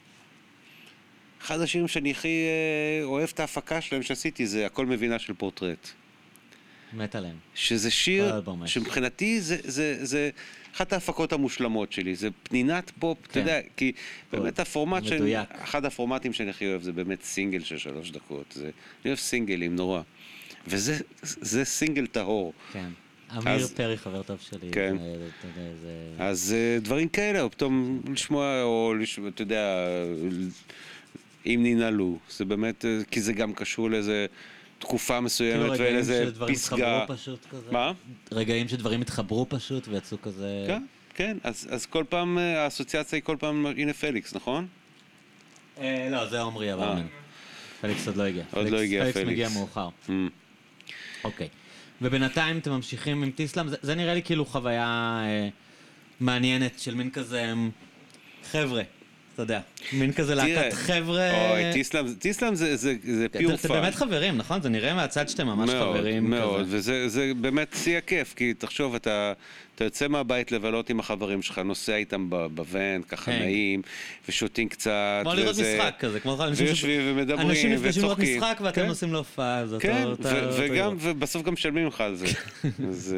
אחד השירים שאני הכי אוהב את ההפקה שלהם שעשיתי, זה הכל מבינה של פורטרט. מת עליהם. שזה שיר שמבחינתי זה, זה, זה אחת ההפקות המושלמות שלי, זה פנינת פופ, כן. אתה יודע, כי באמת הפורמט, של, אחד הפורמטים שאני הכי אוהב זה באמת סינגל של שלוש דקות, זה, אני אוהב סינגלים נורא, וזה זה סינגל טהור. כן. אמיר פרי חבר טוב שלי. כן. אז דברים כאלה, או פתאום לשמוע, או לשמוע, אתה יודע, אם ננעלו, זה באמת, כי זה גם קשור לאיזה תקופה מסוימת ואיזה פסגה. מה? רגעים שדברים התחברו פשוט ויצאו כזה... כן, כן, אז כל פעם, האסוציאציה היא כל פעם, הנה פליקס, נכון? לא, זה עומרי אברמן. פליקס עוד לא הגיע. עוד לא הגיע פליקס. פליקס מגיע מאוחר. אוקיי. ובינתיים אתם ממשיכים עם טיסלאם, זה, זה נראה לי כאילו חוויה אה, מעניינת של מין כזה חבר'ה, אתה יודע, מין כזה להקת חבר'ה. אוי, טיסלאם, טיסלאם זה, זה, זה פיור פאן. אתם באמת חברים, נכון? זה נראה מהצד שאתם ממש מאוד, חברים. מאוד, כזה. וזה זה באמת שיא הכיף, כי תחשוב, אתה, אתה יוצא מהבית לבלות עם החברים שלך, נוסע איתם בוון, ככה hey. נעים, ושותים קצת. כמו לראות משחק כזה, כמו ויושבים ומדברים אנשים נפגשים לראות משחק ואתם כן? נוסעים להופעה. כן, אותו, ו- אותו וגם, ובסוף גם משלמים לך על זה. אז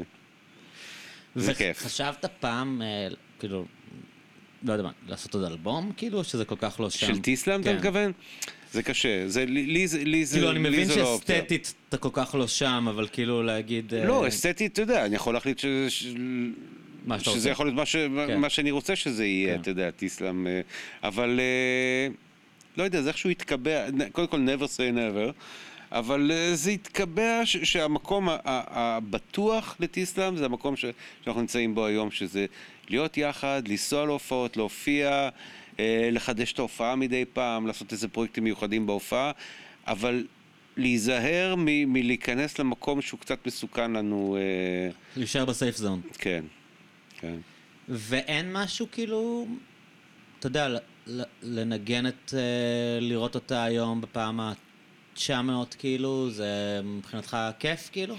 זה כיף. וחשבת פעם, כאילו, לא יודע מה, לעשות עוד אלבום, כאילו, שזה כל כך לא שם? של טיסלאם, אתה מתכוון? זה קשה, זה, לי זה, לי זה, כאילו, אני מבין זה לא שאסתטית אתה כל כך לא שם, אבל כאילו להגיד... לא, אסתטית, אתה יודע, אני יכול להחליט ש... שזה יכול להיות מה, ש... כן. מה שאני רוצה שזה יהיה, כן. אתה יודע, טיסלאם, אבל לא יודע, זה איכשהו יתקבע, קודם כל never say never, אבל זה יתקבע ש... שהמקום הבטוח לטיסלאם זה המקום ש... שאנחנו נמצאים בו היום, שזה להיות יחד, לנסוע להופעות, להופיע, לחדש את ההופעה מדי פעם, לעשות איזה פרויקטים מיוחדים בהופעה, אבל להיזהר מ- מלהיכנס למקום שהוא קצת מסוכן לנו. להישאר בסייף זון. כן, כן. ואין משהו כאילו, אתה יודע, לנגן את, לראות אותה היום בפעם ה-תשע מאות כאילו, זה מבחינתך כיף כאילו?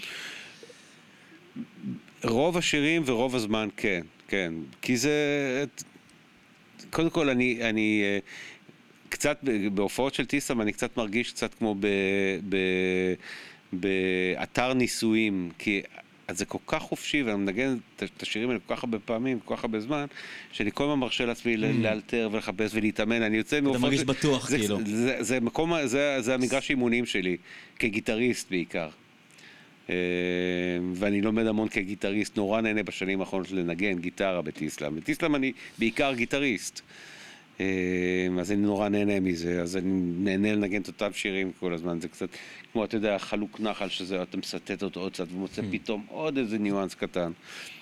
רוב השירים ורוב הזמן כן, כן. כי זה... קודם כל, אני, אני קצת, בהופעות של טיסלאם, אני קצת מרגיש קצת כמו ב, ב, באתר ניסויים, כי זה כל כך חופשי, ואני מנגן את השירים האלה כל כך הרבה פעמים, כל כך הרבה זמן, שאני כל הזמן מרשה לעצמי לאלתר ולחפש ולהתאמן. אני יוצא מהופעות... אתה מרגיש בטוח, זה, כאילו. זה, זה, זה, מקום, זה, זה המגרש אימונים שלי, כגיטריסט בעיקר. ואני לומד המון כגיטריסט, נורא נהנה בשנים האחרונות לנגן גיטרה בטיסלאם. בטיסלאם אני בעיקר גיטריסט, אז אני נורא נהנה מזה, אז אני נהנה לנגן את אותם שירים כל הזמן, זה קצת כמו, אתה יודע, חלוק נחל שזה, אתה מסטט אותו עוד קצת ומוצא פתאום עוד איזה ניואנס קטן.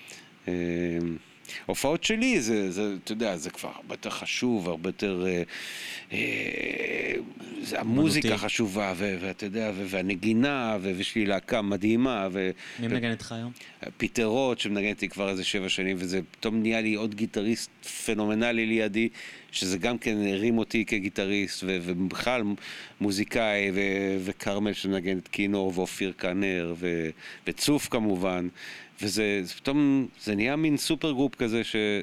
הופעות שלי, זה, זה, אתה יודע, זה כבר הרבה יותר חשוב, הרבה יותר... אה, אה, זה המוזיקה חשובה, ו, ואתה יודע, ו, והנגינה, ו, ויש לי להקה מדהימה. ו, מי ו, מנגן איתך היום? פיטר רוט, שמנגן איתי כבר איזה שבע שנים, וזה פתאום נהיה לי עוד גיטריסט פנומנלי לידי, שזה גם כן הרים אותי כגיטריסט, ו, ובכלל מוזיקאי, ו, וקרמל שמנגן את כינור, ואופיר קנר, ו, וצוף כמובן. וזה, זה פתאום, זה נהיה מין סופר גרופ כזה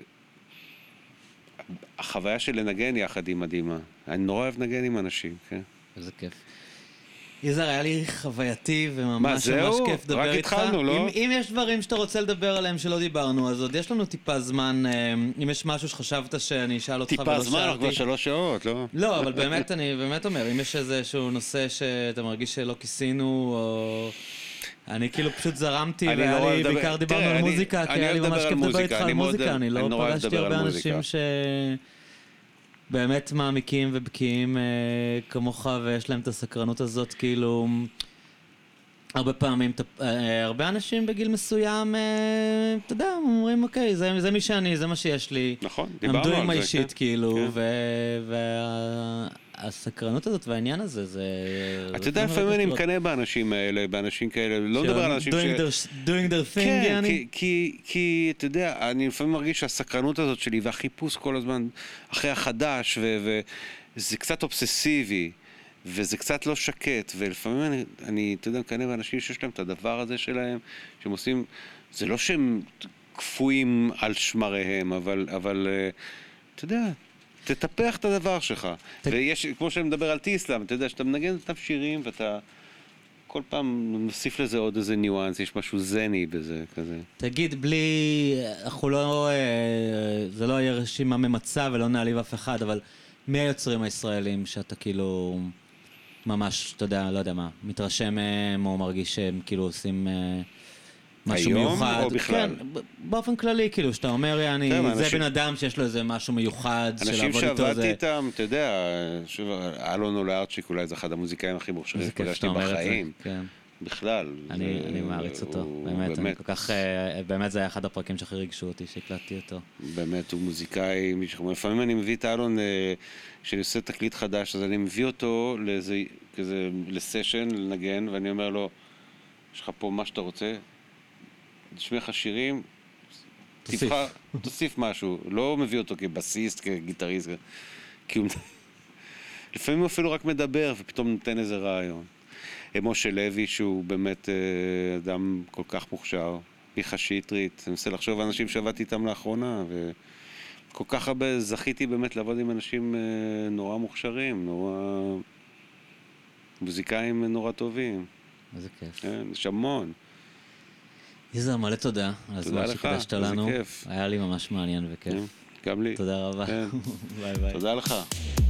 שהחוויה של לנגן יחד היא מדהימה. אני נורא אוהב לנגן עם אנשים, כן? איזה כיף. יזהר, היה לי חווייתי וממש ממש כיף לדבר רק איתך. התחלנו, לא? אם, אם יש דברים שאתה רוצה לדבר עליהם שלא דיברנו, אז עוד יש לנו טיפה זמן, אם יש משהו שחשבת שאני אשאל אותך ולא שאלתי. טיפה זמן, כבר שלוש שעות, לא? לא, אבל באמת, אני באמת אומר, אם יש איזשהו נושא שאתה מרגיש שלא כיסינו, או... אני כאילו פשוט זרמתי, ובעיקר דיברנו על מוזיקה, כי היה לי ממש כיף לדבר איתך על מוזיקה, אני לא פגשתי הרבה אנשים שבאמת מעמיקים ובקיאים כמוך, ויש להם את הסקרנות הזאת, כאילו, הרבה פעמים, הרבה אנשים בגיל מסוים, אתה יודע, אומרים, אוקיי, זה מי שאני, זה מה שיש לי. נכון, דיברנו על זה. עמדו עם האישית, כאילו, הסקרנות הזאת והעניין הזה, זה... אתה יודע, לפעמים אני מקנא באנשים האלה, באנשים כאלה, לא מדבר על אנשים ש... doing their thing, יעני? כן, כי, אתה יודע, אני לפעמים מרגיש שהסקרנות הזאת שלי, והחיפוש כל הזמן אחרי החדש, וזה קצת אובססיבי, וזה קצת לא שקט, ולפעמים אני, אני אתה יודע, כנראה אנשים שיש להם את הדבר הזה שלהם, שהם עושים, זה לא שהם כפויים על שמריהם, אבל, אבל אתה יודע, תטפח את הדבר שלך. ת... ויש, כמו שאני מדבר על טיסלאם, אתה יודע, שאתה מנגן את שירים, ואתה כל פעם נוסיף לזה עוד איזה ניואנס, יש משהו זני בזה, כזה. תגיד, בלי, אנחנו לא, זה לא יהיה רשימה ממצה ולא נעליב אף אחד, אבל מי היוצרים הישראלים שאתה כאילו ממש, אתה יודע, לא יודע מה, מתרשם מהם או מרגיש שהם כאילו עושים משהו היום מיוחד? היום או בכלל? כן, באופן כללי, כאילו, שאתה אומר, יעני, זה אנשים... בן אדם שיש לו איזה משהו מיוחד של לעבוד איתו. אנשים שעבדתי איתם, אתה יודע, שוב, אלון אולארצ'יק אולי זה אחד המוזיקאים הכי מוכשרים שפגשתי בחיים. כן. בכלל. אני, זה, אני מעריץ אותו, הוא, באמת, באמת. כל כך, באמת זה היה אחד הפרקים שהכי ריגשו אותי, שהקלטתי אותו. באמת, הוא מוזיקאי, לפעמים אני מביא את אלון, כשאני עושה תקליט חדש, אז אני מביא אותו לאיזה, כזה, לסשן, לנגן, ואני אומר לו, יש לך פה מה שאתה רוצה, תשמע לך שירים, תוסיף. תבחר, תוסיף משהו, לא מביא אותו כבסיסט, כגיטריסט, כי הוא... לפעמים הוא אפילו רק מדבר, ופתאום נותן איזה רעיון. משה לוי, שהוא באמת אדם כל כך מוכשר, מיכה שטרית, אני מנסה לחשוב על אנשים שעבדתי איתם לאחרונה, וכל כך הרבה זכיתי באמת לעבוד עם אנשים נורא מוכשרים, נורא... מוזיקאים נורא טובים. איזה כיף. כן, יש המון. יזהר, מלא תודה על הזמן שקדשת לנו. איזה כיף. היה לי ממש מעניין וכיף. גם לי. תודה רבה. כן. ביי ביי. תודה לך.